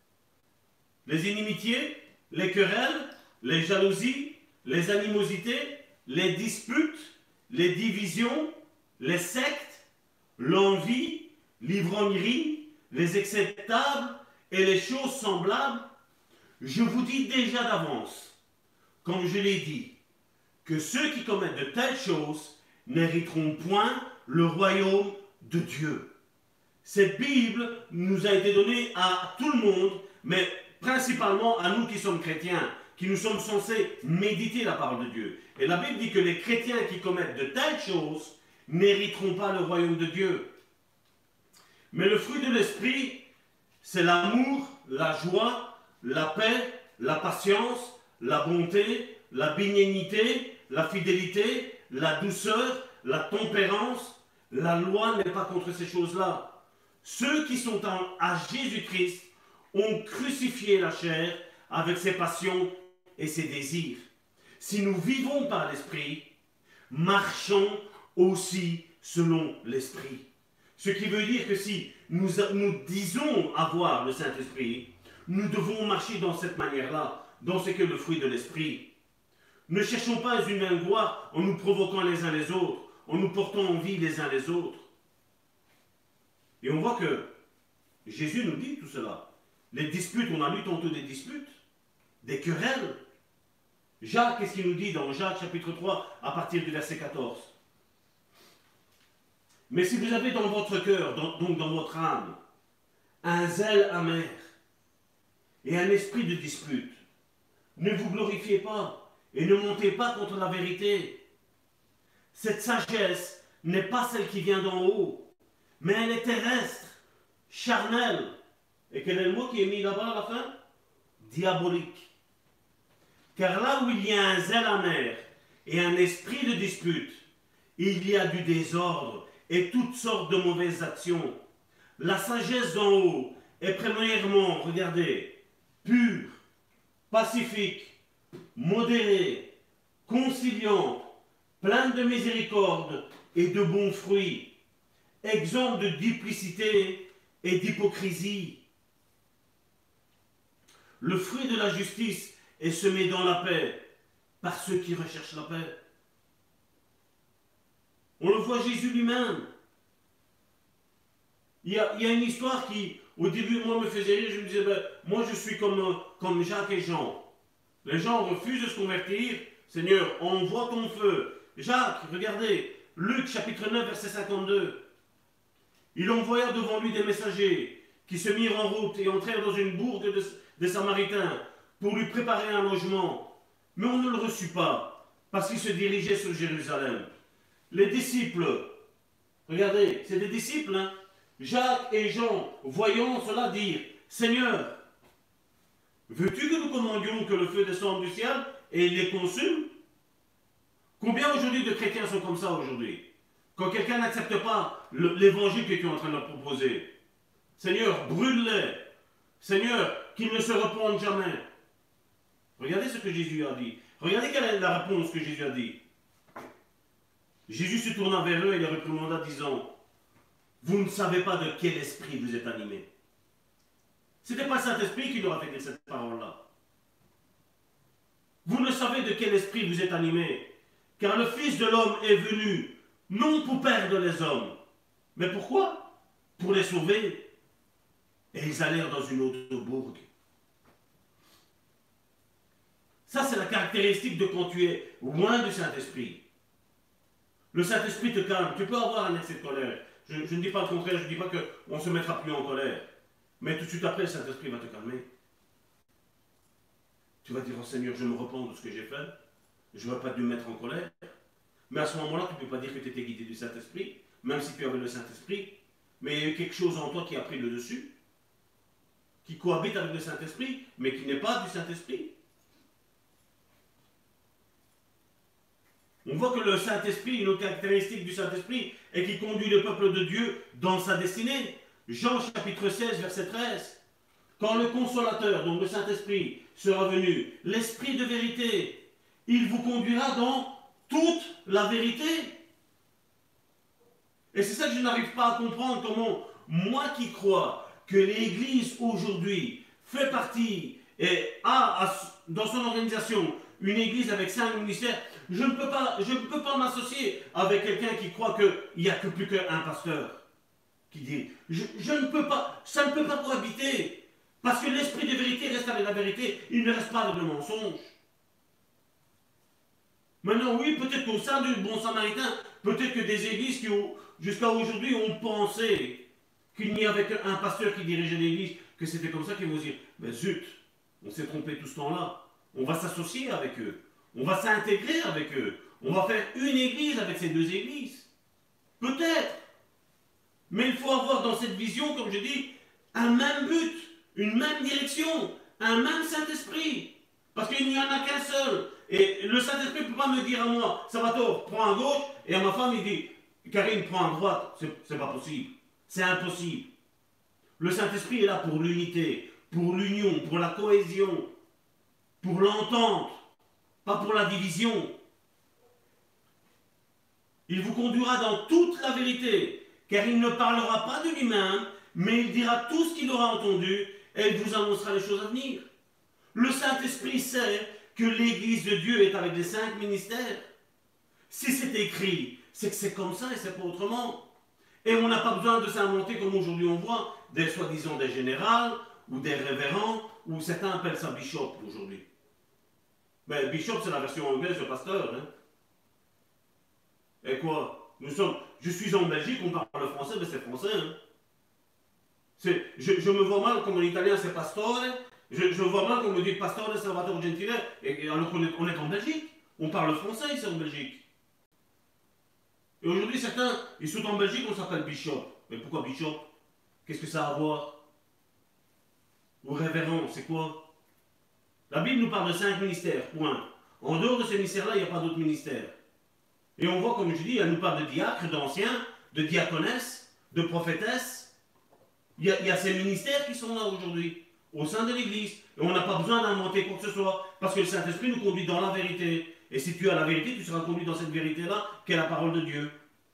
B: Les inimitiés, les querelles, les jalousies, les animosités, les disputes, les divisions, les sectes, l'envie, l'ivrognerie, les excès de table et les choses semblables. Je vous dis déjà d'avance, comme je l'ai dit, que ceux qui commettent de telles choses n'hériteront point le royaume de Dieu. Cette Bible nous a été donnée à tout le monde, mais principalement à nous qui sommes chrétiens, qui nous sommes censés méditer la parole de Dieu. Et la Bible dit que les chrétiens qui commettent de telles choses n'hériteront pas le royaume de Dieu. Mais le fruit de l'esprit, c'est l'amour, la joie, la paix, la patience, la bonté, la bénignité, la fidélité, la douceur, la tempérance. La loi n'est pas contre ces choses-là. Ceux qui sont à Jésus-Christ ont crucifié la chair avec ses passions et ses désirs. Si nous vivons par l'Esprit, marchons aussi selon l'Esprit. Ce qui veut dire que si nous disons avoir le Saint-Esprit, nous devons marcher dans cette manière-là, dans ce qu'est le fruit de l'Esprit. Ne cherchons pas une vaine gloire en nous provoquant les uns les autres, en nous portant en vie les uns les autres. Et on voit que Jésus nous dit tout cela. Les disputes, on a lu tantôt des disputes, des querelles. Jacques, qu'est-ce qu'il nous dit dans Jacques chapitre 3 à partir du verset 14? Mais si vous avez dans votre cœur, donc dans votre âme, un zèle amer et un esprit de dispute, ne vous glorifiez pas et ne montez pas contre la vérité. Cette sagesse n'est pas celle qui vient d'en haut, mais elle est terrestre, charnelle. Et quel est le mot qui est mis là-bas à la fin? Diabolique. Car là où il y a un zèle amer et un esprit de dispute, il y a du désordre et toutes sortes de mauvaises actions. La sagesse d'en haut est premièrement, regardez, pure, pacifique, modérée, conciliante, pleine de miséricorde et de bons fruits, exempte de duplicité et d'hypocrisie. Le fruit de la justice est semé dans la paix par ceux qui recherchent la paix. On le voit Jésus lui-même. Il y a une histoire qui, au début, moi, me faisait rire. Je me disais, moi, je suis comme Jacques et Jean. Les gens refusent de se convertir. Seigneur, envoie ton feu. Jacques, regardez, Luc chapitre 9, verset 52. Il envoya devant lui des messagers qui se mirent en route et entrèrent dans une bourg des Samaritains pour lui préparer un logement. Mais on ne le reçut pas parce qu'il se dirigeait sur Jérusalem. Les disciples, regardez, c'est des disciples, hein? Jacques et Jean, voyant cela, dirent, Seigneur, veux-tu que nous commandions que le feu descende du ciel et il les consume? Combien aujourd'hui de chrétiens sont comme ça aujourd'hui? Quand quelqu'un n'accepte pas l'évangile que tu es en train de leur proposer, Seigneur, brûle-les. Seigneur, qu'ils ne se repentent jamais. Regardez ce que Jésus a dit. Regardez quelle est la réponse que Jésus a dit. Jésus se tourna vers eux et les réprimanda, disant, vous ne savez pas de quel esprit vous êtes animés. Ce n'était pas le Saint-Esprit qui leur a fait dire cette parole-là. Vous ne savez de quel esprit vous êtes animés, car le Fils de l'homme est venu, non pour perdre les hommes, mais pourquoi? Pour les sauver. Et ils allèrent dans une autre bourg. Ça, c'est la caractéristique de quand tu es loin du Saint-Esprit. Le Saint-Esprit te calme. Tu peux avoir un excès de colère. Je ne dis pas le contraire, je ne dis pas qu'on ne se mettra plus en colère. Mais tout de suite après, le Saint-Esprit va te calmer. Tu vas dire, oh Seigneur, je me repens de ce que j'ai fait. Je n'aurais pas dû me mettre en colère. Mais à ce moment-là, tu ne peux pas dire que tu étais guidé du Saint-Esprit, même si tu avais le Saint-Esprit. Mais il y a eu quelque chose en toi qui a pris le dessus, qui cohabite avec le Saint-Esprit, mais qui n'est pas du Saint-Esprit. On voit que le Saint-Esprit, une autre caractéristique du Saint-Esprit, est qu'il conduit le peuple de Dieu dans sa destinée. Jean chapitre 16, verset 13. Quand le Consolateur, donc le Saint-Esprit, sera venu, l'Esprit de vérité, il vous conduira dans toute la vérité. Et c'est ça que je n'arrive pas à comprendre, comment moi qui crois que l'Église aujourd'hui fait partie et a dans son organisation une Église avec 5 ministères, je ne peux pas m'associer avec quelqu'un qui croit qu'il n'y a que plus qu'un pasteur. Qui dit, je ne peux pas, ça ne peut pas cohabiter. Parce que l'esprit de vérité reste avec la vérité, il ne reste pas avec le mensonge. Maintenant, oui, peut-être qu'au sein du bon samaritain, peut-être que des églises qui, jusqu'à aujourd'hui, ont pensé qu'il n'y avait qu'un pasteur qui dirigeait l'église, que c'était comme ça qu'ils vont dire, ben zut, on s'est trompé tout ce temps-là. On va s'associer avec eux. On va s'intégrer avec eux. On va faire une église avec ces deux églises. Peut-être. Mais il faut avoir dans cette vision, comme je dis, un même but, une même direction, un même Saint-Esprit. Parce qu'il n'y en a qu'un seul. Et le Saint-Esprit ne peut pas me dire à moi, Salvatore, prends à gauche, et à ma femme, il dit, Karine, prends à droite. C'est pas possible. C'est impossible. Le Saint-Esprit est là pour l'unité, pour l'union, pour la cohésion, pour l'entente, pas pour la division. Il vous conduira dans toute la vérité, car il ne parlera pas de lui-même, mais il dira tout ce qu'il aura entendu, et il vous annoncera les choses à venir. Le Saint-Esprit sait que l'Église de Dieu est avec les 5 ministères. Si c'est écrit, c'est que c'est comme ça et c'est pas autrement. Et on n'a pas besoin de s'inventer comme aujourd'hui on voit, des soi-disant des générales, ou des révérends, ou certains appellent ça bishop aujourd'hui. Mais bishop c'est la version anglaise de pasteur. Hein. Et quoi je suis en Belgique, on parle français, mais c'est français. Hein. Je me vois mal comme en italien c'est pastore, je vois mal comme on dit pastore Salvatore Gentile, et alors qu'on est en Belgique. On parle français ici en Belgique. Et aujourd'hui, certains, ils sont en Belgique, on s'appelle bishop. Mais pourquoi bishop? Qu'est-ce que ça a à voir? Ou révérend, c'est quoi? La Bible nous parle de 5 ministères, point. En dehors de ces ministères-là, il n'y a pas d'autres ministères. Et on voit, comme je dis, elle nous parle de diacres, d'anciens, de diaconesses, de prophétesses. Il y a ces ministères qui sont là aujourd'hui, au sein de l'Église. Et on n'a pas besoin d'inventer quoi que ce soit, parce que le Saint-Esprit nous conduit dans la vérité. Et si tu as la vérité, tu seras conduit dans cette vérité-là, qu'est la parole de Dieu.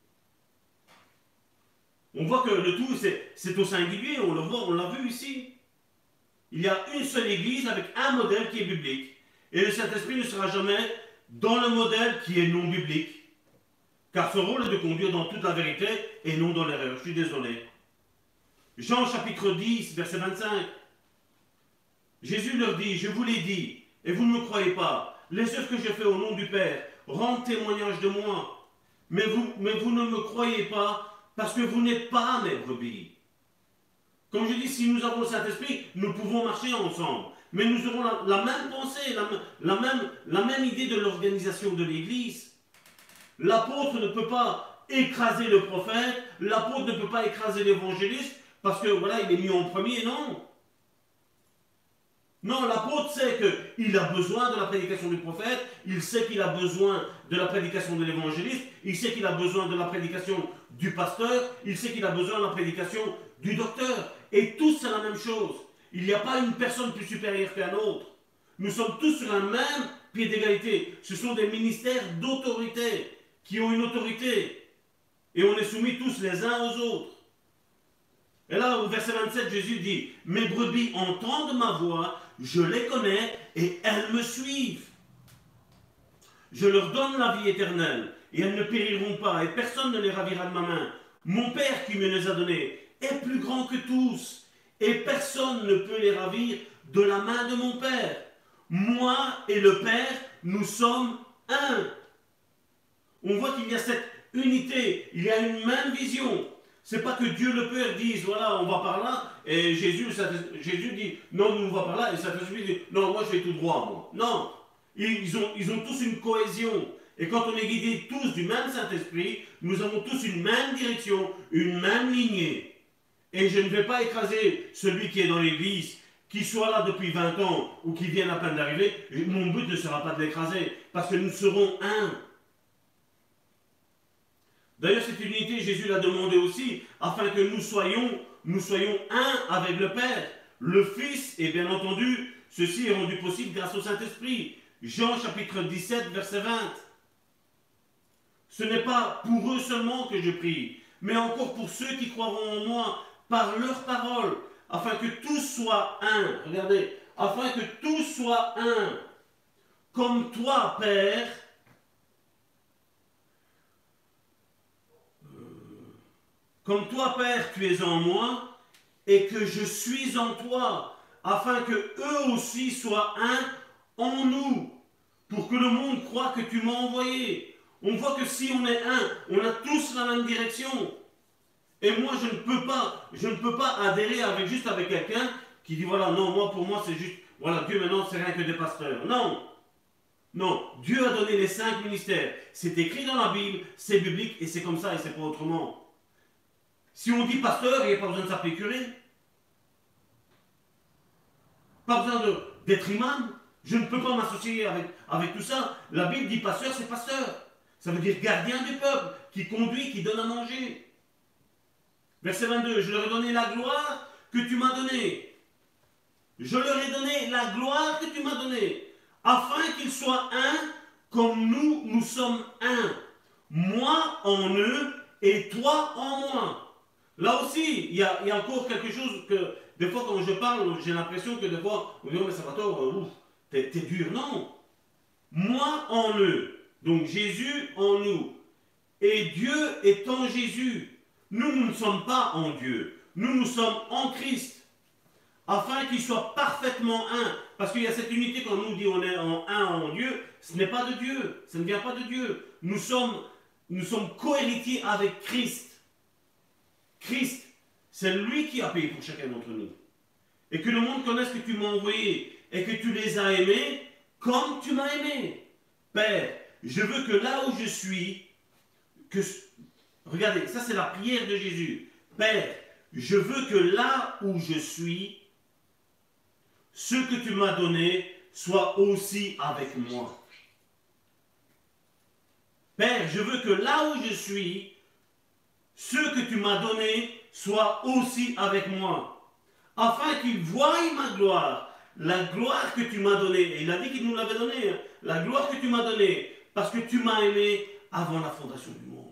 B: On voit que le tout, c'est au singulier, on le voit, on l'a vu ici. Il y a une seule Église avec un modèle qui est biblique. Et le Saint-Esprit ne sera jamais dans le modèle qui est non biblique. Car son rôle est de conduire dans toute la vérité et non dans l'erreur. Je suis désolé. Jean chapitre 10, verset 25. Jésus leur dit, je vous l'ai dit, et vous ne me croyez pas. Les œuvres que je fais au nom du Père rendent témoignage de moi. Mais vous ne me croyez pas parce que vous n'êtes pas mes brebis. Comme je dis, si nous avons le Saint-Esprit, nous pouvons marcher ensemble. Mais nous aurons la même pensée, la même idée de l'organisation de l'Église. L'apôtre ne peut pas écraser le prophète, l'apôtre ne peut pas écraser l'évangéliste, parce que voilà, il est mis en premier, non. Non, l'apôtre sait qu'il a besoin de la prédication du prophète, il sait qu'il a besoin de la prédication de l'évangéliste, il sait qu'il a besoin de la prédication du pasteur, il sait qu'il a besoin de la prédication du docteur. Et tous, c'est la même chose. Il n'y a pas une personne plus supérieure qu'un autre. Nous sommes tous sur un même pied d'égalité. Ce sont des ministères d'autorité, qui ont une autorité. Et on est soumis tous les uns aux autres. Et là, au verset 27, Jésus dit, « Mes brebis entendent ma voix, je les connais et elles me suivent. Je leur donne la vie éternelle et elles ne périront pas et personne ne les ravira de ma main. Mon Père qui me les a donnés est plus grand que tous et personne ne peut les ravir de la main de mon Père. Moi et le Père, nous sommes un. » On voit qu'il y a cette unité, il y a une même vision. C'est pas que Dieu le Père dise, voilà, on va par là, et Jésus dit, non, nous on va par là, et Saint-Esprit dit, non, moi je vais tout droit, moi. Non, ils ont tous une cohésion. Et quand on est guidés tous du même Saint-Esprit, nous avons tous une même direction, une même lignée. Et je ne vais pas écraser celui qui est dans l'église, qu'il soit là depuis 20 ans, ou qui vient à peine d'arriver. Mon but ne sera pas de l'écraser, parce que nous serons un. D'ailleurs, cette unité, Jésus l'a demandé aussi, afin que nous soyons un avec le Père, le Fils, et bien entendu, ceci est rendu possible grâce au Saint-Esprit. Jean chapitre 17, verset 20. Ce n'est pas pour eux seulement que je prie, mais encore pour ceux qui croiront en moi par leur parole, afin que tous soient un. Regardez, afin que tous soient un. Comme toi, Père, tu es en moi, et que je suis en toi, afin que eux aussi soient un en nous, pour que le monde croie que tu m'as envoyé. On voit que si on est un, on a tous la même direction. Et moi, je ne peux pas adhérer juste avec quelqu'un qui dit, voilà, non, pour moi, c'est juste, voilà, Dieu maintenant, c'est rien que des pasteurs. Non. Non, Dieu a donné les 5 ministères. C'est écrit dans la Bible, c'est biblique, et c'est comme ça, et c'est pas autrement. Si on dit pasteur, il n'y a pas besoin de s'appeler curé. Pas besoin d'être imam. Je ne peux pas m'associer avec tout ça. La Bible dit pasteur, c'est pasteur. Ça veut dire gardien du peuple, qui conduit, qui donne à manger. Verset 22, je leur ai donné la gloire que tu m'as donnée. Je leur ai donné la gloire que tu m'as donnée, afin qu'ils soient un, comme nous sommes un. Moi en eux et toi en moi. Là aussi, il y a encore quelque chose que, des fois quand je parle, j'ai l'impression que des fois, on dit, oh mais Salvatore, t'es dur. Non. Moi en eux, donc Jésus en nous, et Dieu est en Jésus. Nous ne sommes pas en Dieu, nous sommes en Christ, afin qu'il soit parfaitement un. Parce qu'il y a cette unité quand on nous dit on est en un en Dieu, ce n'est pas de Dieu, ça ne vient pas de Dieu. Nous sommes cohéritiers avec Christ. Christ, c'est lui qui a payé pour chacun d'entre nous. Et que le monde connaisse que tu m'as envoyé et que tu les as aimés comme tu m'as aimé. Père, je veux que là où je suis, regardez, ça c'est la prière de Jésus. Père, je veux que là où je suis, ce que tu m'as donné soit aussi avec moi. Père, je veux que là où je suis, ce que tu m'as donné soit aussi avec moi, afin qu'ils voient ma gloire, la gloire que tu m'as donnée. Et il a dit qu'il nous l'avait donnée, hein, la gloire que tu m'as donnée, parce que tu m'as aimé avant la fondation du monde.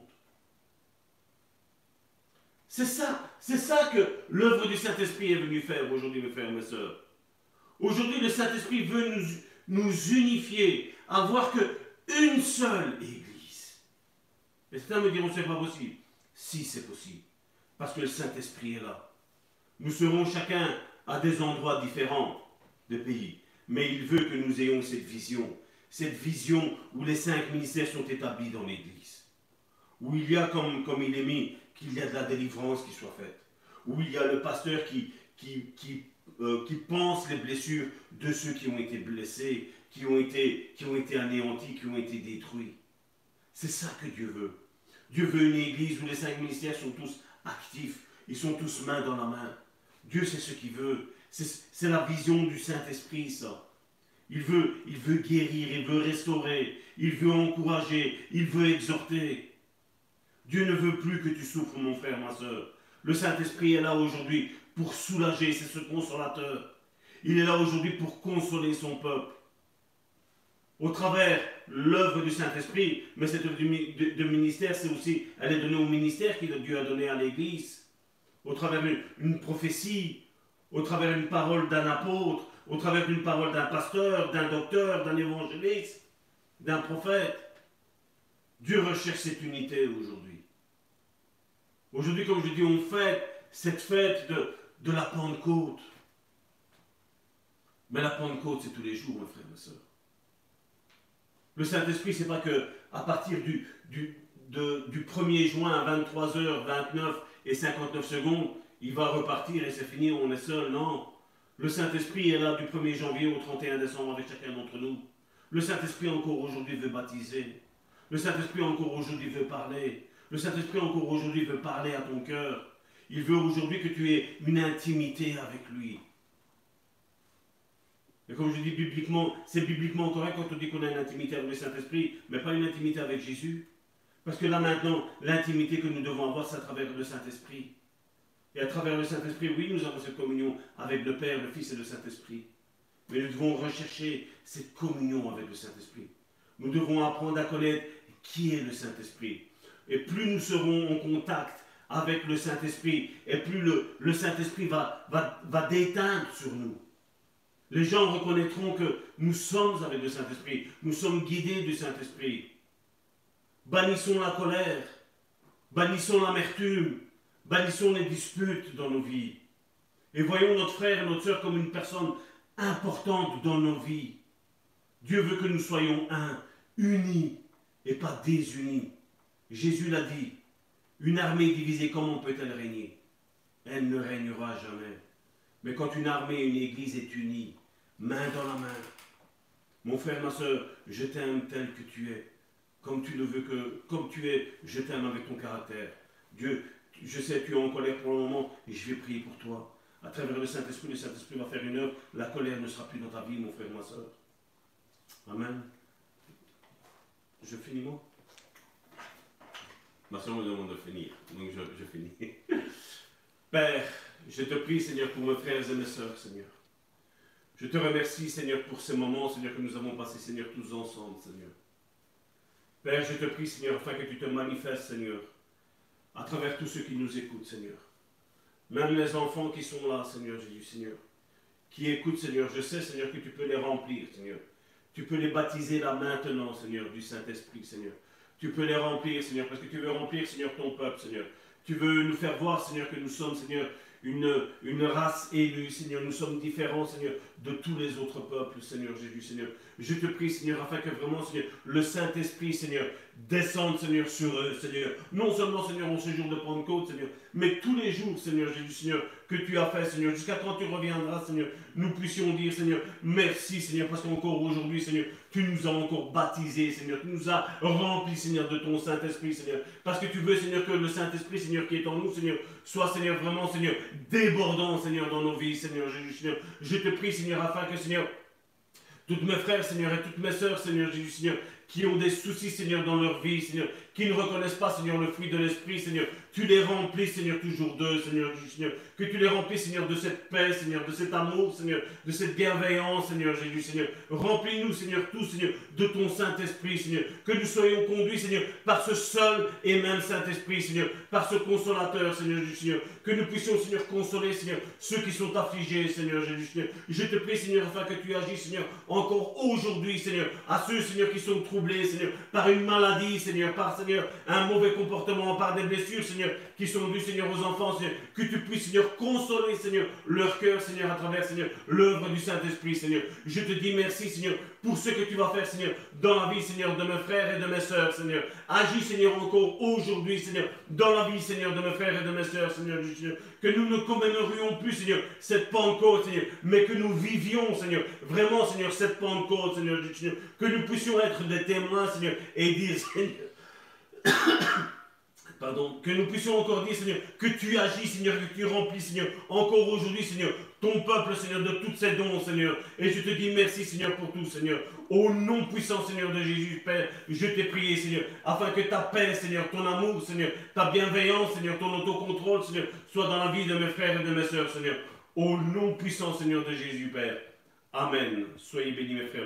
B: C'est ça que l'œuvre du Saint-Esprit est venue faire aujourd'hui, mes frères et mes sœurs. Aujourd'hui, le Saint-Esprit veut nous unifier, avoir qu'une seule Église. Et certains me diront, c'est pas possible. Si, c'est possible. Parce que le Saint-Esprit est là. Nous serons chacun à des endroits différents de pays. Mais il veut que nous ayons cette vision où les 5 ministères sont établis dans l'Église. Où il y a, comme il est mis, qu'il y a de la délivrance qui soit faite. Où il y a le pasteur qui pense les blessures de ceux qui ont été blessés, qui ont été anéantis, qui ont été détruits. C'est ça que Dieu veut. Dieu veut une église où les 5 ministères sont tous actifs, ils sont tous main dans la main. Dieu c'est ce qu'il veut. C'est la vision du Saint-Esprit, ça. Il veut guérir, il veut restaurer, il veut encourager, il veut exhorter. Dieu ne veut plus que tu souffres, mon frère, ma soeur. Le Saint-Esprit est là aujourd'hui pour soulager, c'est ce consolateur. Il est là aujourd'hui pour consoler son peuple. Au travers l'œuvre du Saint-Esprit, mais cette œuvre de ministère, c'est aussi, elle est donnée au ministère que Dieu a donné à l'Église. Au travers d'une prophétie, au travers d'une parole d'un apôtre, au travers d'une parole d'un pasteur, d'un docteur, d'un évangéliste, d'un prophète. Dieu recherche cette unité aujourd'hui. Aujourd'hui, comme je dis, on fête cette fête de la Pentecôte. Mais la Pentecôte, c'est tous les jours, mes frères et mes sœurs. Le Saint-Esprit, c'est pas que à partir du 1er juin à 23h29 et 59 secondes, il va repartir et c'est fini, on est seul. Non. Le Saint-Esprit est là du 1er janvier au 31 décembre avec chacun d'entre nous. Le Saint-Esprit encore aujourd'hui veut baptiser. Le Saint-Esprit encore aujourd'hui veut parler. Le Saint-Esprit encore aujourd'hui veut parler à ton cœur. Il veut aujourd'hui que tu aies une intimité avec lui. Et comme je dis bibliquement, c'est bibliquement correct quand on dit qu'on a une intimité avec le Saint-Esprit, mais pas une intimité avec Jésus. Parce que là maintenant, l'intimité que nous devons avoir, c'est à travers le Saint-Esprit. Et à travers le Saint-Esprit, oui, nous avons cette communion avec le Père, le Fils et le Saint-Esprit. Mais nous devons rechercher cette communion avec le Saint-Esprit. Nous devons apprendre à connaître qui est le Saint-Esprit. Et plus nous serons en contact avec le Saint-Esprit, et plus le Saint-Esprit va déteindre sur nous. Les gens reconnaîtront que nous sommes avec le Saint-Esprit, nous sommes guidés du Saint-Esprit. Bannissons la colère, bannissons l'amertume, bannissons les disputes dans nos vies. Et voyons notre frère et notre sœur comme une personne importante dans nos vies. Dieu veut que nous soyons un, unis et pas désunis. Jésus l'a dit, une armée divisée, comment peut-elle régner? Elle ne régnera jamais. Mais quand une armée et une église est unie, main dans la main, mon frère, ma soeur, je t'aime tel que tu es. Comme tu le veux comme tu es, je t'aime avec ton caractère. Dieu, je sais que tu es en colère pour le moment et je vais prier pour toi. À travers le Saint-Esprit va faire une œuvre. La colère ne sera plus dans ta vie, mon frère, ma soeur. Amen. Je finis moi. Ma soeur me demande de finir, donc je finis. Père, je te prie, Seigneur, pour mes frères et mes sœurs, Seigneur. Je te remercie, Seigneur, pour ces moments, Seigneur, que nous avons passés, Seigneur, tous ensemble, Seigneur. Père, je te prie, Seigneur, afin que tu te manifestes, Seigneur, à travers tous ceux qui nous écoutent, Seigneur. Même les enfants qui sont là, Seigneur Jésus, Seigneur, qui écoutent, Seigneur, je sais, Seigneur, que tu peux les remplir, Seigneur. Tu peux les baptiser là maintenant, Seigneur, du Saint-Esprit, Seigneur. Tu peux les remplir, Seigneur, parce que tu veux remplir, Seigneur, ton peuple, Seigneur. Tu veux nous faire voir, Seigneur, que nous sommes, Seigneur, une race élue, Seigneur. Nous sommes différents, Seigneur, de tous les autres peuples, Seigneur Jésus, Seigneur. Je te prie, Seigneur, afin que vraiment, Seigneur, le Saint-Esprit, Seigneur, descende, Seigneur, sur eux, Seigneur. Non seulement, Seigneur, en ce jour de Pentecôte, Seigneur, mais tous les jours, Seigneur Jésus, Seigneur, que tu as fait, Seigneur, jusqu'à quand tu reviendras, Seigneur, nous puissions dire, Seigneur, merci, Seigneur, parce qu'encore aujourd'hui, Seigneur, tu nous as encore baptisés, Seigneur, tu nous as remplis, Seigneur, de ton Saint-Esprit, Seigneur, parce que tu veux, Seigneur, que le Saint-Esprit, Seigneur, qui est en nous, Seigneur, soit, Seigneur, vraiment, Seigneur, débordant, Seigneur, dans nos vies, Seigneur Jésus, Seigneur. Je te prie, Seigneur, afin que, Seigneur, toutes mes frères, Seigneur, et toutes mes sœurs, Seigneur Jésus, Seigneur, qui ont des soucis, Seigneur, dans leur vie, Seigneur, qui ne reconnaissent pas, Seigneur, le fruit de l'Esprit, Seigneur, tu les remplis, Seigneur, toujours d'eux, Seigneur Jésus, Seigneur, que tu les remplis, Seigneur, de cette paix, Seigneur, de cet amour, Seigneur, de cette bienveillance, Seigneur Jésus, Seigneur. Remplis-nous, Seigneur, tous, Seigneur, de ton Saint-Esprit, Seigneur, que nous soyons conduits, Seigneur, par ce seul et même Saint-Esprit, Seigneur, par ce consolateur, Seigneur Jésus, Seigneur, que nous puissions, Seigneur, consoler, Seigneur, ceux qui sont affligés, Seigneur Jésus, Seigneur. Je te prie, Seigneur, afin que tu agisses, Seigneur, encore aujourd'hui, Seigneur, à ceux, Seigneur, qui sont troublés, Seigneur, par une maladie, Seigneur, par, Seigneur, un mauvais comportement, par des blessures, Seigneur, qui sont dues, Seigneur, aux enfants, Seigneur, que tu puisses, Seigneur, consoler, Seigneur, leur cœur, Seigneur, à travers, Seigneur, l'œuvre du Saint-Esprit, Seigneur. Je te dis merci, Seigneur, pour ce que tu vas faire, Seigneur, dans la vie, Seigneur, de mes frères et de mes sœurs, Seigneur. Agis, Seigneur, encore aujourd'hui, Seigneur, dans la vie, Seigneur, de mes frères et de mes sœurs, Seigneur, que nous ne commémorions plus, Seigneur, cette Pentecôte, Seigneur, mais que nous vivions, Seigneur, vraiment, Seigneur, cette Pentecôte, Seigneur, que nous puissions être des témoins, Seigneur, et dire, Seigneur, pardon, que nous puissions encore dire, Seigneur, que tu agis, Seigneur, que tu remplis, Seigneur, encore aujourd'hui, Seigneur, ton peuple, Seigneur, de toutes ces dons, Seigneur. Et je te dis merci, Seigneur, pour tout, Seigneur. Au nom puissant, Seigneur, de Jésus, Père, je t'ai prié, Seigneur, afin que ta paix, Seigneur, ton amour, Seigneur, ta bienveillance, Seigneur, ton autocontrôle, Seigneur, soit dans la vie de mes frères et de mes sœurs, Seigneur. Au nom puissant, Seigneur, de Jésus, Père. Amen. Soyez bénis, mes frères.